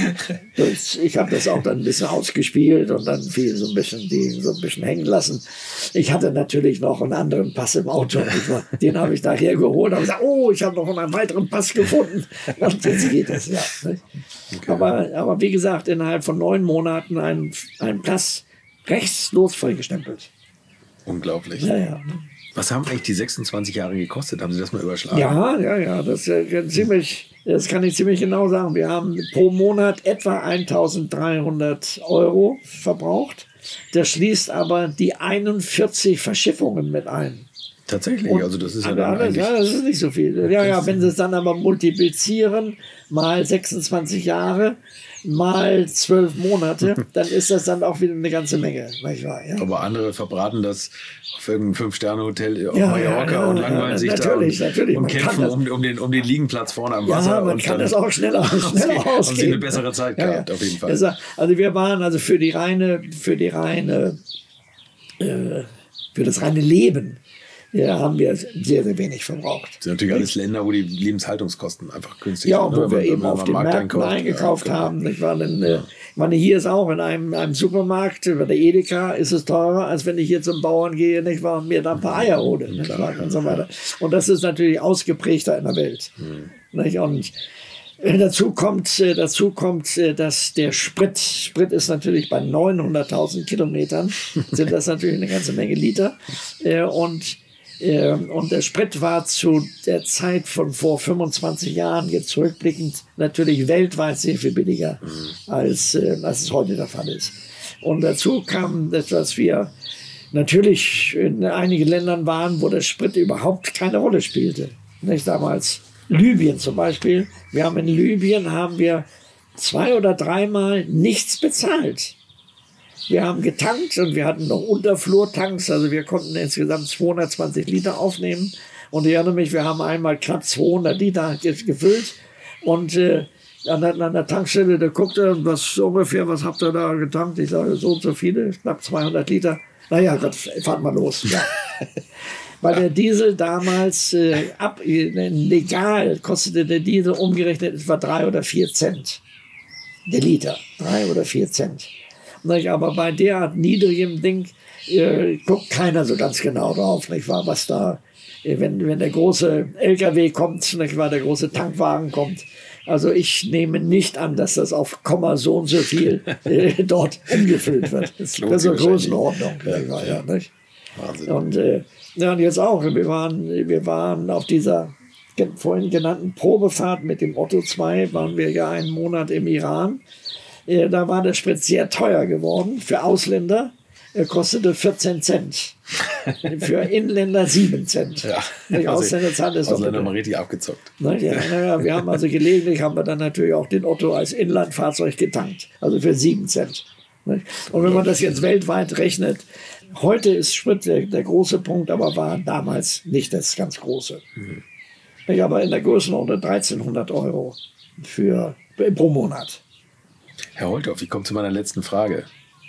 Ich habe das auch dann ein bisschen ausgespielt und dann fiel so ein bisschen, die so ein bisschen hängen lassen. Ich hatte natürlich noch einen anderen Pass im Auto. Den habe ich daher geholt und gesagt, oh, ich habe noch einen weiteren Pass gefunden. Und jetzt geht es, ja. Okay. Aber, aber wie gesagt, innerhalb von neun Monaten ein, ein Pass rechtslos vollgestempelt. Unglaublich. Ja, ja. Was haben eigentlich die sechsundzwanzig Jahre gekostet? Haben Sie das mal überschlagen? Ja, ja, ja. Das, äh, ziemlich, das kann ich ziemlich genau sagen. Wir haben pro Monat etwa eintausenddreihundert Euro verbraucht. Das schließt aber die einundvierzig Verschiffungen mit ein. Tatsächlich? Und also das ist ja dann alles, ja, das ist nicht so viel. Ja, ja, wenn Sie es dann aber multiplizieren mal sechsundzwanzig Jahre, mal zwölf Monate, dann ist das dann auch wieder eine ganze Menge. Manchmal, ja. Aber andere verbraten das auf irgendeinem Fünf-Sterne-Hotel auf ja, Mallorca ja, ja, und langweilen ja, sich natürlich, da und, natürlich. und kämpfen um, um, den, um den Liegenplatz vorne am Wasser. Ja, man und kann dann das auch schneller, schneller ausgehen. Haben Sie eine bessere Zeit gehabt, ja, ja. auf jeden Fall. Also wir waren also für die reine, für die reine, äh, für das reine Leben, ja, haben wir sehr, sehr wenig verbraucht. Das sind natürlich alles Länder, wo die Lebenshaltungskosten einfach günstig ja, sind. Ja, wo ne? wir wenn, eben wenn auf den Märkten eingekauft ja, haben. Ich war in, ja. ich meine, hier ist auch in einem, einem Supermarkt, bei der Edeka ist es teurer, als wenn ich hier zum Bauern gehe, nicht wahr, und mir da ein paar Eier hole. Nicht wahr, und so weiter. Und das ist natürlich ausgeprägter in der Welt. Mhm. Nicht? Und dazu kommt, dazu kommt, dass der Sprit, Sprit ist natürlich bei neunhunderttausend Kilometern, sind das natürlich eine ganze Menge Liter. Und Und der Sprit war zu der Zeit von vor fünfundzwanzig Jahren, jetzt zurückblickend, natürlich weltweit sehr viel billiger, mhm. als, äh, als es heute der Fall ist. Und dazu kam, dass wir natürlich in einigen Ländern waren, wo der Sprit überhaupt keine Rolle spielte. Nicht damals Libyen zum Beispiel. Wir haben in Libyen haben wir zwei oder dreimal nichts bezahlt. Wir haben getankt und wir hatten noch Unterflurtanks, also wir konnten insgesamt zweihundertzwanzig Liter aufnehmen. Und ich erinnere mich, wir haben einmal knapp zweihundert Liter gefüllt und äh, an, der, an der Tankstelle, der guckte, was ungefähr, was habt ihr da getankt? Ich sage, so und so viele, knapp zweihundert Liter. Naja, Gott, fahrt mal los. Ja. Weil der Diesel damals äh, ab, äh, legal kostete der Diesel umgerechnet etwa drei oder vier Cent. Der Liter, drei oder vier Cent. Aber bei derart niedrigem Ding äh, guckt keiner so ganz genau drauf, nicht wahr, was da, äh, wenn, wenn der große L K W kommt, nicht wahr, der große Tankwagen kommt. Also ich nehme nicht an, dass das auf Komma so und so viel äh, dort umgefüllt wird. Das ist eine Größenordnung. Ja, ja, nicht? Wahnsinn. Und, äh, ja, und jetzt auch, wir waren, wir waren auf dieser vorhin genannten Probefahrt mit dem Otto zwei waren wir ja einen Monat im Iran. Äh, da war der Sprit sehr teuer geworden für Ausländer. Er kostete vierzehn Cent. Für Inländer sieben Cent. Ja, die also Ausländer zahlen das Ausländer mal richtig abgezockt. Na ja, na ja, wir haben also gelegentlich haben wir dann natürlich auch den Otto als Inlandfahrzeug getankt. Also für sieben Cent. Und wenn man das jetzt weltweit rechnet, heute ist Sprit der, der große Punkt, aber war damals nicht das ganz große. Mhm. Aber in der Größenordnung dreizehnhundert Euro für, pro Monat. Herr Holthoff, ich komme zu meiner letzten Frage.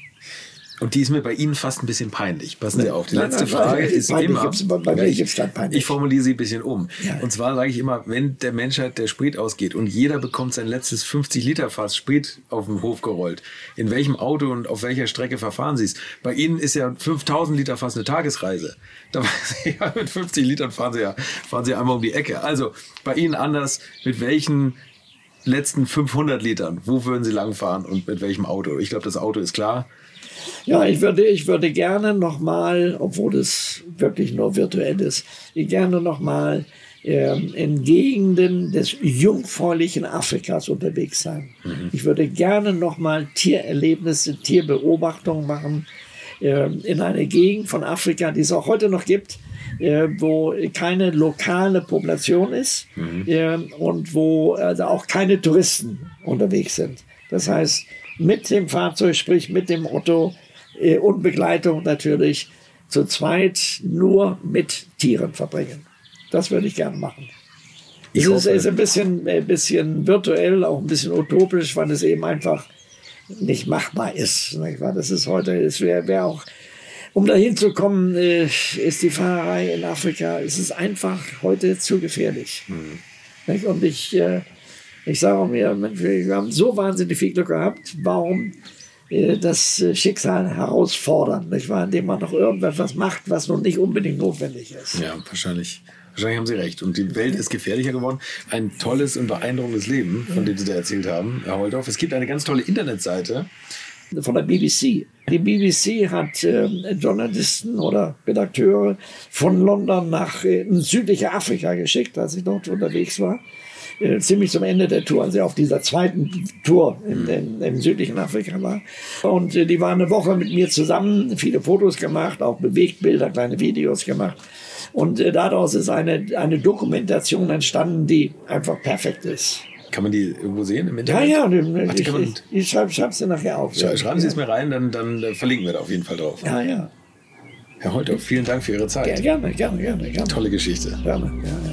Und die ist mir bei Ihnen fast ein bisschen peinlich. Passen Sie auf. Die letzte nein, Frage nein, ist immer, gibt's, bei mir gibt's dann peinlich. Ich formuliere sie ein bisschen um. Ja. Und zwar sage ich immer, wenn der Menschheit der Sprit ausgeht und jeder bekommt sein letztes fünfzig Liter Fass Sprit auf den Hof gerollt, in welchem Auto und auf welcher Strecke verfahren Sie es? Bei Ihnen ist ja fünftausend Liter Fass eine Tagesreise. Da ja, mit fünfzig Litern fahren Sie ja fahren Sie einmal um die Ecke. Also bei Ihnen anders, mit welchen letzten fünfhundert Litern, wo würden Sie langfahren und mit welchem Auto? Ich glaube, das Auto ist klar. Ja, ich würde, ich würde gerne nochmal, obwohl es wirklich nur virtuell ist, gerne nochmal ähm, in Gegenden des jungfräulichen Afrikas unterwegs sein. Mhm. Ich würde gerne nochmal Tiererlebnisse, Tierbeobachtungen machen ähm, in einer Gegend von Afrika, die es auch heute noch gibt, äh, wo keine lokale Population ist mhm. äh, und wo also auch keine Touristen unterwegs sind. Das heißt, mit dem Fahrzeug, sprich mit dem Otto äh, und Begleitung natürlich, zu zweit nur mit Tieren verbringen. Das würde ich gerne machen. Ich es hoffe, ist, ist ein bisschen, ein bisschen virtuell, auch ein bisschen utopisch, weil es eben einfach nicht machbar ist. Nicht wahr? Das ist heute, es wäre wär auch, um dahin zu kommen, äh, ist die Fahrerei in Afrika, es ist einfach heute zu gefährlich. Mhm. Nicht? Und ich... Äh, Ich sage mir, wir haben so wahnsinnig viel Glück gehabt, warum äh, das Schicksal herausfordern, nicht wahr? Indem man noch irgendwas macht, was noch nicht unbedingt notwendig ist. Ja, wahrscheinlich. Wahrscheinlich haben Sie recht. Und die Welt ist gefährlicher geworden. Ein tolles und beeindruckendes Leben, von dem Sie da erzählt haben, Herr Holthoff. Es gibt eine ganz tolle Internetseite. Von der B B C. Die B B C hat äh, Journalisten oder Redakteure von London nach äh, südliche Afrika geschickt, als ich dort unterwegs war. Ziemlich zum Ende der Tour, als er auf dieser zweiten Tour in, in, im südlichen Afrika war. Und äh, die waren eine Woche mit mir zusammen, viele Fotos gemacht, auch Bewegtbilder, kleine Videos gemacht. Und äh, daraus ist eine, eine Dokumentation entstanden, die einfach perfekt ist. Kann man die irgendwo sehen im Internet? Ja, ja, Ach, ich, ich, ich schreibe es dir nachher auf. Schreiben ja. Sie es mir rein, dann, dann verlinken wir da auf jeden Fall drauf. Ja, ja. Herr Holthoff, vielen Dank für Ihre Zeit. Ja, gerne, gerne, gerne, gerne. Tolle Geschichte. Gerne, ja, ja.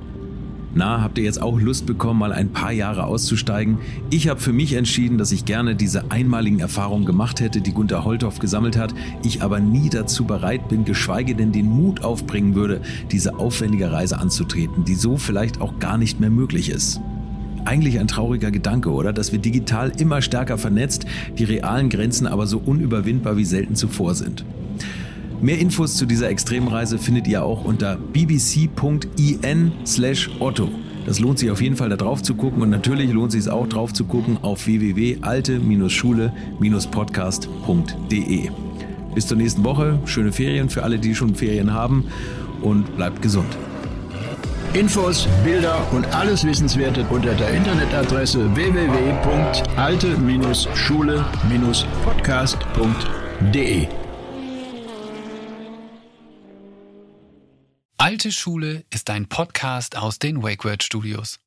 Na, habt ihr jetzt auch Lust bekommen, mal ein paar Jahre auszusteigen? Ich habe für mich entschieden, dass ich gerne diese einmaligen Erfahrungen gemacht hätte, die Gunter Holthoff gesammelt hat, ich aber nie dazu bereit bin, geschweige denn den Mut aufbringen würde, diese aufwendige Reise anzutreten, die so vielleicht auch gar nicht mehr möglich ist. Eigentlich ein trauriger Gedanke, oder? Dass wir digital immer stärker vernetzt, die realen Grenzen aber so unüberwindbar wie selten zuvor sind. Mehr Infos zu dieser Extremreise findet ihr auch unter bbc.in slash Otto. Das lohnt sich auf jeden Fall, da drauf zu gucken, und natürlich lohnt sich es auch, drauf zu gucken auf w w w punkt alte Schule Podcast punkt de. Bis zur nächsten Woche, schöne Ferien für alle, die schon Ferien haben, und bleibt gesund. Infos, Bilder und alles Wissenswerte unter der Internetadresse w w w punkt alte Schule Podcast punkt de. Alte Schule ist ein Podcast aus den WakeWord Studios.